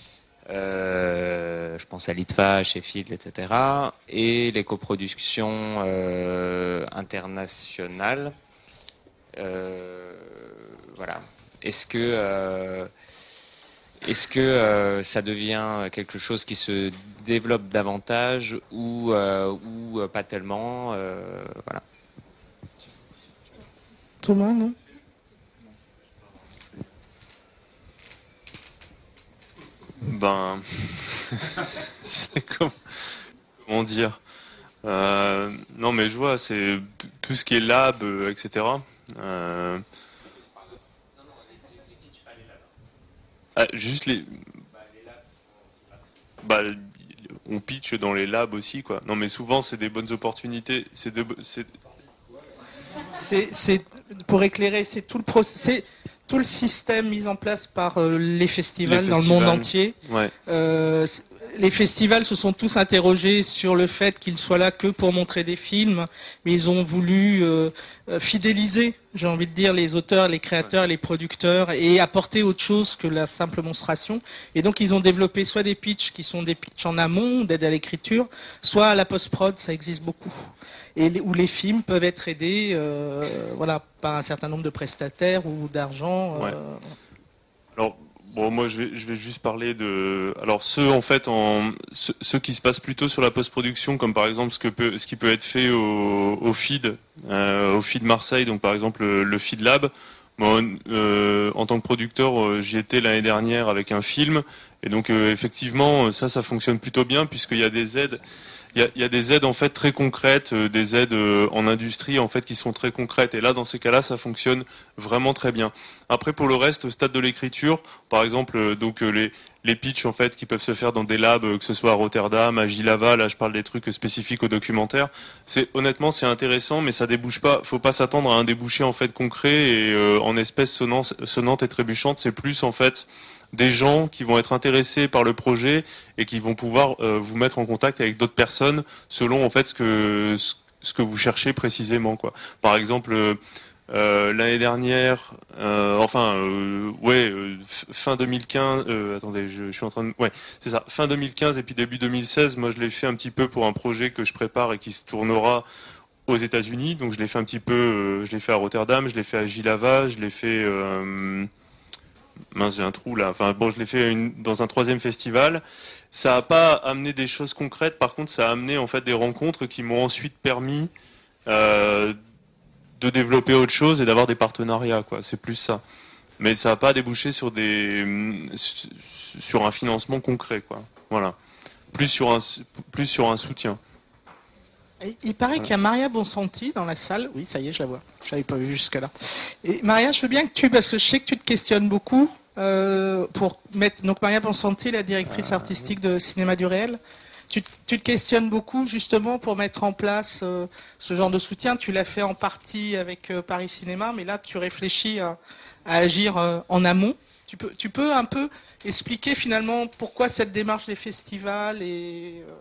Euh, je pense à l'I T F A, Sheffield, et cetera. Et les coproductions euh, internationales. Euh, voilà. Est-ce que, euh, est-ce que euh, ça devient quelque chose qui se développe davantage ou, euh, ou euh, pas tellement euh, voilà. Thomas, non? Ben, c'est comme, comment dire euh, non mais je vois, c'est tout ce qui est lab, et cetera. Euh, ah, juste les, bah, on pitch dans les labs aussi, quoi. Non, mais souvent, c'est des bonnes opportunités. C'est de, c'est... C'est, c'est, pour éclairer, c'est tout le process, c'est tout le système mis en place par euh, les, festivals les festivals dans le monde entier. Ouais. Euh, les festivals se sont tous interrogés sur le fait qu'ils soient là que pour montrer des films, mais ils ont voulu euh, fidéliser, j'ai envie de dire, les auteurs, les créateurs, les producteurs et apporter autre chose que la simple monstration. Et donc ils ont développé soit des pitchs qui sont des pitchs en amont, d'aide à l'écriture, soit à la post-prod, ça existe beaucoup. Et les, où les films peuvent être aidés euh, voilà, par un certain nombre de prestataires ou d'argent. Euh... Ouais. Alors, bon, moi, je vais, je vais juste parler de. Alors, ceux en fait, en ceux, ceux qui se passent plutôt sur la post-production, comme par exemple ce que peut, ce qui peut être fait au, au F I D, euh, au F I D Marseille, donc par exemple le, le F I D Lab. Bon, euh, en tant que producteur, euh, j'y étais l'année dernière avec un film, et donc euh, effectivement, ça, ça fonctionne plutôt bien puisqu'il y a des aides. Il y, a, il y a des aides en fait très concrètes, euh, des aides euh, en industrie en fait qui sont très concrètes. Et là, dans ces cas-là, ça fonctionne vraiment très bien. Après, pour le reste, au stade de l'écriture, par exemple, euh, donc euh, les les pitchs en fait qui peuvent se faire dans des labs, euh, que ce soit à Rotterdam, à Gilava, là je parle des trucs spécifiques au documentaire. C'est honnêtement c'est intéressant, mais ça débouche pas. Faut pas s'attendre à un débouché en fait concret et euh, en espèces sonnantes, sonnantes et trébuchantes. C'est plus en fait des gens qui vont être intéressés par le projet et qui vont pouvoir euh, vous mettre en contact avec d'autres personnes selon en fait ce que ce que vous cherchez précisément, quoi. Par exemple, euh, euh, l'année dernière, euh, enfin euh, ouais, euh, fin deux mille quinze. Euh, attendez, je, je suis en train de, ouais, c'est ça, fin deux mille quinze et puis début deux mille seize. Moi, je l'ai fait un petit peu pour un projet que je prépare et qui se tournera aux États-Unis. Donc, je l'ai fait un petit peu, euh, je l'ai fait à Rotterdam, je l'ai fait à Gilava, je l'ai fait. Euh, Mince, j'ai un trou là. Enfin bon, je l'ai fait une, dans un troisième festival. Ça n'a pas amené des choses concrètes. Par contre, ça a amené en fait des rencontres qui m'ont ensuite permis euh, de développer autre chose et d'avoir des partenariats, quoi. C'est plus ça. Mais ça n'a pas débouché sur des sur un financement concret, quoi. Voilà. Plus sur un plus sur un soutien. Il paraît qu'il y a Maria Bonsanti dans la salle. Oui, ça y est, je la vois. Je l'avais pas vue jusque-là. Et Maria, je veux bien que tu, parce que je sais que tu te questionnes beaucoup, euh, pour mettre. Donc Maria Bonsanti, la directrice euh, artistique de Cinéma du Réel, tu, tu te questionnes beaucoup justement pour mettre en place euh, ce genre de soutien. Tu l'as fait en partie avec euh, Paris Cinéma, mais là tu réfléchis à, à agir euh, en amont. Tu peux, tu peux un peu expliquer finalement pourquoi cette démarche des festivals et euh,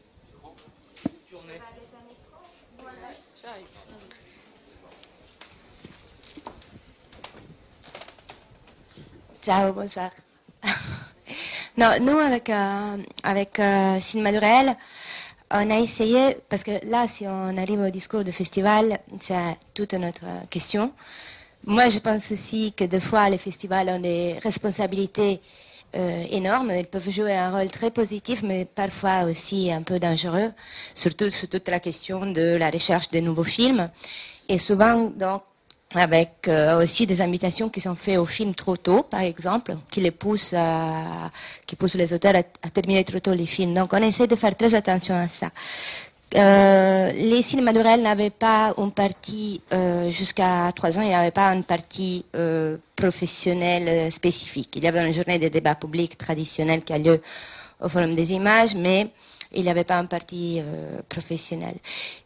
Ciao, bonsoir. Non, nous, avec, euh, avec euh, Cinéma du Réel, on a essayé, parce que là, si on arrive au discours de festival, c'est toute notre question. Moi, je pense aussi que des fois, les festivals ont des responsabilités euh, énorme. Ils peuvent jouer un rôle très positif, mais parfois aussi un peu dangereux, surtout sur toute la question de la recherche de nouveaux films. Et souvent, donc, avec euh, aussi des invitations qui sont faites aux films trop tôt, par exemple, qui les poussent, à, qui poussent les auteurs à, à terminer trop tôt les films. Donc, on essaie de faire très attention à ça. Euh, les cinémas de réel n'avaient pas une partie, euh, jusqu'à trois ans, il n'y avait pas une partie euh, professionnelle spécifique. Il y avait une journée de débat public traditionnelle qui a lieu au Forum des images, mais il n'y avait pas une partie euh, professionnelle.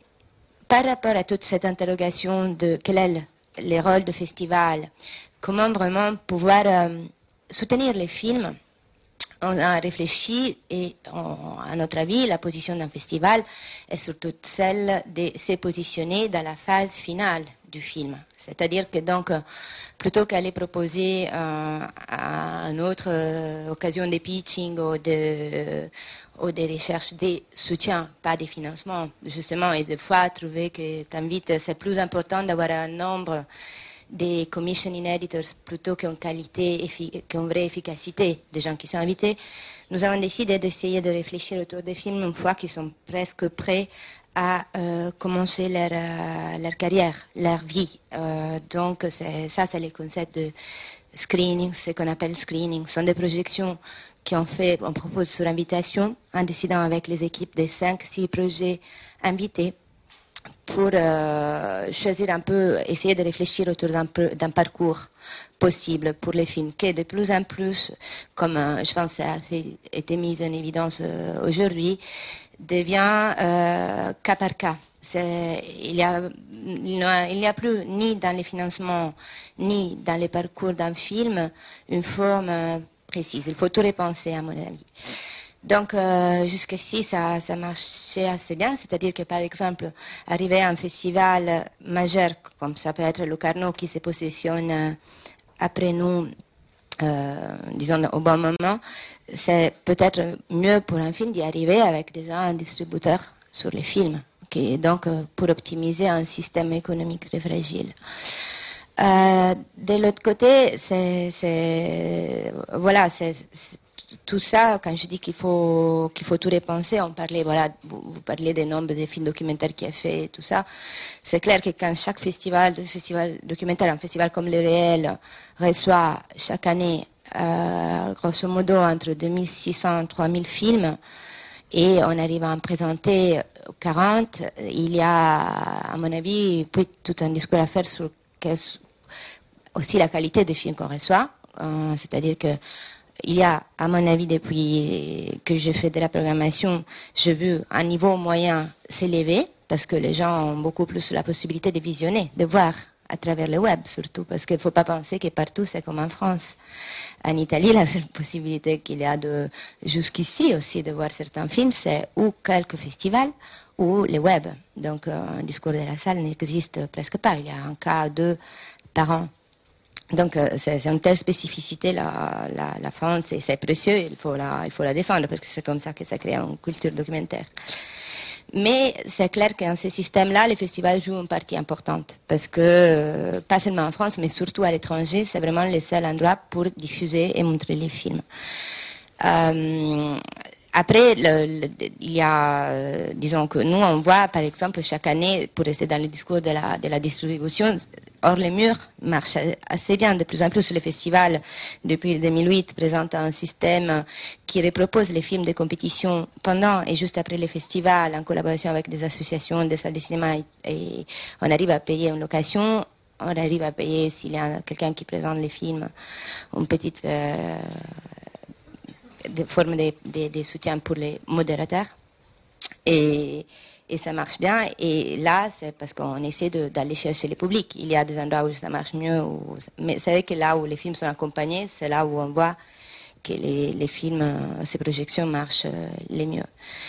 Par rapport à toute cette interrogation de quel est le rôle de festival, comment vraiment pouvoir euh, soutenir les films, on a réfléchi et, on, à notre avis, la position d'un festival est surtout celle de se positionner dans la phase finale du film. C'est-à-dire que donc, plutôt qu'aller proposer euh, à une autre euh, occasion de pitching ou de, ou de recherche des soutiens, pas des financements, justement, et des fois trouver que t'invites, c'est plus important d'avoir un nombre des commissioning editors plutôt qu'une qualité, qu'une vraie efficacité des gens qui sont invités. Nous avons décidé d'essayer de réfléchir autour des films une fois qu'ils sont presque prêts à euh, commencer leur, euh, leur carrière, leur vie. Euh, donc c'est, ça, c'est le concept de screening, ce qu'on appelle screening. Ce sont des projections qu'on fait, on propose sur invitation, en décidant avec les équipes des cinq, six projets invités, pour euh, choisir un peu, essayer de réfléchir autour d'un, d'un parcours possible pour les films, qui de plus en plus, comme euh, je pense ça a été mis en évidence euh, aujourd'hui, devient euh, cas par cas. C'est, il n'y a, il n'y a plus ni dans les financements, ni dans les parcours d'un film, une forme euh, précise. Il faut tout repenser, à mon avis. Donc, euh, jusqu'ici, ça, ça marchait assez bien. C'est-à-dire que, par exemple, arriver à un festival majeur, comme ça peut être le Carnot, qui se positionne après nous, euh, disons, au bon moment, c'est peut-être mieux pour un film d'y arriver avec déjà un distributeur sur les films, qui, donc, pour optimiser un système économique très fragile. Euh, de l'autre côté, c'est, c'est voilà, c'est, c'est tout ça, quand je dis qu'il faut, qu'il faut tout repenser, on parlait, voilà, vous, vous parlez des nombres des films documentaires qu'il y a fait et tout ça. C'est clair que quand chaque festival, festival documentaire, un festival comme le Réel, reçoit chaque année, euh, grosso modo, entre deux mille six cents et trois mille films, et on arrive à en présenter quarante, il y a, à mon avis, puis tout un discours à faire sur quelle, aussi la qualité des films qu'on reçoit. Euh, c'est-à-dire que il y a, à mon avis, depuis que je fais de la programmation, j'ai vu un niveau moyen s'élever parce que les gens ont beaucoup plus la possibilité de visionner, de voir à travers le web surtout, parce qu'il ne faut pas penser que partout c'est comme en France. En Italie, la seule possibilité qu'il y a de, jusqu'ici aussi de voir certains films, c'est ou quelques festivals ou le web. Donc un discours de la salle n'existe presque pas. Il y a un cas ou deux par an. Donc c'est, c'est une telle spécificité, la, la, la France, et c'est précieux, il faut, la, il faut la défendre, parce que c'est comme ça que ça crée une culture documentaire. Mais c'est clair qu'en ce système-là, les festivals jouent une partie importante, parce que, euh, pas seulement en France, mais surtout à l'étranger, c'est vraiment le seul endroit pour diffuser et montrer les films. Euh, Après, le, le, il y a, euh, disons que nous, on voit, par exemple, chaque année, pour rester dans le discours de la, de la distribution, Hors les murs marche assez bien. De plus en plus, le festival, depuis deux mille huit, présente un système qui repropose les films de compétition pendant et juste après les festivals, en collaboration avec des associations, des salles de cinéma, et, et on arrive à payer une location. On arrive à payer, s'il y a quelqu'un qui présente les films, une petite euh, de forme de, de, de soutien pour les modérateurs. Et, et ça marche bien. Et là, c'est parce qu'on essaie de, d'aller chercher le public. Il y a des endroits où ça marche mieux. Où, mais c'est vrai que là où les films sont accompagnés, c'est là où on voit que les, les films, ces projections marchent les mieux.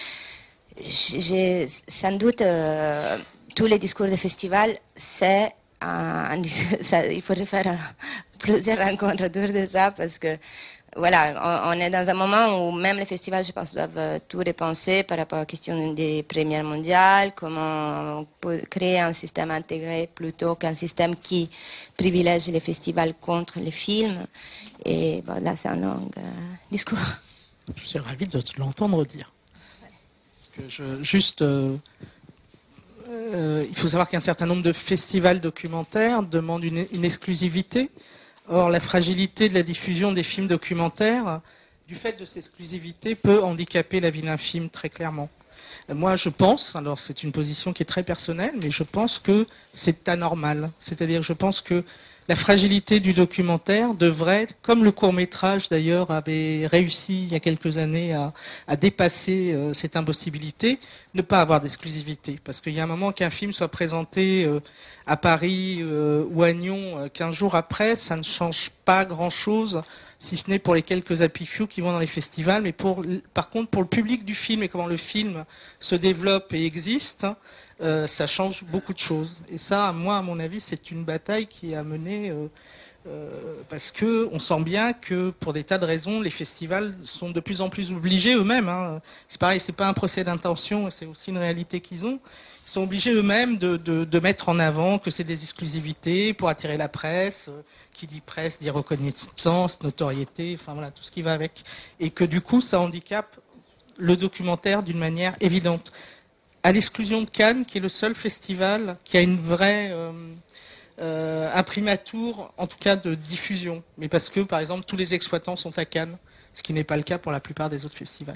J'ai sans doute, euh, tous les discours de festival, c'est un, ça, il faudrait faire plusieurs rencontres autour de ça parce que voilà, on, on est dans un moment où même les festivals, je pense, doivent euh, tout repenser par rapport à la question des premières mondiales, comment on peut créer un système intégré plutôt qu'un système qui privilège les festivals contre les films. Et bon, là, c'est un long euh, discours. Je suis ravi de l'entendre dire. Parce que je, juste, euh, euh, il faut savoir qu'un certain nombre de festivals documentaires demandent une, une exclusivité. Or, la fragilité de la diffusion des films documentaires, du fait de cette exclusivité, peut handicaper la vie d'un film très clairement. Moi, je pense, alors c'est une position qui est très personnelle, mais je pense que c'est anormal. C'est-à-dire, je pense que la fragilité du documentaire devrait, comme le court-métrage d'ailleurs avait réussi il y a quelques années à, à dépasser euh, cette impossibilité, ne pas avoir d'exclusivité. Parce qu'il y a un moment qu'un film soit présenté euh, à Paris euh, ou à Nyon euh, quinze jours après, ça ne change pas grand-chose, si ce n'est pour les quelques apifioux qui vont dans les festivals. Mais pour, par contre, pour le public du film et comment le film se développe et existe, Euh, ça change beaucoup de choses. Et ça, moi, à mon avis, c'est une bataille qui est à mener euh, euh, parce que on sent bien que, pour des tas de raisons, les festivals sont de plus en plus obligés eux-mêmes. Hein. C'est pareil, c'est pas un procès d'intention, c'est aussi une réalité qu'ils ont. Ils sont obligés eux-mêmes de, de, de mettre en avant que c'est des exclusivités pour attirer la presse. Qui dit presse dit reconnaissance, notoriété, enfin voilà, tout ce qui va avec. Et que du coup, ça handicape le documentaire d'une manière évidente. À l'exclusion de Cannes, qui est le seul festival qui a une vraie euh, euh, imprimatur, en tout cas de diffusion. Mais parce que, par exemple, tous les exploitants sont à Cannes, ce qui n'est pas le cas pour la plupart des autres festivals.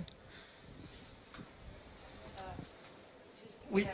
Oui.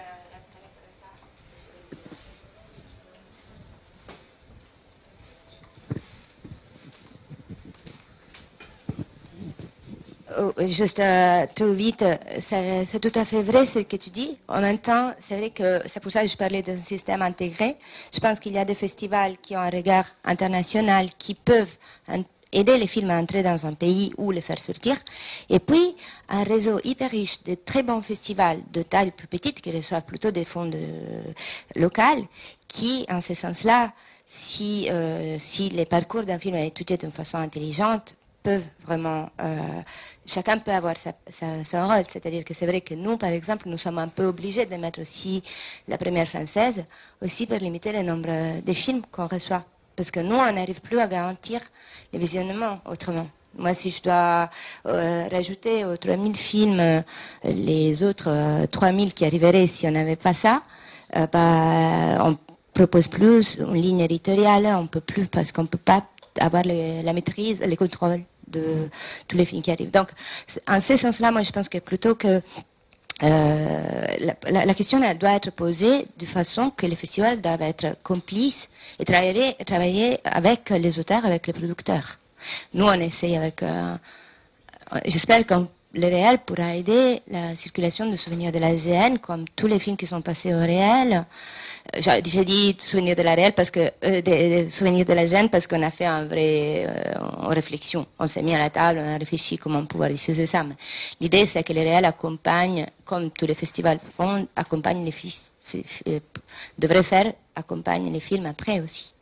Juste euh, tout vite, c'est, c'est tout à fait vrai ce que tu dis. En même temps, c'est vrai que c'est pour ça que je parlais d'un système intégré. Je pense qu'il y a des festivals qui ont un regard international, qui peuvent aider les films à entrer dans un pays ou les faire sortir. Et puis, un réseau hyper riche de très bons festivals de taille plus petite, qui reçoivent plutôt des fonds de, locaux, qui, en ce sens-là, si, euh, si les parcours d'un film est étudié d'une façon intelligente, peuvent vraiment, euh, chacun peut avoir sa, sa, son rôle. C'est-à-dire que c'est vrai que nous, par exemple, nous sommes un peu obligés de mettre aussi la première française, aussi pour limiter le nombre de films qu'on reçoit. Parce que nous, on n'arrive plus à garantir les visionnements autrement. Moi, si je dois euh, rajouter aux trois mille films euh, les autres euh, trois mille qui arriveraient si on n'avait pas ça, euh, bah, on propose plus une ligne éditoriale, on peut plus, parce qu'on peut pas avoir les, la maîtrise, les contrôles de tous les films qui arrivent. Donc, en ce sens-là, moi, je pense que plutôt que euh, la, la, la question elle doit être posée de façon que les festivals doivent être complices et travailler, travailler avec les auteurs, avec les producteurs. Nous, on essaie avec... Euh, j'espère que le réel pourra aider la circulation de souvenirs de la G N, comme tous les films qui sont passés au réel. J'ai, j'ai dit souvenirs de la réelle parce que euh, des, des souvenirs de la G N parce qu'on a fait un vrai euh, réflexion. On s'est mis à la table, on a réfléchi comment pouvoir diffuser ça. Mais l'idée, c'est que le réel accompagne, comme tous les festivals font, accompagne les films, euh, devrait faire, accompagne les films après aussi.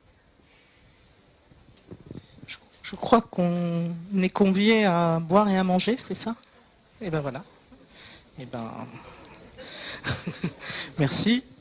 Je, je crois qu'on est conviés à boire et à manger, c'est ça? Et ben voilà. Et ben, merci.